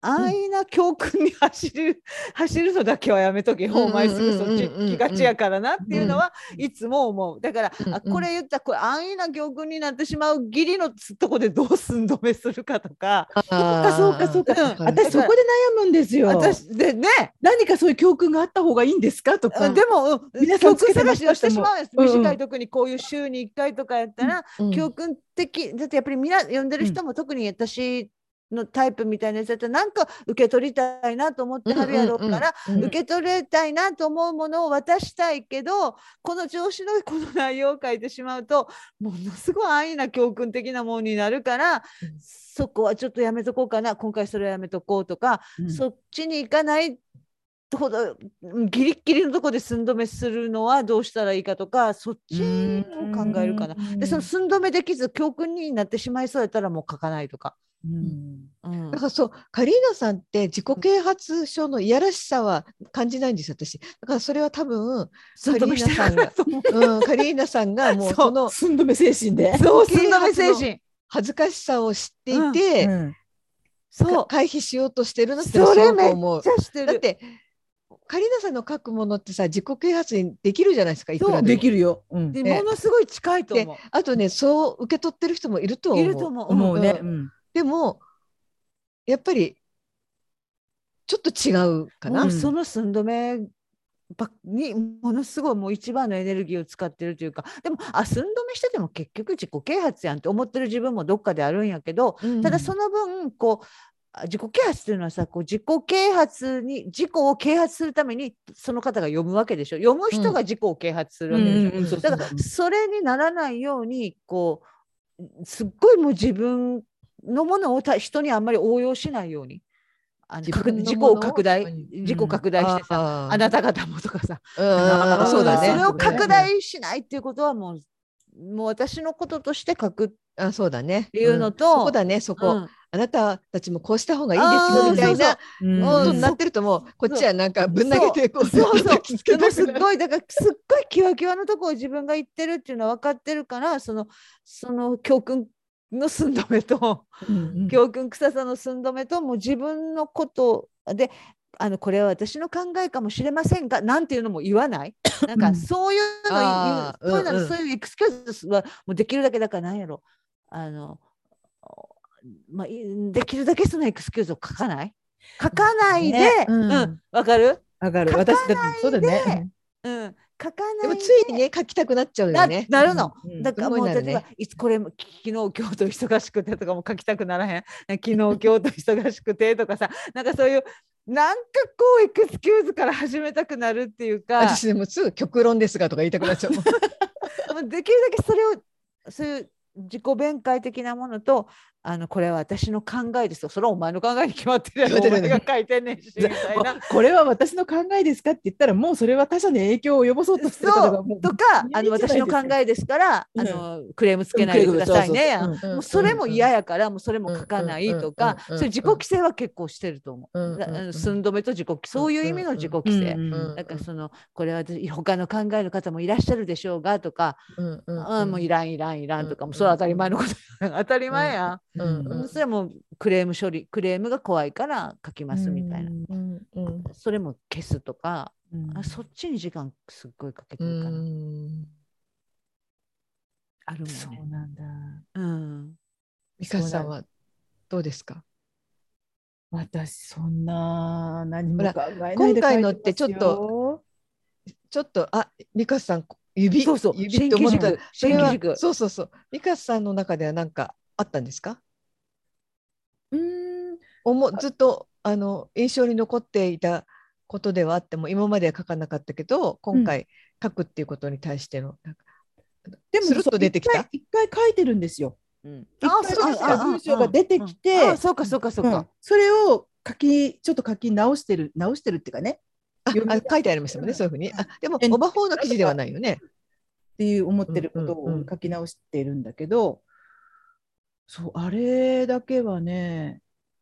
安易な教訓に走る、走るのだけはやめとけ、お前すぐそっち行きがちやからなっていうのはいつも思う。だから、 うんあこれ言ったらこれ安易な教訓になってしまう義理のとこでどう寸止めするかとか。 そうかそうかそうか、 うん私そこで悩むんですよ。 私でね、 何かそういう教訓があった方がいいんですかとか。 でも、うん、 皆さん教訓探しをしてしまうんです。 うんうん短い時にこういう週にいっかいとかやったら、 うん教訓的だってやっぱりみんな読んでる人も、特に私のタイプみたいなやつだったらなんか受け取りたいなと思ってはるやろうから、 うんうんうん受け取れたいなと思うものを渡したいけど、この調子のこの内容を書いてしまうとものすごい安易な教訓的なものになるから、 うんそこはちょっとやめとこうかな、今回それはやめとこうとか、 うんそっちに行かないほどギリッギリのところで寸止めするのはどうしたらいいかとか、そっちを考えるかな。でその寸止めできず教訓になってしまいそうやったらもう書かないとか。 うんうんだからそう、カリーナさんって自己啓発書のいやらしさは感じないんですよ、私。だからそれは多分、カリーナさんが、うん、カリーナさんがもうその寸止め精神で。 そう寸止め精神、 恥ずかしさを知っていて、 うんそう回避しようとしてるなってすそれごくめっ思う。 ちゃしてる。 だってカリーナさんの書くものってさ、自己啓発にできるじゃないですか、いくらでも。 できるよ。うんでねものすごい近いとで思う。 あとね、そう受け取ってる人もいると思う。 いると思う。 思うね。 ううんでもやっぱりちょっと違うかな。 もうその寸止めばにものすごいもう一番のエネルギーを使ってるというか、でもあ寸止めしてても結局自己啓発やんって思ってる自分もどっかであるんやけど、 うんただその分こう自己啓発というのはさ、こう自己啓発に自己を啓発するためにその方が読むわけでしょ。読む人が自己を啓発するわけでしょ。 うんうんうんそうそうだからそれにならないようにこうすっごいもう自分のものをた人にあんまり応用しないように。あの自分の自己ものをを拡大人に自己拡大してさ、 あーあなた方もとかさ、 うんうんうんそうだね。 それを拡大しないっていうことはもう、もう私のこととして書くっあ、そうだね。 ていうのと、 うんそこだね、そこ。 うんあなたたちもこうした方がいいですよあーみたいなうんことになってると、もうこっちはなんかぶん投げてこうそうそう叩きつけでもすったくなる。 ごいだからすっごいキワキワのところを自分が言ってるっていうのは分かってるから、そのその教訓の寸止めと、 うん教訓臭さの寸止めと、もう自分のことで、あのこれは私の考えかもしれませんがなんていうのも言わない。なんかそういうの言う、 あーそういうのうんうんそういうエクスキューズはもうできるだけだからなんやろ、あの、まあ、いできるだけそのエクスキューズを書かない書かないで、 ねうんうん、わかる、 わかる。 書かないで私だってそうだね。 うん、書かないででもついにね書きたくなっちゃうなよね。 なるの、 うんだからもうすごいなるね例えばいつこれも昨日今日と忙しくてとかも書きたくならへん、昨日今日と忙しくてとかさ、なんかそういうなんかこうエクスキューズから始めたくなるっていうか、 私でもすぐ極論ですがとか言いたくなっちゃうもん。 もうできるだけそれをそういう自己弁解的なものと、あのこれは私の考えですよ、それはお前の考えに決まってるやろ、お決まってる前が書いてんねんしみたいな。 これは私の考えですかって言ったら、もうそれは他者に影響を及ぼそうとしてる方そうがもうとか、あのいいじゃないですか私の考えですから、 うんあのクレームつけないでくださいね、 うんクレームそうそうそうもうそれも嫌やからもうそれも書かないとか、 うんうんうんうんそういう自己規制は結構してると思う、 うんうんうんだあの寸止めと自己規制、そういう意味の自己規制、 うんうんだからそのこれは私他の考えの方もいらっしゃるでしょうがとか、 うんうんあもういらんいらんいらんとか、 うんもうそれは当たり前のこと当たり前やん、 うんうんそれはもうクレーム処理クレームが怖いから書きますみたいな、 うんうんそれも消すとか、 うんあそっちに時間すっごいかけてうるかな、 ん。 あるもんそうね。 なんだ。 うん、 ミカさんはどうですか。 私そんな何もほら考えないで今回のってちょっととちょっとあミカさん指そうそう指って思った新機軸それは新機軸そうそうそうミカさんの中では何かあったんですか。 うーんおもずっとあの印象に残っていたことではあっても今までは書かなかったけど今回書くっていうことに対してのなんかでもスルッと出てきた。 そう一回一回書いてるんですよ。 うん、 一回書いた文章が出てきてああそうかそうかそうか、 うんそれを書きちょっと書き直してる直してるっていうかねあ読みあ書いてありましたもんねそういうふうに。あでもえオバフォーの記事ではないよね。 っていう思ってることうんうんうんを書き直してるんだけど、そうあれだけはね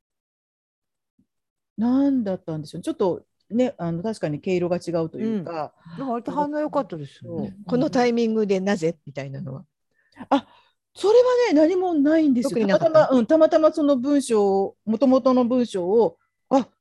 何だったんでしょうちょっとねあの確かに毛色が違うというか、 でも割と反応良かったですよね。 このタイミングでなぜみたいなのは。 あそれはね何もないんですよ。 特になかったたまたま、うん、たまたまその文章をもともとの文章を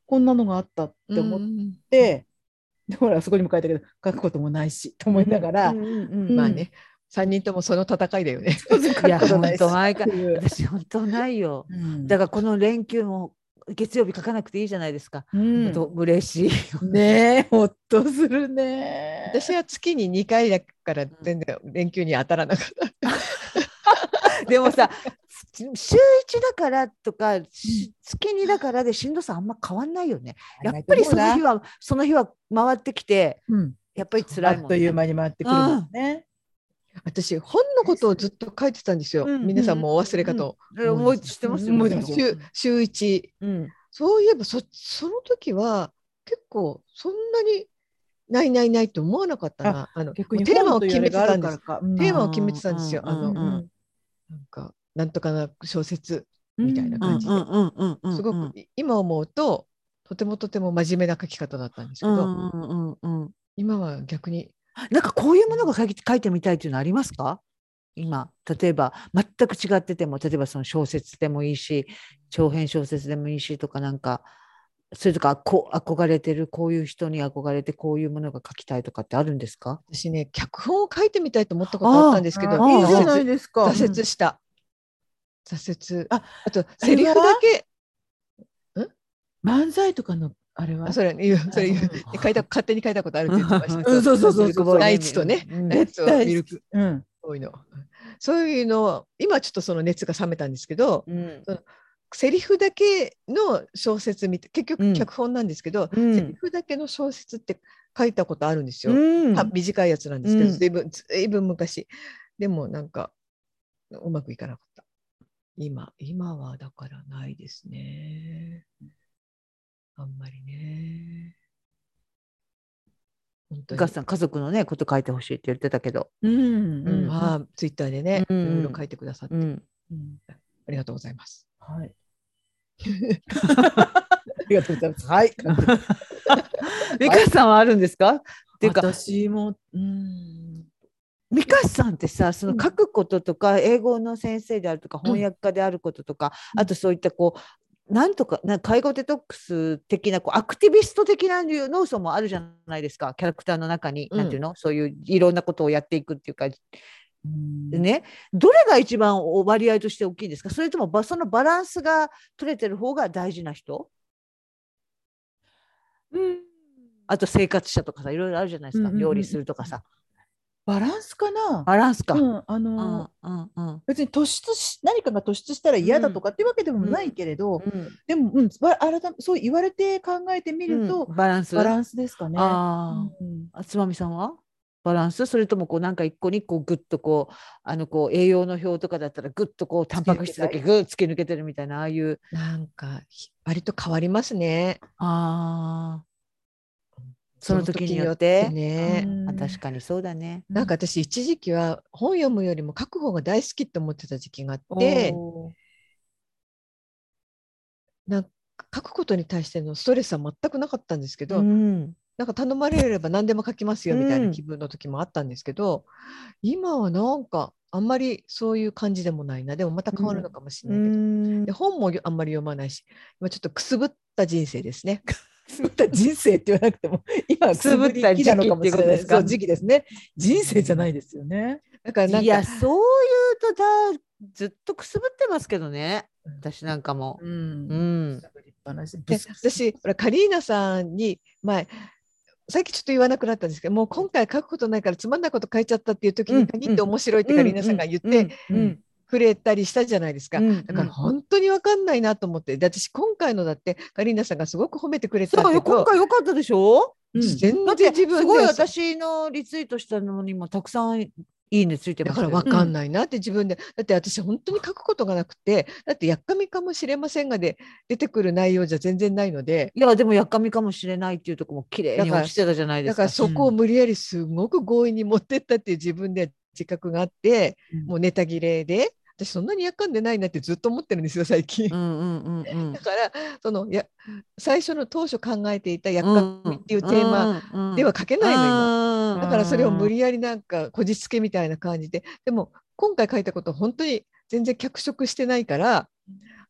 こんなのがあったって思っうんて、でほらそこにも書いたけど書くこともないしと思いながら、 うんうんうんうんまあね、さんにんともその戦いだよね。 そうそう書いやくことないし本当毎回っていう。 私本当ないよ。 うんだからこの連休も月曜日書かなくていいじゃないですか。 うん本当嬉しい。 ねえ、ほっとするね。 私は月ににかいだから全然連休に当たらなかった。 でもさ、週いちだからとか、し月にだからでしんどさあんま変わんないよね。やっぱりその日はその日は回ってきて、 うんやっぱりあ辛いもんね。 っという間に回ってくるもんね。 私本のことをずっと書いてたんですよ。 うん皆さんもお忘れかとうんうん覚えしてますよ。 覚えてますよ週週いち、 うんそういえばそその時は結構そんなにないないないと思わなかったな。あの逆にテーマを決本というあれがあめてたんです。 るからか。うんテーマを決めてたんですよ。 うんあの、 うんうんなんかなんとかな小説みたいなうん感じで、 うんうんうんうんすごく今思うととてもとても真面目な書き方だったんですけど、 うんうんうんうん。 今は逆になんかこういうものが書き書いてみたいというのありますか？今例えば全く違ってても、例えばその小説でもいいし長編小説でもいいしとか、なんかそれとかこ憧れてるこういう人に憧れてこういうものが書きたいとかってあるんですか？ 私ね脚本を書いてみたいと思ったことあったんですけど、 あいいじゃ挫折ないですか。 挫折した挫折。 ああとセリフだけ漫才とかのあれはあそれ言うそれ言う書いた勝手に書いたことあるって言ってました。 うんそうそうそうそうそう大地とね、 うん大地と絶対ミルクうん多いの。そういうの今ちょっとその熱が冷めたんですけど、 うんセリフだけの小説見て結うん局脚本なんですけど、 うんセリフだけの小説って書いたことあるんですよ。 うんは短いやつなんですけど、 うんずいぶんずいぶん昔。でもなんかうまくいかなかった。今今はだからないですね。あんまりね。本当に。 お母さん家族のねこと書いてほしいって言ってたけど、 うんうんああ、ツイッターでね、 うんいろいろ書いてくださって、 うんうんありがとうございます。 はい。ありがとうございます。はい。 美香さんはあるんですか？っていうか私も、うん。 美香さんってさ、その書くこととか、英語の先生であるとか翻訳家であることとか、 うんあとそういったこうなんとかな介護デトックス的なこうアクティビスト的な要素もあるじゃないですか、キャラクターの中に、 うんなんていうの、そういういろんなことをやっていくっていうか、 うんね、どれが一番割合として大きいですか？それともばそのバランスが取れてる方が大事な人？ うんあと生活者とかさ、いろいろあるじゃないですか、 うんうんうん料理するとかさ、 バランスかな。 バランスか。 うん、あうのんうんうん別に突出し何かが突出したら嫌だとかっていうわけでもないけれど、 うんでも、うん、わ改めそう言われて考えてみると、 うんバランス。 バランスですかね。 あうんあ、つまみさんはバランス？それともこうなんか一個にこうグッとこうあのこう栄養の表とかだったらグッとこうタンパク質だけグッ突き抜けてるみたいな、ああいう。 なんか割と変わりますね。 ああ、その時によってね。 うんあ、確かにそうだね。 なんか私一時期は本読むよりも書く方が大好きって思ってた時期があって、 おーなんか書くことに対してのストレスは全くなかったんですけど、 うんなんか頼まれれば何でも書きますよみたいなうん気分の時もあったんですけど、今はなんかあんまりそういう感じでもないな。でもまた変わるのかもしれうないけど、 んで本もあんまり読まないし、今ちょっとくすぶった人生ですね。 くすぶった人生って言わなくても、今はくすぶった時期なのかもしれない。 くすぶった時期っていうことですかそう、時期ですね。人生じゃないですよね。 だからなんかいや、そういうとだずっとくすぶってますけどね、私なんかも。 う。 うんんくすぶりっぱなしでぶつ私ほらカリーナさんに前最近ちょっと言わなくなったんですけど、もう今回書くことないからつまんないこと書いちゃったっていう時に限って面白いってカリーナさんが言ってうんくれたりしたじゃないですか。 うんだから本当に分かんないなと思って、で私今回のだってカリーナさんがすごく褒めてくれたけそうよ、今ど、 回良かったでしょ？ うん全だって然自分すごいで私のリツイートしたのにもたくさんいいねついてまだしたよ。 から分かんないなって自分で、だって私本当に書くことがなくて、だってやっかみかもしれませんがで出てくる内容じゃ全然ないので、 いやでもやっかみかもしれないっていうところも綺麗にだから落ちてたじゃないですか。 だからそこを無理やりすごく強引に持ってったっていう自分で自覚があって、 うんもうネタ切れで私そんなにやっかんでないなってずっと思ってるんですよ最近。 うんうんうんうんだからそのや最初の当初考えていたやっかみっていうテーママでは書けないの今。 今だからそれを無理やりなんかこじつけみたいな感じで、でも今回書いたこと本当に全然脚色してないから、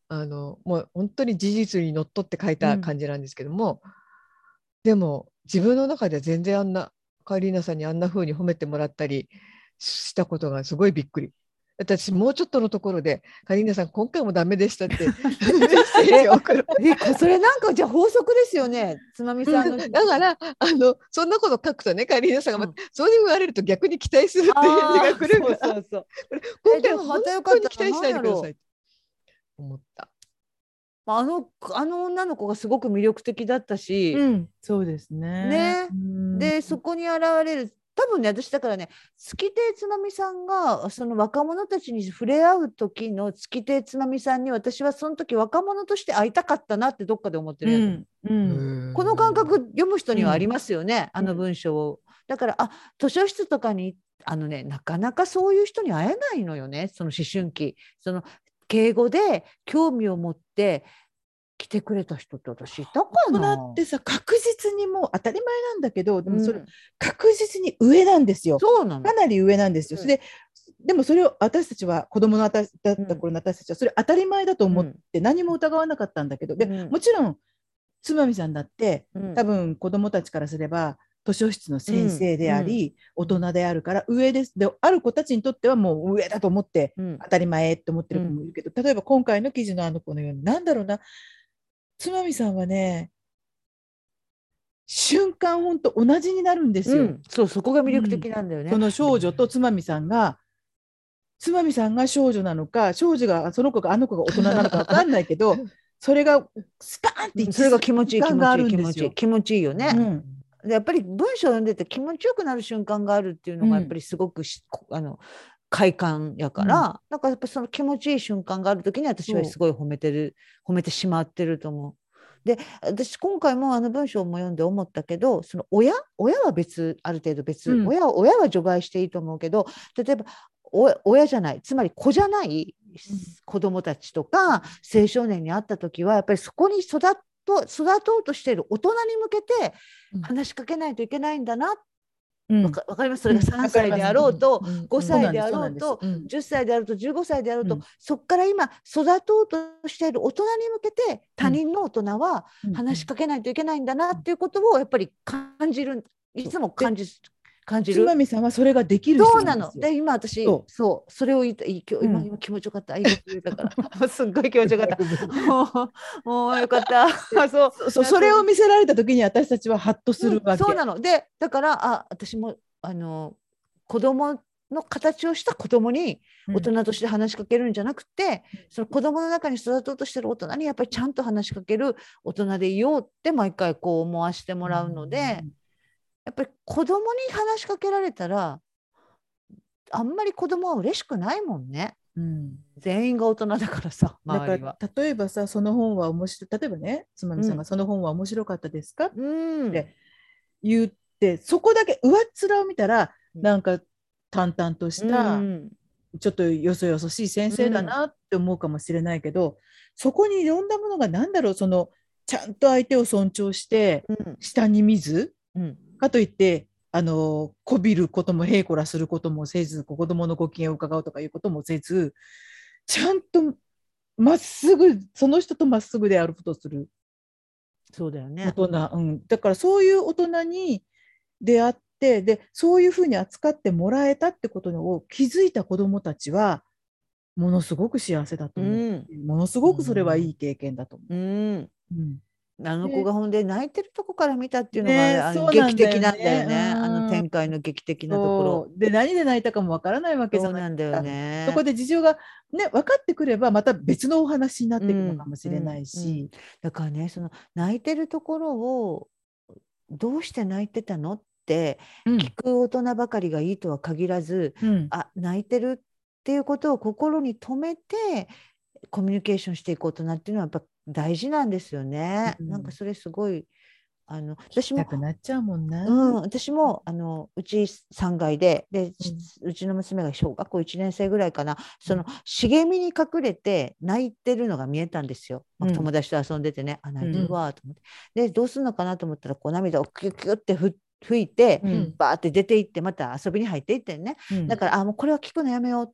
あのもう本当に事実にのっとって書いた感じなんですけども、うん、でも自分の中では全然あんなカーリーナさんにあんな風に褒めてもらったりしたことがすごいびっくり。私もうちょっとのところでカリーナさん今回もダメでしたってメッセージを送るえそれなんかじゃあ法則ですよね、つまみさんの、 うん、だからあのそんなこと書くとねカリーナさんが、まうん、そう言われると逆に期待するっていう返事が来るから、そうそうそう今回は本当に期待しないでくださいと思った。 あの、あの女の子がすごく魅力的だったし、 うん、そうですね。 ね、でそこに現れる多分ね、私だからね、月亭つまみさんがその若者たちに触れ合う時の月亭つまみさんに私はその時若者として会いたかったなってどっかで思ってるやつ、うんうん、この感覚読む人にはありますよね、うん、あの文章を。だからあ図書室とかにあのねなかなかそういう人に会えないのよね、その思春期、その敬語で興味を持って来てくれた人って私いたかな。 大人ってさ確実にもう当たり前なんだけど、でもそれ確実に上なんですよ、 そうなの、 かなり上なんですよ、うん、それででもそれを私たちは子供の私だった頃の私たちはそれ当たり前だと思って何も疑わなかったんだけど、でもちろんつまみさんだって多分子供たちからすれば図書室の先生であり、うん、大人であるから上です。である子たちにとってはもう上だと思って当たり前って思ってる子もいるけど、うん、例えば今回の記事のあの子のようになんだろうな、つまみさんはね瞬間ほんと同じになるんですよ、うん、 そうそこが魅力的なんだよね、 うん、その少女とつまみさんがつまみさんが少女なのか少女がその子があの子が大人なのか分かんないけどそれがスパーンって一致する瞬間があるんですよ。 気持ちいいよね、うんでやっぱり文章を読んでて気持ちよくなる瞬間があるっていうのがやっぱりすごく、うん、あの快感やから、うん、なんかやっぱその気持ちいい瞬間がある時に私はすごい褒めてる褒めてしまってると思う。で私今回もあの文章も読んで思ったけどその親親は別ある程度別、うん、親, 親は除外していいと思うけど例えば親じゃないつまり子じゃない子どもたちとか青少年に会った時はやっぱりそこに育ってと育とうとしている大人に向けて話しかけないといけないんだな、うん、わか、わかります。それがさんさいであろうと、うん、ごさいであろうと、うん、じゅっさいであろうとじゅうごさいであろうと、うん、そこから今育とうとしている大人に向けて他人の大人は話しかけないといけないんだなっていうことをやっぱり感じる、いつも感じ感じる。 つまみさんはそれができる人なんですよ。 そうなの。で今私そうそうそれを言った今日今、うん、今気持ちよかった。いいこと言ったからすっごい気持ちよかった。もうもうよかった。 そうそうそれを見せられた時に私たちはハッとするわけ。 うん、そうなの。でだからあ私もあの子供の形をした子供に大人として話しかけるんじゃなくて、うん、その子供の中に育とうとしてる大人にやっぱりちゃんと話しかける大人でいようって毎回こう思わせてもらうので。うんやっぱり子供に話しかけられたらあんまり子供は嬉しくないもんね、うん、全員が大人だからさ周りは。 だから例えばさその本は面白い例えばねつまみさんがその本は面白かったですか、うん、って言ってそこだけ上っ面を見たらなんか淡々とした、うん、ちょっとよそよそしい先生だなって思うかもしれないけど、うん、そこにいろんなものが何だろうそのちゃんと相手を尊重して下に見ず、うんかといってあのこびることもへいこらすることもせず子供のご機嫌を伺うとかいうこともせずちゃんとまっすぐその人とまっすぐであることをするそうだよね大人、うん、だからそういう大人に出会ってでそういうふうに扱ってもらえたってことを気づいた子どもたちはものすごく幸せだと思う、うん、ものすごくそれはいい経験だと思う、うんうんあの子がほんで泣いてるとこから見たっていうのが、ね、あの劇的なんだよね、あの展開の劇的なところで何で泣いたかもわからないわけじゃないですか。そうなんだよね。そこで事情が、ね、分かってくればまた別のお話になっていくのかもしれないし、うんうんうん、 だからねその泣いてるところをどうして泣いてたのって聞く大人ばかりがいいとは限らず、うん、あ泣いてるっていうことを心に留めてコミュニケーションしていく大人っていうのはやっぱ大事なんですよね、うん、なんかそれすごいあの私もなっちゃうもんな、 うん、私もあのうちさんがいで、で、うん、うちの娘が小学校いちねん生ぐらいかな、その茂みに隠れて泣いてるのが見えたんですよ、うん、友達と遊んでてね、あ泣いてるわと思って、うん、でどうするのかなと思ったらこう涙をキュキュってふ吹いて、うん、バーって出ていってまた遊びに入っていってね、うん、だからあもうこれは聞くのやめよう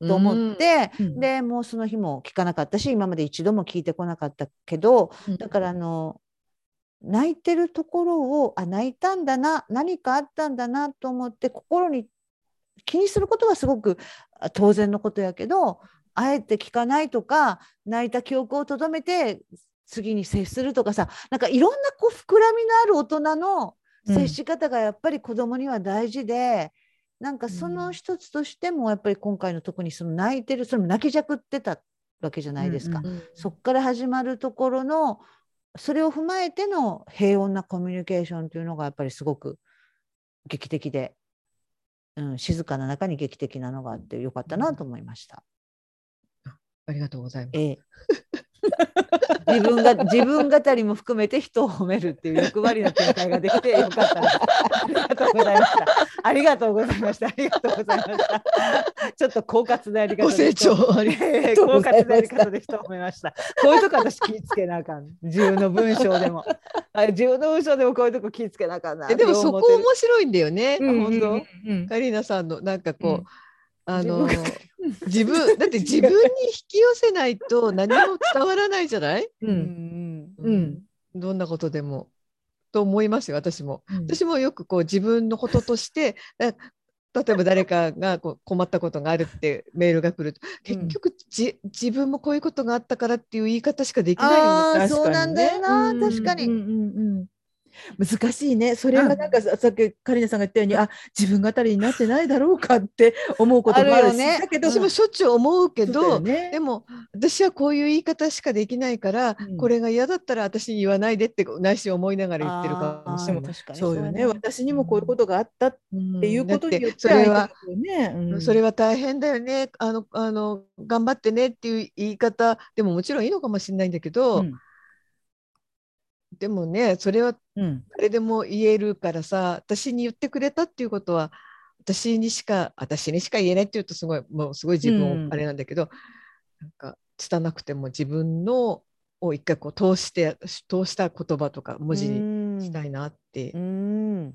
と思って、 うんでもうその日も聞かなかったし、今まで一度も聞いてこなかったけど、 うんだからあの泣いてるところを、あ、泣いたんだな、何かあったんだなと思って心に気にすることはすごくあ当然のことやけど、あえて聞かないとか、泣いた記憶をとどめて次に接するとかさ、なんかいろんなこう膨らみのある大人の接し方がやっぱり子供には大事で、なんかその一つとしてもやっぱり今回の特にその泣いてる、それも泣きじゃくってたわけじゃないですか。 うんうんうんそっから始まるところのそれを踏まえての平穏なコミュニケーションというのがやっぱりすごく劇的で、うん、静かな中に劇的なのがあってよかったなと思いました。 ありがとうございます。 ええ、自分が自分語りも含めて人を褒めるっていう欲張りな展開ができてよかったです。ありがとうございました。ありがとうございました。ありがとうございました。ちょっと狡猾なやり方でご清聴ありがとうございました。 狡猾なやり方で人を褒めました。こういうとこ私気ぃつけなあかん。自分の文章でも。あ自分の文章でもこういうとこ気ぃつけなあかんな。 えでもそこ面白いんだよね。 うん本当、 うんうんカリーナさんのなんかこう、 うんあの自分が自分だって自分に引き寄せないと何も伝わらないじゃない？ ううんんうんどんなことでもと思いますよ。私もうん私もよくこう自分のこととしてえ例えば誰かがこう困ったことがあるってメールが来ると結局じ自分もこういうことがあったからっていう言い方しかできないよね。 ああ、 確そうなかにねんだよな、 うん確かに。 うんうんうん難しいね。それがなんかささっきカリナさんが言ったように、あ、自分語りになってないだろうかって思うこともあるし、 あるよねだけど、 私もしょっちゅう思うけそうだど、 よねでも私はこういう言い方しかできないから、 うんこれが嫌だったら私に言わないでって内心思いながら言ってるかもしあーれない。 確かにそうよね。 や私にもこういうことがあったっうんていうことによってだってそれは相手がこうね、うんそれは大変だよねあのあの頑張ってねっていう言い方でももちろんいいのかもしれないんだけど、 うんでもねそれはうん誰でも言えるからさ、私に言ってくれたっていうことは私にしか私にしか言えないっていうとすごいもうすごい自分をあれなんだけど、なんか拙くても自分のを一回こう通して通した言葉とか文字にしたいなって、 うん。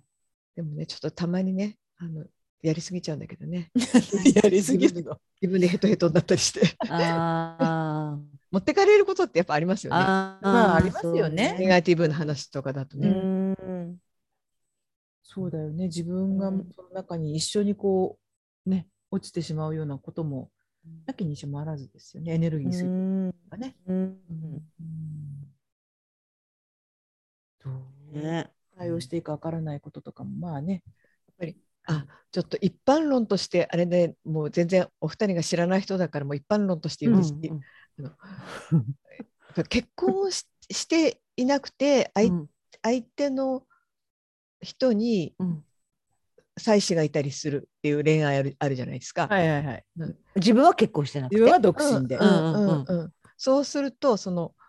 でもねちょっとたまにねあのやりすぎちゃうんだけどねやりすぎるの。 自分でヘトヘトになったりしてあー持ってかれることってやっぱありますよね。 あー、 まあありますよねネガティブな話とかだとうね。 ん。 そうだよね。自分がうんその中に一緒にこうね落ちてしまうようなこともなきにしもあらずですよね。エネルギー水うんとかね。 うんうんどうね。 対応していいかわからないこととかもまあね。 やっぱりあちょっと一般論としてあれでもう全然お二人が知らない人だからもう一般論として言うんです、 うんあの結婚をし、していなくて相,、 うん相手の人にうん妻子がいたりするっていう恋愛ある、あるじゃないですか。 はいはいはい。 自分は結婚してなくて。 自分は独身で。 うんうんうんうんそうするとその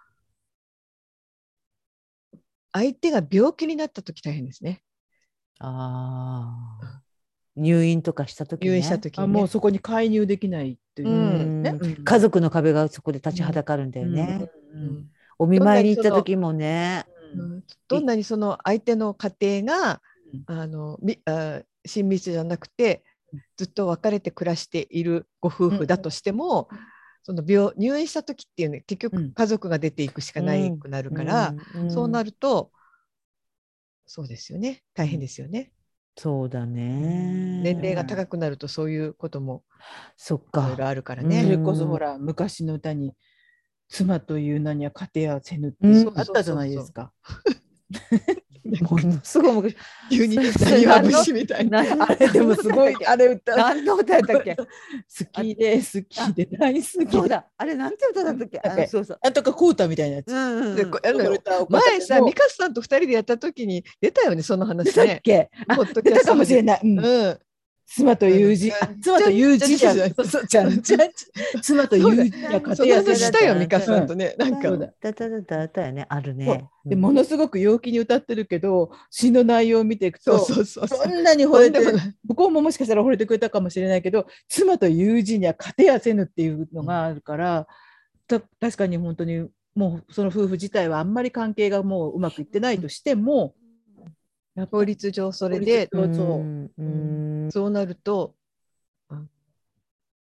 相手が病気になった時大変ですね。 ああ。入院とかした時ね。 入院した時に、ね、 あもうそこに介入できないっていうう、 んね。 家族の壁がそこで立ちはだかるんだよね。 うんうんお見舞いに行った時もね。 うんうんどんなにその相手の家庭がうんあのみあ親密じゃなくてずっと別れて暮らしているご夫婦だとしても、その病入院した時っていうね結うん局家族が出ていくしかないくなるから、 うんそうなる。 るとそうですよね大変ですよね。 そうだね。 年齢が高くなるとそういうこともそっか。 いろいろあるからうんね。 それこそほら昔の歌に「妻という名には家庭はせぬ」ってうんあったじゃないですか。 ものすごい昔。 急にそれ何は節みたいな。 何あれでもすごいあれ歌何の歌やったっけ？ 好きで好きで大好きでそうだ。あれなんて歌だったっけ？ なんかあそうそう。 なんとかこうたみたいなやつ。 うんうん。 でこあのこれ歌を歌って前さもミカスさんと二人でやった時に出たよねその話出たっね。 け？あポッドキ出たかャストもしれない。うんうん妻と友人、 うんあ妻と友人じゃん。 ちゃんそうそうちゃんちゃん妻と友人や家その庭や話したようんミカさんとね。なんかそうだだだだだだよね。あるそうね。 でものすごく陽気に歌ってるけど詩の内容を見ていくとそうそうそうそう。 どんなに惚れてとんでもない向こうももしかしたら惚れてくれたかもしれないけど妻と友人には家庭やせぬっていうのがあるから、た確かに本当にもうその夫婦自体はあんまり関係がもううまくいってないとしても、やっぱ法り律上それで法律上そううんうんそうなるとあ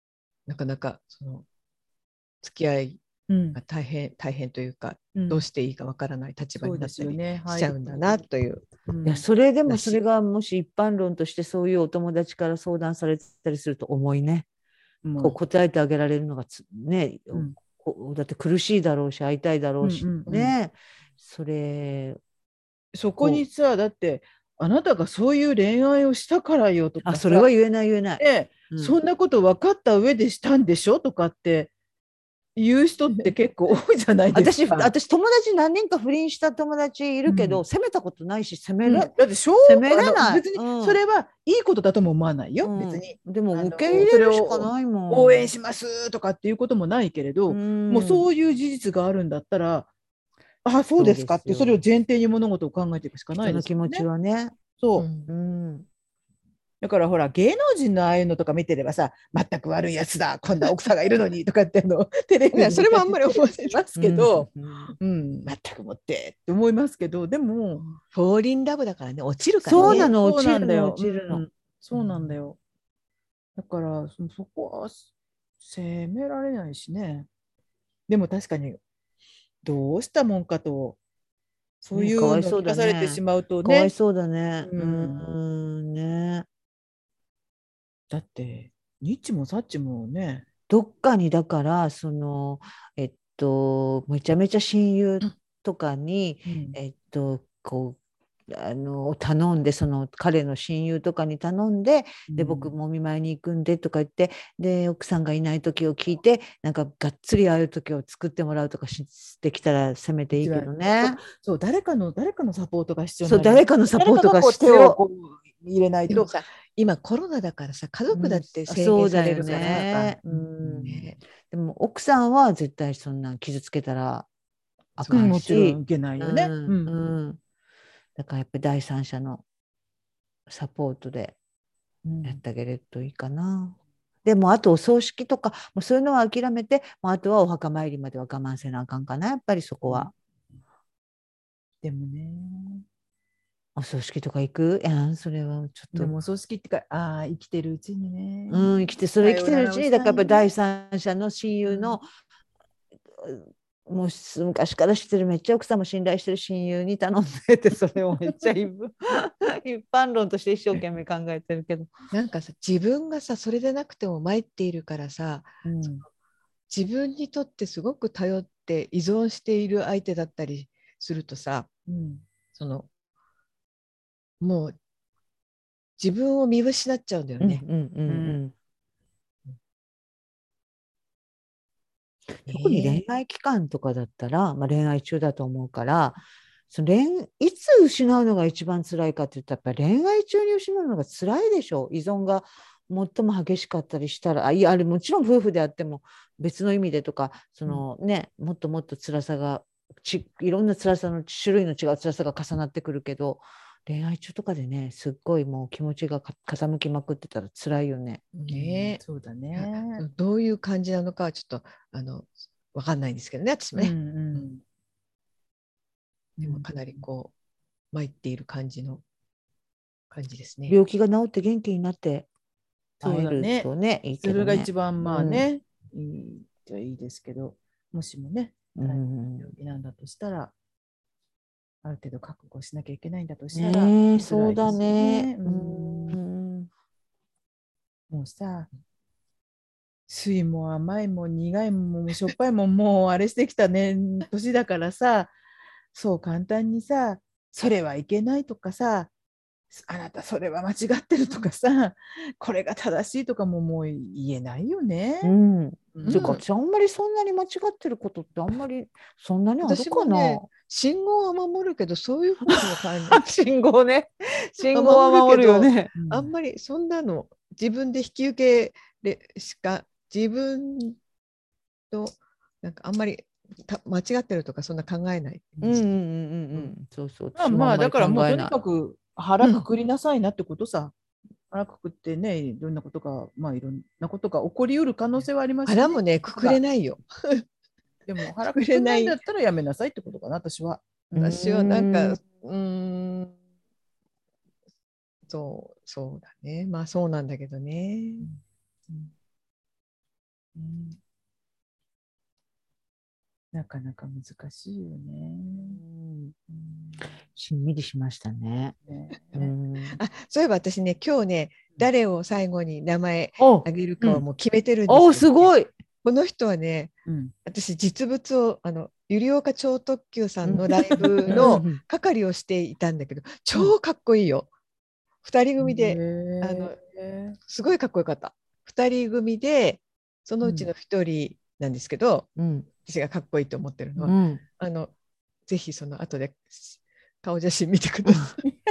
なかなかその付き合いうんが大変大変というか、 うんどうしていいかわからない立場そうでになったりすよね。 しちゃうんだなという。 うんいやそれでもだしそれがもし一般論としてそういうお友達から相談されたりすると重いね。 もうこう答えてあげられるのがつね、 うんこうだって苦しいだろうし会いたいだろうし、 うんうんうんねそれそこにさ、だってあなたがそういう恋愛をしたからよとかさ、 あそれは言えない言えない。 ね、 うんそんなこと分かった上でしたんでしょとかって言う人って結構多いじゃないです私か。 私友達何人か不倫した友達いるけど、 うん責めたことないし責めうんれ、 だってしょう責めあのれない。 別にうんそれはいいことだとも思わないよ、別うん、 に。 でもあの受け入それれるしかをないもん。 応援しますとかっていうこともないけれうど、もうん、 そういう事実があるんだったら、あ、そうそうですかってそれをですよ。 前提に物事を考えていくしかない人の気持ちですよね。 はね。 そう。 うんうん、 だからほら芸能人のああいうのとか見てればさ、全く悪いやつだ、こんな奥さんがいるのにとかってあのテレビね、 で見たりそれもあんまり思わない。 しますうんけど、 うんうん、全くもってって思いますけど、でも、 フォーリンラブだからね、落ちるからね。 そうなの、 そう落ちるの、 なんだよ。 落ちるの。 うん、そうなんだよ。だからそそこは責められないしね。でも確かにどうしたもんかと、そうね、 いうのをかわいそう聞かされてだね。 しまうとね、 かわいそうだね。 ううん、 ん、ね。 だってニッチもサッチもね、 どっかにだからそのえっとめちゃめちゃ親友とかにうんえっとこうあの頼んでその彼の親友とかに頼んでで僕もお見舞いに行くんでとか言ってで奥さんがいない時を聞いてなんかがっつりああいう時を作ってもらうとかしてきたらせめていいけどそうね。 そう誰かの誰かのサポートが必要にそうなります。 誰かのサポートが誰かがこう必要。 手をこう入れないと、 でもさ、今コロナだからさ、家族だうん、 って制そうだよ限されるから、 ね。ううんん、 ね、 でも奥さんは絶対そんな傷つけたらあそうかんもちろんし、 いけないうよね。うん、 んうん。だからやっぱり第三者のサポートでやってあげれるといいかな。でもあとお葬式とかもうそういうのは諦めて、もうあとはお墓参りまでは我慢せなあかんかな、やっぱりそこは。 でもね、 お葬式とか行く、いやそれはちょっと。 でもお葬式ってか、ああ、生きてるうちにね、 うん、生きてそれ生きてるうちにだからやっぱり第三者の親友の、もう昔から知ってるめっちゃ奥さんも信頼してる親友に頼んでてそれをめっちゃ一般論として一生懸命考えてるけど、 なんかさ、自分がさ、それでなくても参っているからさ、 うん自分にとってすごく頼って依存している相手だったりするとさ、 うんそのもう自分を見失っちゃうんだよね。 うんうんうんううんん特に恋ね愛期間とかだったら、まあ、恋愛中だと思うからその恋いつ失うのが一番辛いかって言ったらやっぱり恋愛中に失うのが辛いでしょ。依存が最も激しかったりしたらあいやあれもちろん夫婦であっても別の意味でとかその、ね、もっともっと辛さがちいろんな辛さの種類の違う辛さが重なってくるけど恋愛中とかでねすっごいもう気持ちがか傾きまくってたら辛いよね。 ねそうだいやね。 どういう感じなのかはちょっとあの分かんないんですけどね、私もね。 うんうんでもかなりこう参っている感じの感じですね。 病気が治って元気になって会えるそうだね。 とねいいそれがけどね。 一番まあね、いいじゃいいですけど、もしもね、 うんうん病気なんだとしたら、ある程度覚悟しなきゃいけないんだとしたら、 ねえ、 辛そうだいですよね。 ね。ううんん。 もうさ、酸いも甘いも苦いももうしょっぱいももうあれしてきたね、年だからさ、そう簡単にさ、それはいけないとかさ、あなたそれは間違ってるとかさ、これが正しいとかももう言えないよね。 うん。 うんていうか、私あんまりそんなに間違ってることってあんまりそんなにある私かな。 もね、信号は守るけど、そういうふうには感じ信号ね。信号は守るけ守るよど、 ね。 うんあんまりそんなの自分で引き受けれしか、自分となんかあんまりた間違ってるとかそんな考えない。 うんうんうんうんうん。そうそう。 まあまあ、 私もあんまりだからもうとに考えない。 かく腹くくりなさいなってことさ。腹くくってね、いろんなことが、まあいろんなことが起こりうる可能性はありますしね。 腹もね、くくれないよ。 でも腹くくれないんだったらやめなさいってことかな、私は。 私はなんか、 うんうーん、そう、そうだね。まあそうなんだけどね。 うんねなかなか難しいよね。 うんうんしんみりしましたね。 ねうんあ、そういえば私ね、今日ね、誰を最後に名前おあげるかはもう決めてるんですおけどね、 すごい。 この人はね、 うん私実物をあの百合岡超特急さんのうんライブうのん係をしていたんだけど、超かっこいいよ。二人組で、 へあのーすごいかっこよかった。二人組で、そのうちの一人なんですけど、 うん私がかっこいいと思ってるのは、 うんあのぜひその後で顔写真見てください。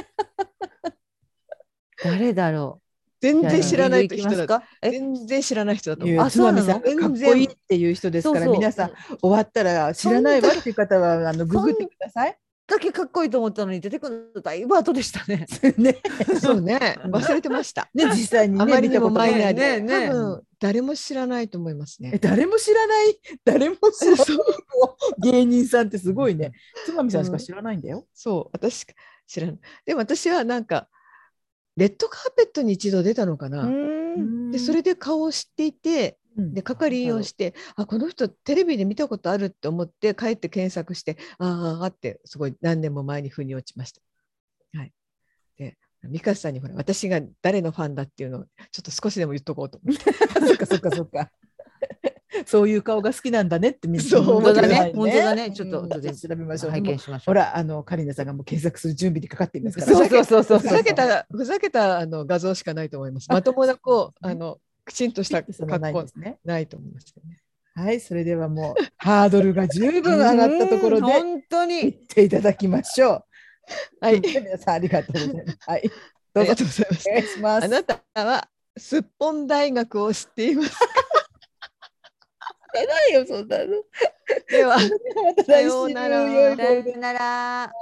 誰だろう。 全然知らないじゃあリーグ行きま人だ。 すか。え、 全然知らない人だとい思う。 やつまみさんあそうなのがかっこいいっていう人ですから、 そうそう皆さん終わったら知らないわっていう方はあのググってください。 だけかっこいいと思ったのに出てくるのだいぶ後でしたね。 ねそうね、忘れてました。 ね実際にねあまりにも見たことないマイナーで、 ねえねえ多分誰も知らないと思いますえね。 誰も知らない誰も知らないそう芸人さんってすごいね。つまみさんしか知らないんだよ。 そう、私知らない。でも私はなんかレッドカーペットに一度出たのかな。 うんでそれで顔を知っていて、 うんで係員をしてあこの人テレビで見たことあるって思って帰って検索してああってすごい何年も前に腑に落ちました。はい、で美香さんにほら私が誰のファンだっていうのをちょっと少しでも言っとこうと思って。 そっかそっかそっか。そういう顔が好きなんだねってみんなそう本当だね。 思ってください本当だね。ちょっとうん後で調べましょう。 拝もう見しましょう。 ほらあのカリナさんがもう検索する準備にかかっていますから。 そうそうそうそうふざけたふざけたあの画像しかないと思います。まともなこうそうなんですねあのきちんとしたそのない格好ですね。 ないと思いますよね。 はい、それではもうハードルが十分上がったところうんで本当行っに。 ていただきましょう。 はい、 皆さんありがとうございます。はい、 ありがどうぞとうございますお。願いします。 あなたはすっぽん大学を知っていますか。 出ないよそんなの。 ではまた来週さようなら良いゴールデンさよなら。